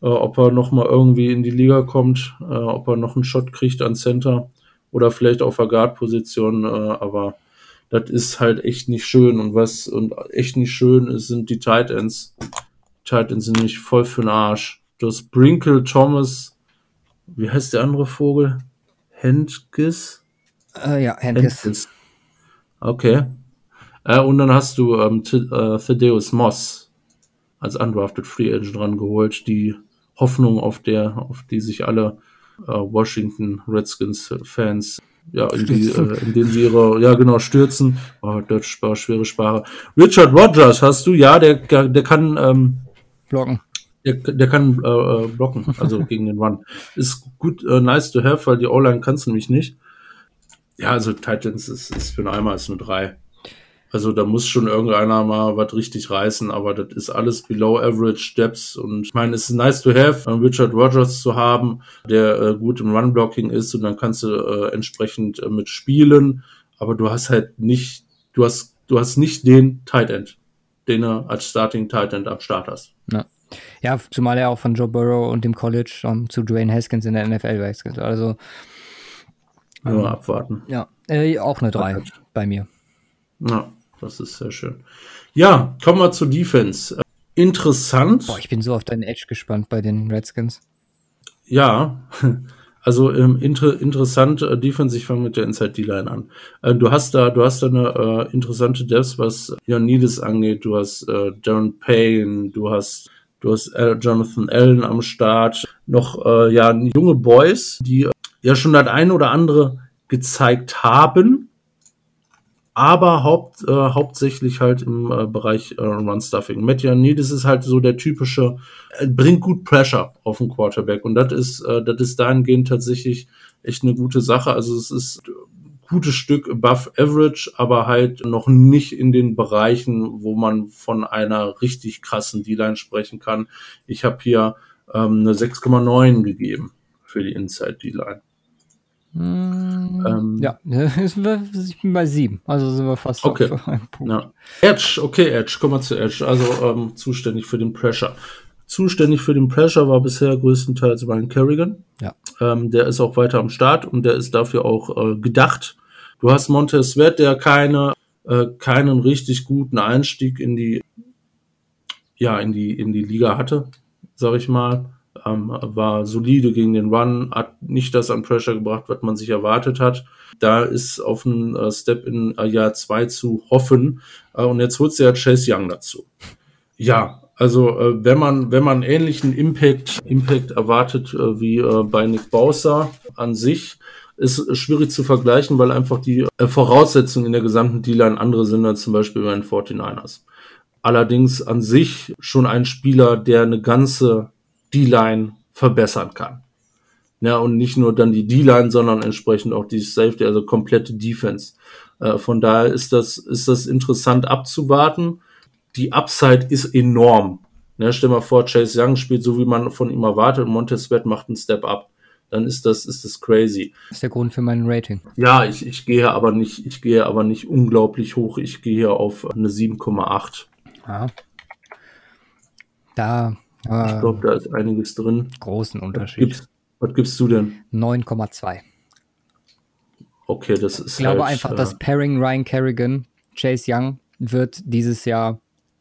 äh, ob er nochmal irgendwie in die Liga kommt, äh, ob er noch einen Shot kriegt an Center oder vielleicht auf der Guard-Position, äh, aber das ist halt echt nicht schön. Und was und echt nicht schön ist, sind die Tight Ends. Tight Ends sind nämlich voll für den Arsch. Du hast Brinkle, Thomas, wie heißt der andere Vogel? Hentges? Äh, ja, Hentges. Hentges. Okay. Äh, und dann hast du ähm, T- äh, Thaddeus Moss als undrafted Free Agent rangeholt, die Hoffnung, auf der, auf die sich alle äh, Washington Redskins Fans, ja, in, die, äh, in denen sie ihre, ja genau, stürzen. Oh, Deutsch, schwere Sprache. Richard Rodgers hast du, ja, der, der kann, ähm, Blocken. Der, der kann äh, blocken, also gegen den Run. Ist gut, äh, nice to have, weil die O-Line kannst du nämlich nicht. Ja, also Titans ist, ist für einen Eimer ist nur drei. Also da muss schon irgendeiner mal was richtig reißen, aber das ist alles below average Steps. Und ich meine, es ist nice to have, Richard Rodgers zu haben, der äh, gut im Run-Blocking ist und dann kannst du äh, entsprechend äh, mitspielen. Aber du hast halt nicht, du hast, du hast nicht den Tight End, den du als Starting Tight End am Start hast. Ja. Ja, zumal er auch von Joe Burrow und dem College um, zu Dwayne Haskins in der N F L wechselt. Also Nur ähm, abwarten. Ja, äh, auch eine drei bei mir. Ja, das ist sehr schön. Ja, kommen wir zur Defense. Äh, interessant. Boah, ich bin so auf deinen Edge gespannt bei den Redskins. Ja, also ähm, inter, interessant äh, Defense. Ich fange mit der Inside D-Line an. Äh, du hast da, du hast da eine äh, interessante Depth, was Ioannidis angeht. Du hast äh, Darren Payne, du hast Du hast äh, Jonathan Allen am Start, noch äh, ja junge Boys, die äh, ja schon das eine oder andere gezeigt haben, aber haupt, äh, hauptsächlich halt im äh, Bereich äh, Run-Stuffing. Matt Ioannidis ist halt so der typische, äh, bringt gut Pressure auf den Quarterback und das ist, äh, das ist dahingehend tatsächlich echt eine gute Sache. Also es ist gutes Stück above average, aber halt noch nicht in den Bereichen, wo man von einer richtig krassen D-Line sprechen kann. Ich habe hier ähm, eine sechs Komma neun gegeben für die Inside D-Line. Mm, ähm, ja, ich bin bei sieben, also sind wir fast okay. auf einen Punkt. Ja. Edge, okay, Edge, kommen wir zu Edge, also ähm, zuständig für den Pressure. Zuständig für den Pressure war bisher größtenteils Ryan Kerrigan. Ja. Ähm, der ist auch weiter am Start und der ist dafür auch äh, gedacht. Du hast Montez Sweat, der keine, äh, keinen richtig guten Einstieg in die, ja, in die, in die Liga hatte, sag ich mal. Ähm, war solide gegen den Run, hat nicht das an Pressure gebracht, was man sich erwartet hat. Da ist auf einen äh, Step in äh, Jahr zwei zu hoffen. Äh, und jetzt holst du ja Chase Young dazu. Ja, also äh, wenn man wenn man ähnlichen Impact Impact erwartet äh, wie äh, bei Nick Bosa an sich, ist schwierig zu vergleichen, weil einfach die äh, Voraussetzungen in der gesamten D-Line andere sind als zum Beispiel bei den forty-niners. Allerdings an sich schon ein Spieler, der eine ganze D-Line verbessern kann. Ja, und nicht nur dann die D-Line, sondern entsprechend auch die Safety, also komplette Defense. Äh, von daher ist das ist das interessant abzuwarten. Die Upside ist enorm. Ne, stell mal vor, Chase Young spielt so, wie man von ihm erwartet und Montez Sweat macht einen Step up. Dann ist das, ist das crazy. Das ist der Grund für mein Rating. Ja, ich, ich gehe aber nicht, ich gehe aber nicht unglaublich hoch. Ich gehe hier auf eine sieben Komma acht. Ja. Da, äh, ich glaube, da ist einiges drin. Großen Unterschied. Was gibst, was gibst du denn? neun Komma zwei. Okay, das ist Ich glaube halt, einfach, äh, das Pairing Ryan Kerrigan, Chase Young wird dieses Jahr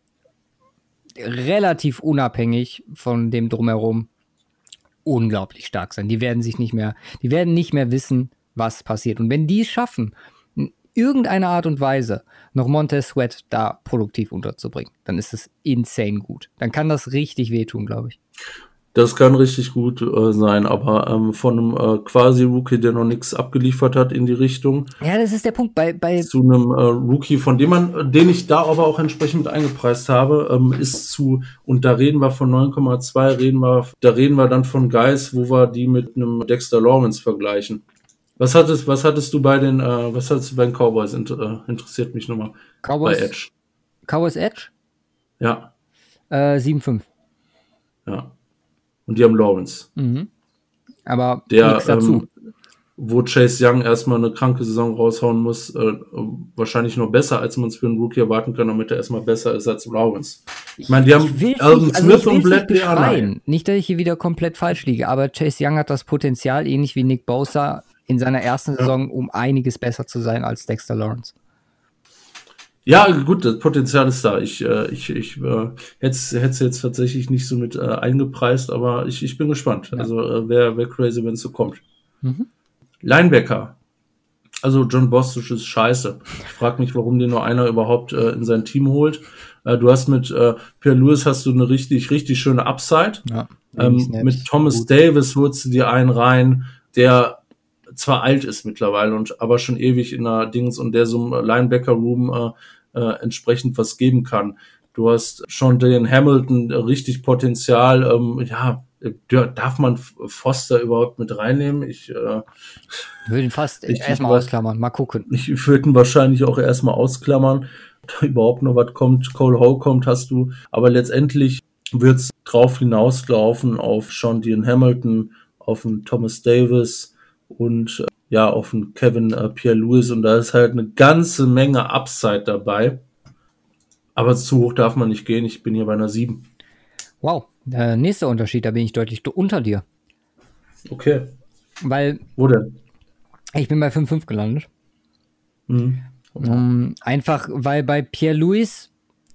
relativ unabhängig von dem Drumherum unglaublich stark sein. Die werden sich nicht mehr, die werden nicht mehr wissen, was passiert. Und wenn die es schaffen, in irgendeiner Art und Weise noch Montez Sweat da produktiv unterzubringen, dann ist es insane gut. Dann kann das richtig wehtun, glaube ich. Das kann richtig gut äh, sein, aber ähm, von einem äh, quasi Rookie, der noch nichts abgeliefert hat in die Richtung. Ja, das ist der Punkt. Bei, bei zu einem äh, Rookie, von dem man, den ich da aber auch entsprechend eingepreist habe, ähm, ist zu, und da reden wir von neun Komma zwei, reden wir, da reden wir dann von Guys, wo wir die mit einem Dexter Lawrence vergleichen. Was hattest, was hattest du bei den, äh, was hattest du bei den Cowboys? Inter, äh, interessiert mich nochmal. Cowboys, bei Edge. Cowboys Edge? Ja. Äh, sieben Komma fünf. Ja. Und die haben Lawrence. Mhm. Aber der, nichts dazu. Ähm, wo Chase Young erstmal eine kranke Saison raushauen muss, äh, wahrscheinlich noch besser, als man es für einen Rookie erwarten kann, damit er erstmal besser ist als Lawrence. Ich meine, die haben Alvin also Smith und Bradley Anae. Nicht, dass ich hier wieder komplett falsch liege, aber Chase Young hat das Potenzial, ähnlich wie Nick Bosa, in seiner ersten Saison, um einiges besser zu sein als Dexter Lawrence. Ja, gut, das Potenzial ist da. Ich, äh, ich, ich äh, hätte es jetzt tatsächlich nicht so mit äh, eingepreist, aber ich, ich bin gespannt. Ja. Also äh, wäre wär crazy, wenn es so kommt. Mhm. Linebacker. Also John Bostich ist scheiße. Ich frage mich, warum den nur einer überhaupt äh, in sein Team holt. Äh, du hast mit äh, Pierre Lewis hast du eine richtig, richtig schöne Upside. Ja, ähm, mit Thomas gut. Davis holst du dir einen rein, der zwar alt ist mittlerweile und aber schon ewig in der Dings und der so einem Linebacker-Room äh, äh, entsprechend was geben kann. Du hast schon den Hamilton äh, richtig Potenzial. Ähm, ja, darf man Foster überhaupt mit reinnehmen? Ich äh, würde ihn fast erstmal ausklammern. Mal gucken. Ich würde ihn wahrscheinlich auch erstmal ausklammern. Da überhaupt noch was kommt. Cole Ho kommt, hast du. Aber letztendlich wird es drauf hinauslaufen auf Sean Dean Hamilton, auf einen Thomas Davis und äh, ja, auf einen Kevin äh, Pierre-Louis. Und da ist halt eine ganze Menge Upside dabei. Aber zu hoch darf man nicht gehen. Ich bin hier bei einer sieben. Wow. Der nächste Unterschied, da bin ich deutlich unter dir. Okay. Weil. Wo denn? Ich bin bei fünf Komma fünf gelandet. Mhm. Um, einfach, weil bei Pierre-Louis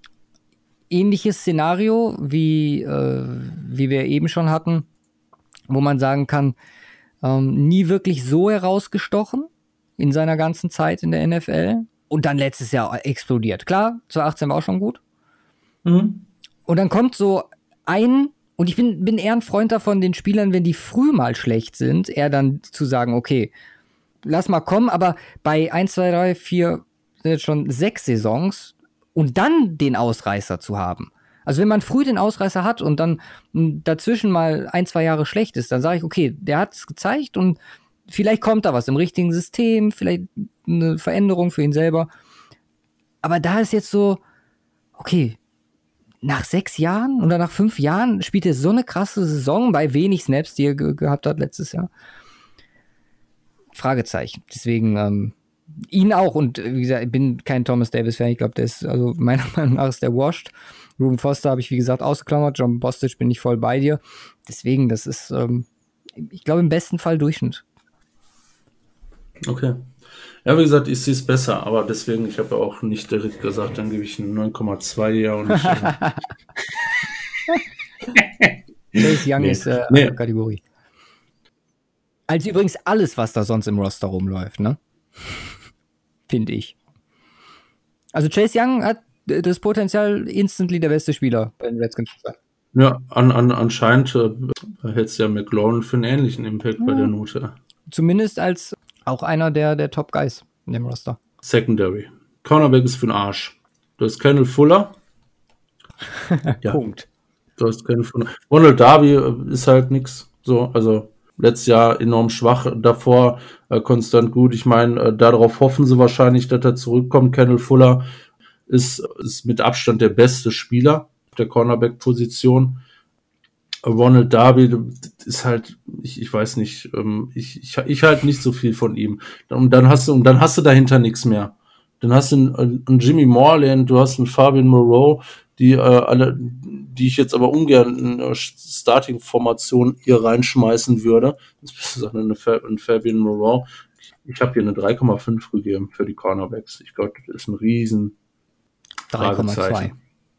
ähnliches Szenario, wie, äh, wie wir eben schon hatten, wo man sagen kann, ähm, nie wirklich so herausgestochen in seiner ganzen Zeit in der N F L und dann letztes Jahr explodiert. Klar, zwanzig achtzehn war auch schon gut. Mhm. Und dann kommt so ein, und ich bin, bin eher ein Freund davon, den Spielern, wenn die früh mal schlecht sind, eher dann zu sagen, okay, lass mal kommen, aber bei eins, zwei, drei, vier, sind jetzt schon sechs Saisons und dann den Ausreißer zu haben. Also wenn man früh den Ausreißer hat und dann dazwischen mal ein, zwei Jahre schlecht ist, dann sage ich, okay, der hat es gezeigt und vielleicht kommt da was im richtigen System, vielleicht eine Veränderung für ihn selber. Aber da ist jetzt so, okay, nach sechs Jahren oder nach fünf Jahren spielt er so eine krasse Saison bei wenig Snaps, die er ge- gehabt hat letztes Jahr. Fragezeichen. Deswegen ähm, ihn auch. Und wie gesagt, ich bin kein Thomas Davis-Fan. Ich glaube, der ist, also meiner Meinung nach ist der washed. Reuben Foster habe ich, wie gesagt, ausgeklammert. John Bostich bin ich voll bei dir. Deswegen, das ist, ähm, ich glaube, im besten Fall Durchschnitt. Okay. Ja, wie gesagt, ich sehe es besser, aber deswegen, ich habe ja auch nicht direkt gesagt, dann gebe ich eine neun Komma zwei ja und nicht. Chase Young nee. ist äh, nee. eine Kategorie. Als übrigens alles, was da sonst im Roster rumläuft, ne? Finde ich. Also Chase Young hat das Potenzial, instantly der beste Spieler bei den Redskins zu sein. Ja, an, an, anscheinend äh, hält es ja McLaurin für einen ähnlichen Impact ja. bei der Note. Zumindest als auch einer der, der Top Guys in dem Roster. Secondary. Cornerback ist für den Arsch. Du hast Kendall Fuller. ja. Punkt. Du hast Kendall Fuller. Ronald Darby ist halt nix. So, also letztes Jahr enorm schwach, davor äh, konstant gut. Ich meine, äh, darauf hoffen sie wahrscheinlich, dass er zurückkommt. Kendall Fuller ist, ist mit Abstand der beste Spieler der Cornerback-Position. Ronald Darby ist halt, ich, ich weiß nicht, ähm, ich, ich, ich halte nicht so viel von ihm. Und dann hast du, und dann hast du dahinter nichts mehr. Dann hast du einen, einen Jimmy Moreland, du hast einen Fabian Moreau, die äh, alle, die ich jetzt aber ungern in eine Starting-Formation hier reinschmeißen würde. Insbesondere eine, Fa- eine Fabian Moreau. Ich habe hier eine drei Komma fünf gegeben für die Cornerbacks. Ich glaube, das ist ein riesen drei Komma zwei.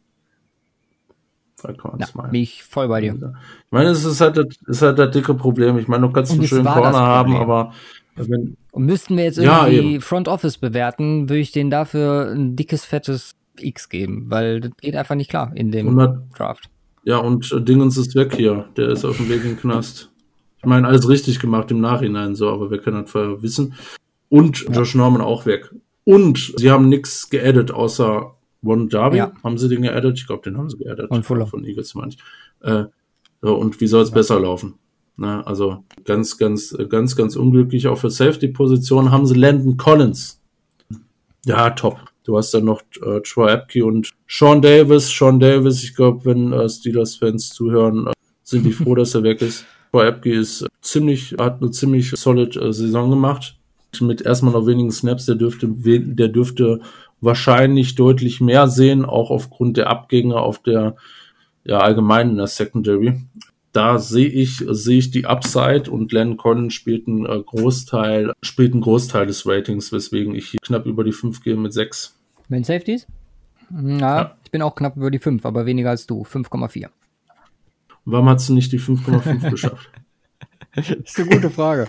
drei Komma zwei. Ja, bin ich voll bei dir. Ich meine, es ist halt das, ist halt das dicke Problem. Ich meine, du kannst einen schönen Corner haben, aber wenn, und müssten wir jetzt irgendwie ja, Front Office bewerten, würde ich denen dafür ein dickes, fettes X geben, weil das geht einfach nicht klar in dem hundert Draft. Ja, und äh, Dingens ist weg hier. Der ist auf dem Weg in den Knast. Ich meine, alles richtig gemacht im Nachhinein, so, aber wir können das vorher wissen. Und ja. Josh Norman auch weg. Und sie haben nichts geaddet, außer Ron Darby. Ja. Haben sie den geaddet? Ich glaube, den haben sie geaddet. Und Fuller. Von Eagles, meine ich. Äh, so, und wie soll es ja. besser laufen? Na, also ganz, ganz, ganz, ganz unglücklich. Auch für Safety-Position haben sie Landon Collins. Ja, top. Du hast dann noch äh, Troy Apke und Sean Davis. Sean Davis, ich glaube, wenn äh, Steelers-Fans zuhören, äh, sind die froh, dass er weg ist. Troy Apke ist ziemlich, hat eine ziemlich solid äh, Saison gemacht. Mit erstmal noch wenigen Snaps, der dürfte, der dürfte wahrscheinlich deutlich mehr sehen, auch aufgrund der Abgänge auf der, ja, allgemein in der Secondary. Da sehe ich, sehe ich die Upside und Len Collins spielt einen äh, Großteil, spielt einen Großteil des Ratings, weswegen ich hier knapp über die fünf gehe mit sechs. Wenn Safeties? Na, ja. Ich bin auch knapp über die fünf, aber weniger als du, fünf Komma vier. Warum hast du nicht die fünf Komma fünf geschafft? Das ist eine gute Frage.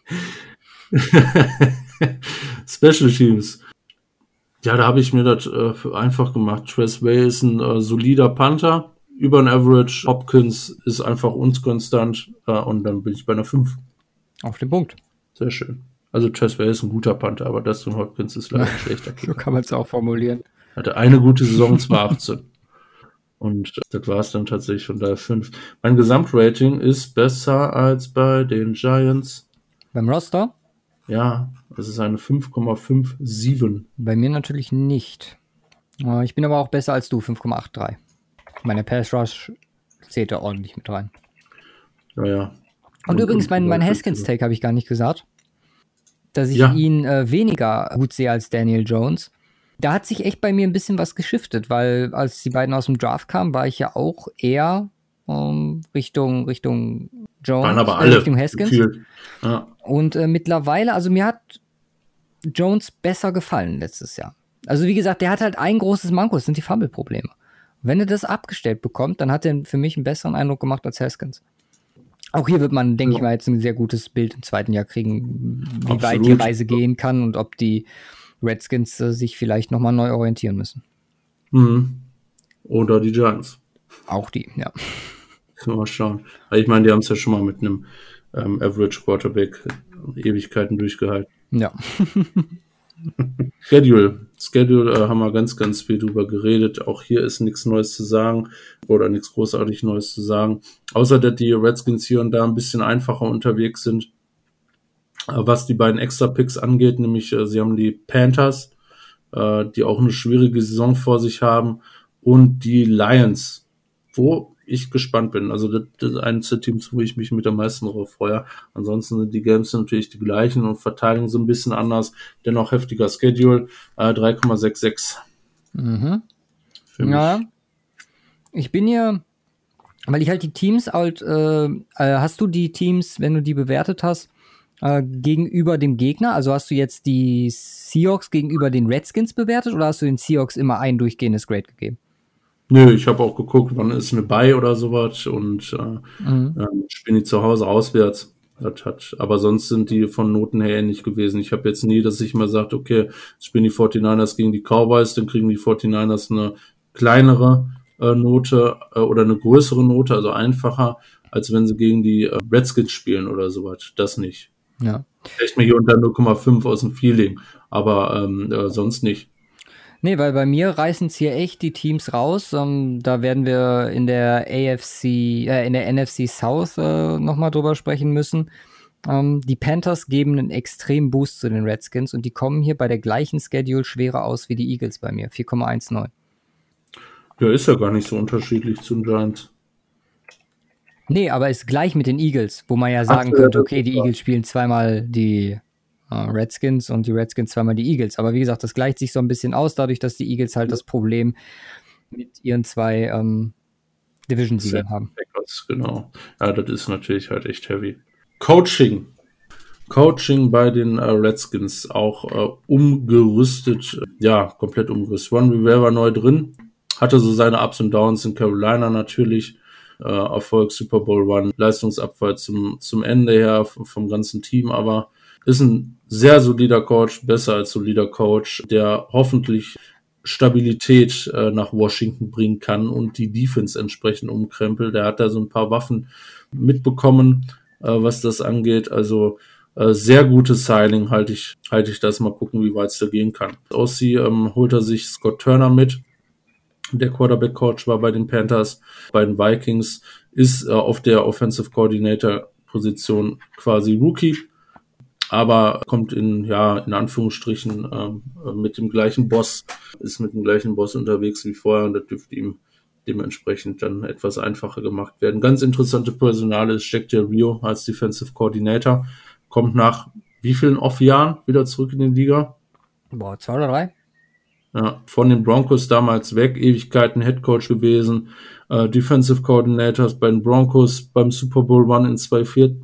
Special Teams. Ja, da habe ich mir das äh, einfach gemacht. Tress Way ist ein äh, solider Panther, über ein Average. Hopkins ist einfach unkonstant äh, und dann bin ich bei einer fünf. Auf den Punkt. Sehr schön. Also Tress Way ist ein guter Panther, aber Dustin Hopkins ist leider ein schlechter Kicker. So kann man es auch formulieren. Hatte eine gute Saison, zwar achtzehn. Und das war es dann tatsächlich von daher fünf. Mein Gesamtrating ist besser als bei den Giants. Beim Roster? Ja, es ist eine fünf Komma fünf sieben. Bei mir natürlich nicht. Ich bin aber auch besser als du, fünf Komma dreiundachtzig. Meine Pass Rush zählt da ordentlich mit rein. Naja. Und, Und übrigens, mein, mein Haskins-Take habe ich gar nicht gesagt, dass ich ja. ihn äh, weniger gut sehe als Daniel Jones. Da hat sich echt bei mir ein bisschen was geschiftet, weil als die beiden aus dem Draft kamen, war ich ja auch eher um, Richtung, Richtung Jones, waren aber alle Richtung Haskins. Ja. Und äh, mittlerweile, also mir hat Jones besser gefallen letztes Jahr. Also wie gesagt, der hat halt ein großes Manko, das sind die Fumble-Probleme. Wenn er das abgestellt bekommt, dann hat er für mich einen besseren Eindruck gemacht als Haskins. Auch hier wird man, denke ja. ich mal, jetzt ein sehr gutes Bild im zweiten Jahr kriegen, wie Absolut. weit die Reise gehen kann und ob die Redskins äh, sich vielleicht nochmal neu orientieren müssen. Mhm. Oder die Giants. Auch die, ja. Mal schauen. Ich meine, die haben es ja schon mal mit einem ähm, Average Quarterback Ewigkeiten durchgehalten. Ja. Schedule. Schedule äh, haben wir ganz, ganz viel drüber geredet. Auch hier ist nichts Neues zu sagen oder nichts großartig Neues zu sagen. Außer, dass die Redskins hier und da ein bisschen einfacher unterwegs sind. Äh, was die beiden Extra-Picks angeht, nämlich äh, sie haben die Panthers, äh, die auch eine schwierige Saison vor sich haben, und die Lions, wo ich gespannt bin. Also das, das ist eines der Teams, wo ich mich mit am meisten drauf freue. Ansonsten sind die Games natürlich die gleichen und verteidigen so ein bisschen anders. Dennoch heftiger Schedule. Äh, drei Komma sechsundsechzig. Mhm. Ja. Ich bin hier, weil ich halt die Teams halt, äh, hast du die Teams, wenn du die bewertet hast, äh, gegenüber dem Gegner? Also hast du jetzt die Seahawks gegenüber den Redskins bewertet oder hast du den Seahawks immer ein durchgehendes Grade gegeben? Nö, ich habe auch geguckt, wann ist eine Bye oder sowas und äh, mhm. äh, spielen die zu Hause auswärts. Das hat, aber sonst sind die von Noten her ähnlich gewesen. Ich habe jetzt nie, dass ich mal sage, okay, jetzt spielen die forty-niners gegen die Cowboys, dann kriegen die forty-niners eine kleinere äh, Note äh, oder eine größere Note, also einfacher, als wenn sie gegen die äh, Redskins spielen oder sowas. Das nicht. Ja. Vielleicht mal hier unter null Komma fünf aus dem Feeling, aber ähm, äh, sonst nicht. Nee, weil bei mir reißen es hier echt die Teams raus. Um, da werden wir in der A F C, äh, in der N F C South äh, nochmal drüber sprechen müssen. Um, die Panthers geben einen extremen Boost zu den Redskins und die kommen hier bei der gleichen Schedule schwerer aus wie die Eagles bei mir, vier Komma neunzehn. Ja, ist ja gar nicht so unterschiedlich zu den Giants. Nee, aber ist gleich mit den Eagles, wo man ja sagen Ach, könnte, okay, die Eagles spielen zweimal die Redskins und die Redskins zweimal die Eagles. Aber wie gesagt, das gleicht sich so ein bisschen aus, dadurch, dass die Eagles halt das Problem mit ihren zwei ähm, Division-Siegern haben. Genau. Ja, das ist natürlich halt echt heavy. Coaching. Coaching bei den äh, Redskins auch äh, umgerüstet. Ja, komplett umgerüstet. Ron Rivera war neu drin. Hatte so seine Ups und Downs in Carolina natürlich. Äh, Erfolg, Super Bowl Run, Leistungsabfall zum, zum Ende her vom, vom ganzen Team, aber ist ein sehr solider Coach, besser als solider Coach, der hoffentlich Stabilität äh, nach Washington bringen kann und die Defense entsprechend umkrempelt. Der hat da so ein paar Waffen mitbekommen, äh, was das angeht. Also äh, sehr gutes Signing, halte ich, halte ich das. Mal gucken, wie weit es da gehen kann. Aussie ähm, holt er sich Scott Turner mit. Der Quarterback-Coach war bei den Panthers, bei den Vikings, ist äh, auf der Offensive Coordinator-Position quasi Rookie, aber kommt in, ja, in Anführungsstrichen äh, mit dem gleichen Boss, ist mit dem gleichen Boss unterwegs wie vorher und das dürfte ihm dementsprechend dann etwas einfacher gemacht werden. Ganz interessante Personale ist Jack Del Rio als Defensive Coordinator. Kommt nach wie vielen Off-Jahren wieder zurück in die Liga? Boah, zwei oder drei? Ja, von den Broncos damals weg, Ewigkeiten Headcoach gewesen, äh, Defensive Coordinators bei den Broncos beim Super Bowl Run in zweitausendzwölf,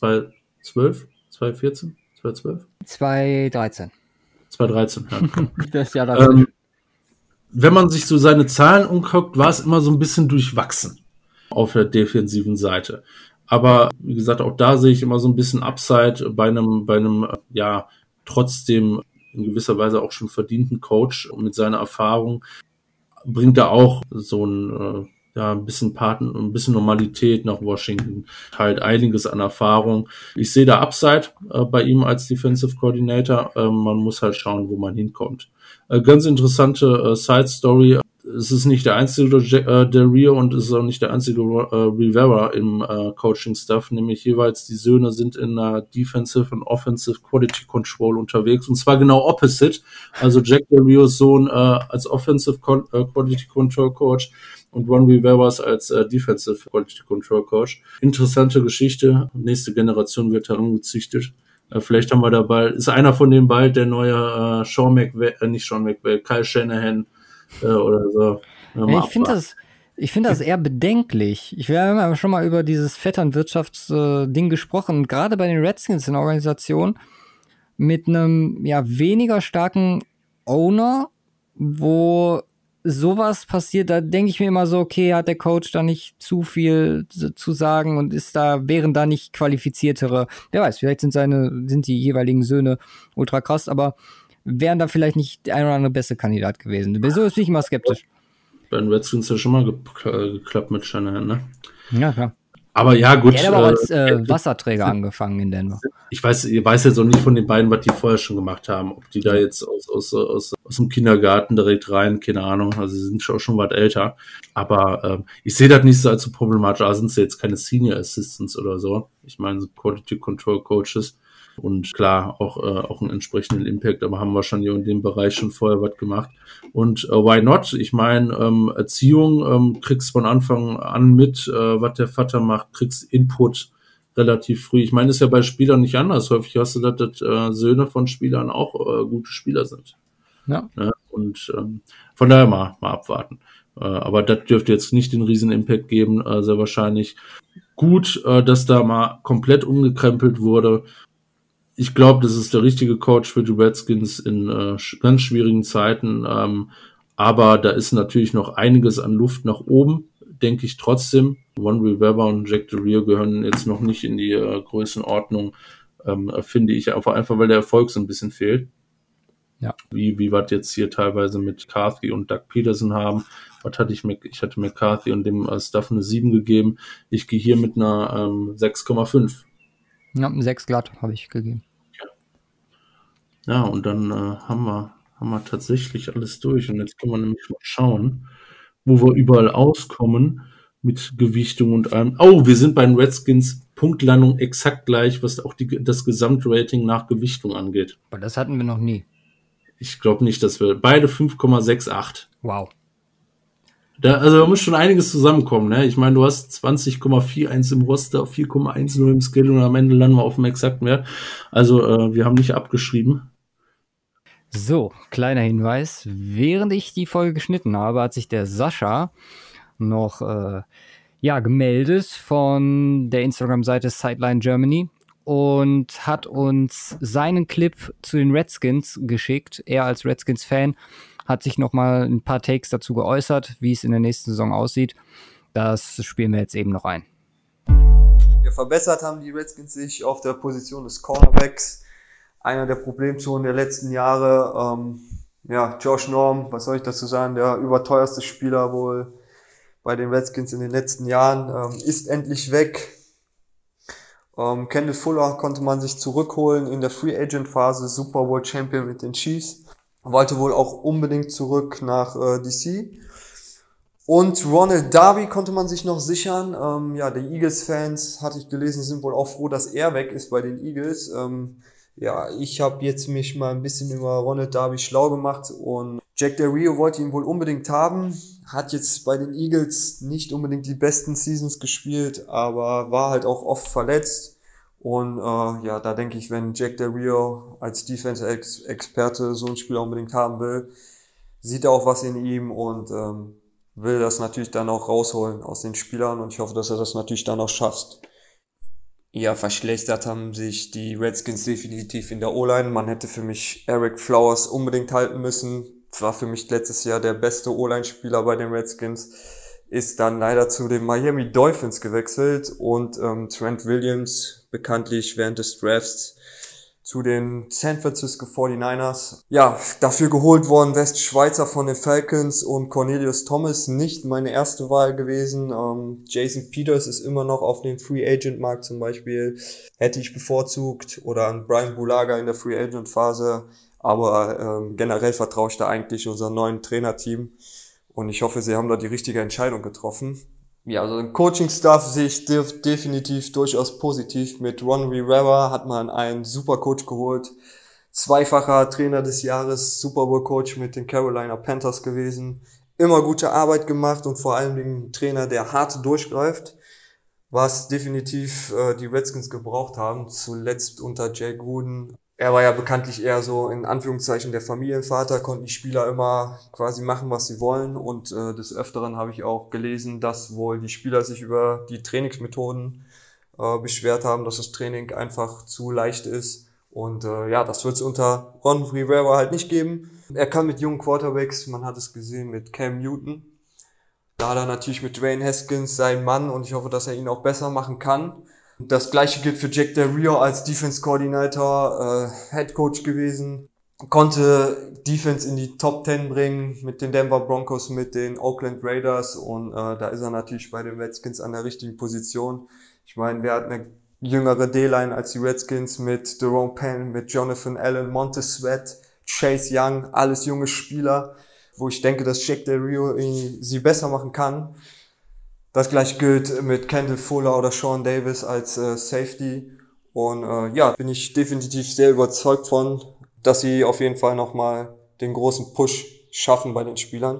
zweitausendvierzehn, zweitausendzwölf? zweitausenddreizehn. zweitausenddreizehn, ja. Das Jahr dazwischen. ähm, wenn man sich so seine Zahlen umguckt, war es immer so ein bisschen durchwachsen auf der defensiven Seite. Aber wie gesagt, auch da sehe ich immer so ein bisschen Upside bei einem, bei einem, ja, trotzdem in gewisser Weise auch schon verdienten Coach und mit seiner Erfahrung bringt er auch so ein, äh, ja, ein bisschen Paten, ein bisschen Normalität nach Washington, halt einiges an Erfahrung. Ich sehe da Upside äh, bei ihm als Defensive Coordinator. Äh, man muss halt schauen, wo man hinkommt. Äh, ganz interessante äh, Side Story. Es ist nicht der einzige äh, Del Rio und es ist auch nicht der einzige äh, Rivera im äh, Coaching-Staff, nämlich jeweils die Söhne sind in der Defensive und Offensive Quality Control unterwegs und zwar genau opposite. Also Jack Del Rios Sohn äh, als Offensive Co- äh, Quality Control Coach und Ron Rivera als äh, Defensive Quality Control Coach. Interessante Geschichte. Nächste Generation wird herangezüchtet. Äh, vielleicht haben wir dabei, ist einer von denen bald der neue äh, Sean McVay, äh, nicht Sean McVay, Kyle Shanahan äh, oder so. Ja, ich finde das, ich finde das eher bedenklich. Ich wir haben ja schon mal über dieses Vetternwirtschaftsding äh, gesprochen. Gerade bei den Redskins in der Organisation mit einem ja weniger starken Owner, wo sowas passiert, da denke ich mir immer so, okay, hat der Coach da nicht zu viel zu sagen und ist da, wären da nicht qualifiziertere, wer weiß, vielleicht sind seine, sind die jeweiligen Söhne ultra krass, aber wären da vielleicht nicht der ein oder andere beste Kandidat gewesen. So bin ich immer skeptisch. Bei den Redskins ja schon mal ge- geklappt mit Shanahan, ne? Ja, klar. Aber ja, gut. Er hat aber auch als äh, Wasserträger angefangen in Denver. Ich weiß, ihr weiß jetzt auch nicht von den beiden, was die vorher schon gemacht haben. Ob die da jetzt aus, aus, aus, aus dem Kindergarten direkt rein, keine Ahnung. Also sie sind schon, schon was älter. Aber ähm, ich sehe das nicht so als so problematisch. Da sind sie jetzt keine Senior Assistants oder so. Ich meine, so Quality Control Coaches. Und klar, auch, äh, auch einen entsprechenden Impact, aber haben wahrscheinlich in dem Bereich schon vorher was gemacht. Und äh, why not? Ich meine, ähm, Erziehung, ähm, kriegst von Anfang an mit, äh, was der Vater macht, kriegst Input relativ früh. Ich meine, ist ja bei Spielern nicht anders. Häufig hast du, dass, dass äh, Söhne von Spielern auch äh, gute Spieler sind. Ja. Ja, und ähm, von daher mal, mal abwarten. Äh, aber das dürfte jetzt nicht den riesen Impact geben, äh, sehr wahrscheinlich. Gut, äh, dass da mal komplett umgekrempelt wurde. Ich glaube, das ist der richtige Coach für die Redskins in äh, ganz schwierigen Zeiten. Ähm, aber da ist natürlich noch einiges an Luft nach oben, denke ich trotzdem. Ron Rivera und Jack Del Rio gehören jetzt noch nicht in die äh, Größenordnung, ähm, finde ich einfach, einfach, weil der Erfolg so ein bisschen fehlt. Ja. Wie, wie wir jetzt hier teilweise mit Carthy und Doug Peterson haben. Was hatte ich mit, ich hatte McCarthy und dem äh, Staff eine sieben gegeben. Ich gehe hier mit einer ähm, sechs Komma fünf. Ja, sechs glatt habe ich gegeben. Ja, und dann äh, haben wir haben wir tatsächlich alles durch. Und jetzt können wir nämlich mal schauen, wo wir überall auskommen mit Gewichtung und allem. Oh, wir sind bei den Redskins Punktlandung exakt gleich, was auch die, das Gesamtrating nach Gewichtung angeht. Aber das hatten wir noch nie. Ich glaube nicht, dass wir beide fünf Komma sechsundachtzig. Wow. Da, also da muss schon einiges zusammenkommen. Ne? Ich meine, du hast zwanzig Komma vierundvierzig im Roster, vier Komma zehn im Skill und am Ende landen wir auf dem exakten Wert. Also äh, wir haben nicht abgeschrieben. So, kleiner Hinweis. Während ich die Folge geschnitten habe, hat sich der Sascha noch äh, ja, gemeldet von der Instagram-Seite Sideline Germany und hat uns seinen Clip zu den Redskins geschickt. Er als Redskins-Fan hat sich noch mal ein paar Takes dazu geäußert, wie es in der nächsten Saison aussieht. Das spielen wir jetzt eben noch ein. Ja, verbessert haben die Redskins sich auf der Position des Cornerbacks. Einer der Problemzonen der letzten Jahre. Ähm, ja, Josh Norm, was soll ich dazu sagen, der überteuerste Spieler wohl bei den Redskins in den letzten Jahren, ähm, ist endlich weg. Ähm, Kendall Fuller konnte man sich zurückholen in der Free Agent Phase, Super Bowl Champion mit den Chiefs. Wollte wohl auch unbedingt zurück nach äh, D C. Und Ronald Darby konnte man sich noch sichern. Ähm, ja, die Eagles-Fans, hatte ich gelesen, sind wohl auch froh, dass er weg ist bei den Eagles. Ähm, ja, ich habe jetzt mich mal ein bisschen über Ronald Darby schlau gemacht und Jack Del Rio wollte ihn wohl unbedingt haben, hat jetzt bei den Eagles nicht unbedingt die besten Seasons gespielt, aber war halt auch oft verletzt. Und äh, ja, da denke ich, wenn Jack Del Rio als Defense-Experte so einen Spieler unbedingt haben will, sieht er auch was in ihm und ähm, will das natürlich dann auch rausholen aus den Spielern. Und ich hoffe, dass er das natürlich dann auch schafft. Ja, verschlechtert haben sich die Redskins definitiv in der O-Line. Man hätte für mich Eric Flowers unbedingt halten müssen. Das war für mich letztes Jahr der beste O-Line-Spieler bei den Redskins. Ist dann leider zu den Miami Dolphins gewechselt und ähm, Trent Williams, bekanntlich während des Drafts, zu den San Francisco forty-niners. Ja, dafür geholt worden Westschweizer von den Falcons und Cornelius Thomas, nicht meine erste Wahl gewesen. Ähm, Jason Peters ist immer noch auf dem Free Agent Markt zum Beispiel, hätte ich bevorzugt, oder an Brian Bulaga in der Free Agent Phase, aber ähm, generell vertraue ich da eigentlich unserem neuen Trainerteam. Und ich hoffe, sie haben da die richtige Entscheidung getroffen. Ja, also den Coaching-Staff sehe ich def- definitiv durchaus positiv. Mit Ron Rivera hat man einen super Coach geholt. Zweifacher Trainer des Jahres, Super Bowl-Coach mit den Carolina Panthers gewesen. Immer gute Arbeit gemacht und vor allem ein Trainer, der hart durchgreift. Was definitiv äh, die Redskins gebraucht haben. Zuletzt unter Jay Gruden. Er war ja bekanntlich eher so in Anführungszeichen der Familienvater, konnten die Spieler immer quasi machen, was sie wollen. Und äh, des Öfteren habe ich auch gelesen, dass wohl die Spieler sich über die Trainingsmethoden äh, beschwert haben, dass das Training einfach zu leicht ist. Und äh, ja, das wird es unter Ron Rivera halt nicht geben. Er kann mit jungen Quarterbacks, man hat es gesehen mit Cam Newton. Da hat er natürlich mit Dwayne Haskins seinen Mann und ich hoffe, dass er ihn auch besser machen kann. Das gleiche gilt für Jack Del Rio als Defense Coordinator, äh, Head Coach gewesen, konnte Defense in die Top Ten bringen mit den Denver Broncos, mit den Oakland Raiders und äh, da ist er natürlich bei den Redskins an der richtigen Position. Ich meine, wer hat eine jüngere D-Line als die Redskins mit Jerome Penn, mit Jonathan Allen, Montez Sweat, Chase Young, alles junge Spieler, wo ich denke, dass Jack Del Rio sie besser machen kann. Das gleiche gilt mit Kendall Fuller oder Sean Davis als äh, Safety. Und äh, ja, bin ich definitiv sehr überzeugt von, dass sie auf jeden Fall nochmal den großen Push schaffen bei den Spielern.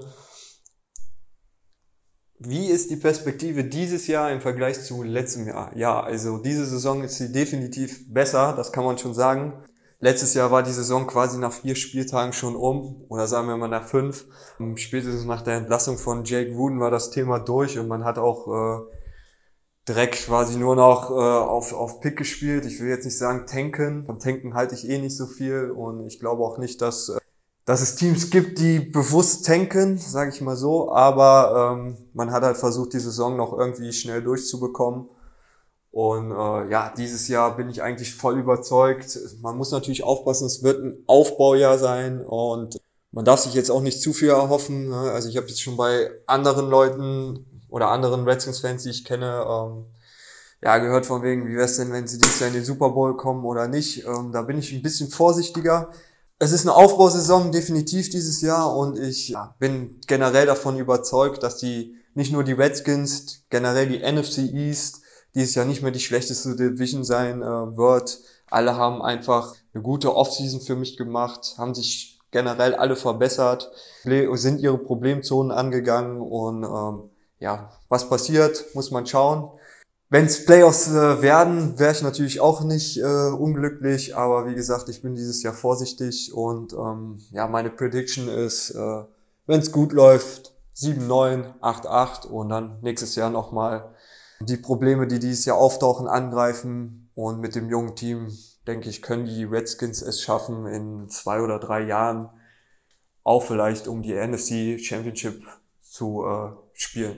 Wie ist die Perspektive dieses Jahr im Vergleich zu letztem Jahr? Ja, also diese Saison ist sie definitiv besser, das kann man schon sagen. Letztes Jahr war die Saison quasi nach vier Spieltagen schon um, oder sagen wir mal nach fünf. Spätestens nach der Entlassung von Jake Gruden war das Thema durch und man hat auch äh, direkt quasi nur noch äh, auf auf Pick gespielt. Ich will jetzt nicht sagen tanken, von tanken halte ich eh nicht so viel und ich glaube auch nicht, dass, äh, dass es Teams gibt, die bewusst tanken, sage ich mal so, aber ähm, man hat halt versucht, die Saison noch irgendwie schnell durchzubekommen. Und äh, ja, dieses Jahr bin ich eigentlich voll überzeugt. Man muss natürlich aufpassen, es wird ein Aufbaujahr sein und man darf sich jetzt auch nicht zu viel erhoffen. Ne? Also ich habe jetzt schon bei anderen Leuten oder anderen Redskins-Fans, die ich kenne, ähm, ja gehört von wegen, wie wär's denn, wenn sie dieses Jahr in den Super Bowl kommen oder nicht. Ähm, da bin ich ein bisschen vorsichtiger. Es ist eine Aufbausaison definitiv dieses Jahr und ich ja, bin generell davon überzeugt, dass die nicht nur die Redskins, generell die N F C East dieses Jahr nicht mehr die schlechteste Division sein äh, wird. Alle haben einfach eine gute Offseason für mich gemacht, haben sich generell alle verbessert, sind ihre Problemzonen angegangen und ähm, ja, was passiert, muss man schauen. Wenn es Playoffs äh, werden, wäre ich natürlich auch nicht äh, unglücklich, aber wie gesagt, ich bin dieses Jahr vorsichtig und ähm, ja, meine Prediction ist, äh, wenn es gut läuft, sieben neun, acht acht und dann nächstes Jahr nochmal die Probleme, die dieses Jahr auftauchen, angreifen und mit dem jungen Team, denke ich, können die Redskins es schaffen, in zwei oder drei Jahren auch vielleicht um die N F C Championship zu äh, spielen.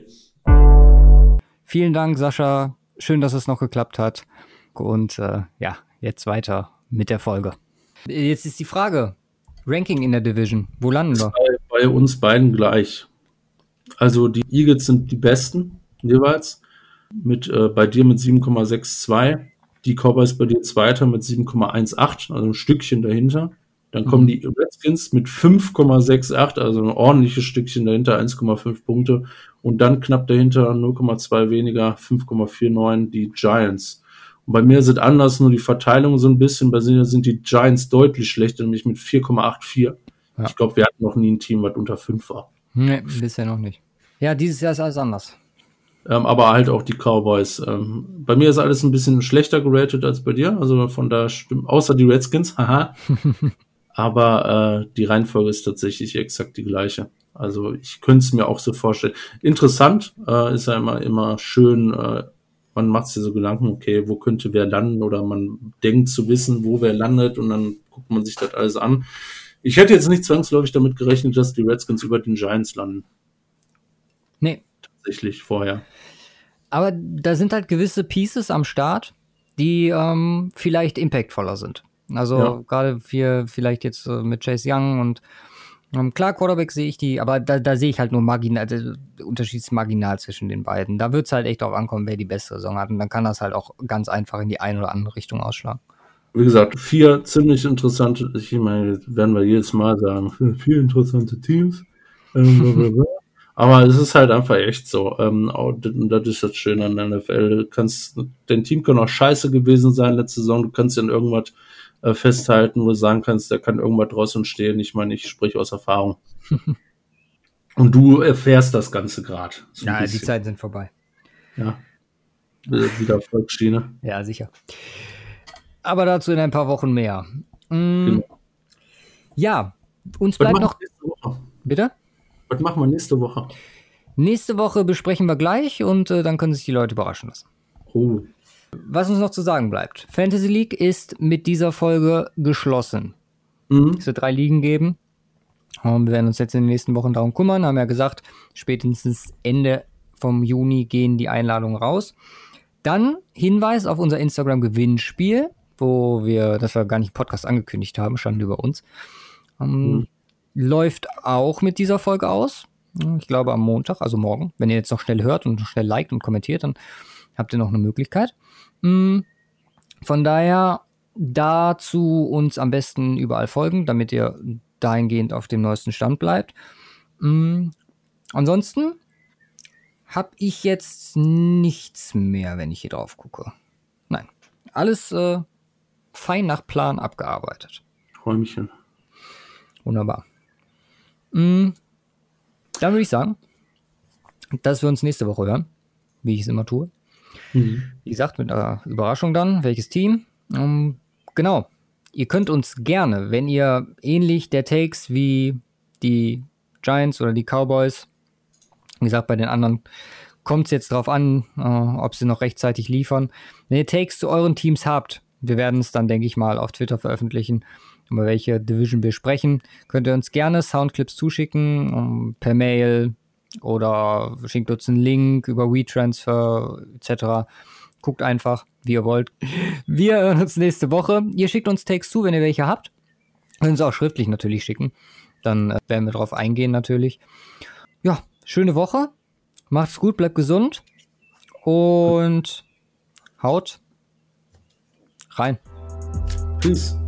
Vielen Dank, Sascha. Schön, dass es noch geklappt hat. Und äh, ja, jetzt weiter mit der Folge. Jetzt ist die Frage, Ranking in der Division, wo landen wir? Bei, bei uns beiden gleich. Also die Eagles sind die Besten jeweils. Mit äh, bei dir mit sieben Komma sechsundsechzig, die Cowboys bei dir Zweiter mit sieben Komma achtzehn, also ein Stückchen dahinter. Dann kommen die Redskins mit fünf Komma achtundsechzig, also ein ordentliches Stückchen dahinter, eins Komma fünf Punkte. Und dann knapp dahinter null Komma zwei weniger, fünf Komma neunundvierzig, die Giants. Und bei mir sind anders nur die Verteilung so ein bisschen. Bei mir sind die Giants deutlich schlechter, nämlich mit vier Komma vierundachtzig. Ja. Ich glaube, wir hatten noch nie ein Team, was unter fünf war. Nee, bisher noch nicht. Ja, dieses Jahr ist alles anders. Ähm, aber halt auch die Cowboys. Ähm, bei mir ist alles ein bisschen schlechter geratet als bei dir, also von da stimmt, außer die Redskins, haha. Aber äh, die Reihenfolge ist tatsächlich exakt die gleiche. Also ich könnte es mir auch so vorstellen. Interessant äh, ist ja immer, immer schön, äh, man macht sich so Gedanken, okay, wo könnte wer landen, oder man denkt zu wissen, wo wer landet, und dann guckt man sich das alles an. Ich hätte jetzt nicht zwangsläufig damit gerechnet, dass die Redskins über den Giants landen. Nee. Tatsächlich vorher. Aber da sind halt gewisse Pieces am Start, die ähm, vielleicht impactvoller sind. Also Ja. gerade wir vielleicht jetzt äh, mit Chase Young und ähm, klar, Quarterback sehe ich die, aber da, da sehe ich halt nur marginal, der Unterschied ist marginal zwischen den beiden. Da wird es halt echt darauf ankommen, wer die bessere Saison hat, und dann kann das halt auch ganz einfach in die eine oder andere Richtung ausschlagen. Wie gesagt, vier ziemlich interessante, ich meine, werden wir jedes Mal sagen, vier interessante Teams. Ähm, Aber es ist halt einfach echt so. Ähm, das ist das Schöne an der N F L. Du kannst, dein Team kann auch scheiße gewesen sein letzte Saison. Du kannst dir an irgendwas äh, festhalten, wo du sagen kannst, da kann irgendwas draus entstehen. Ich meine, ich spreche aus Erfahrung. Und du erfährst das Ganze gerade. So ja, die Zeiten sind vorbei. Ja. Wieder Volksschiene. Ja, sicher. Aber dazu in ein paar Wochen mehr. Mhm. Genau. Ja, uns Was bleibt machen noch... wir nächste Woche? Bitte? Was machen wir nächste Woche? Nächste Woche besprechen wir gleich, und äh, dann können sich die Leute überraschen lassen. Oh. Was uns noch zu sagen bleibt. Fantasy League ist mit dieser Folge geschlossen. Mhm. Es wird drei Ligen geben. Und wir werden uns jetzt in den nächsten Wochen darum kümmern. Haben ja gesagt, spätestens Ende vom Juni gehen die Einladungen raus. Dann Hinweis auf unser Instagram-Gewinnspiel, wo wir, das wir gar nicht im Podcast angekündigt haben, standen über uns. Ähm, Mhm. Läuft auch mit dieser Folge aus. Ich glaube am Montag, also morgen. Wenn ihr jetzt noch schnell hört und schnell liked und kommentiert, dann habt ihr noch eine Möglichkeit. Von daher dazu uns am besten überall folgen, damit ihr dahingehend auf dem neuesten Stand bleibt. Ansonsten habe ich jetzt nichts mehr, wenn ich hier drauf gucke. Nein, alles äh, fein nach Plan abgearbeitet. Träumchen. Wunderbar. Dann würde ich sagen, dass wir uns nächste Woche hören, wie ich es immer tue. Mhm. Wie gesagt, mit einer Überraschung dann, welches Team. Um, genau, ihr könnt uns gerne, wenn ihr ähnlich der Takes wie die Giants oder die Cowboys, wie gesagt, bei den anderen kommt es jetzt drauf an, äh, ob sie noch rechtzeitig liefern. Wenn ihr Takes zu euren Teams habt, wir werden es dann, denke ich mal, auf Twitter veröffentlichen, über welche Division wir sprechen, könnt ihr uns gerne Soundclips zuschicken, um, per Mail oder schickt uns einen Link über WeTransfer et cetera. Guckt einfach, wie ihr wollt. Wir hören uns nächste Woche. Ihr schickt uns Takes zu, wenn ihr welche habt. Könnt uns auch schriftlich natürlich schicken. Dann äh, werden wir drauf eingehen natürlich. Ja, schöne Woche. Macht's gut, bleibt gesund. Und haut rein. Peace.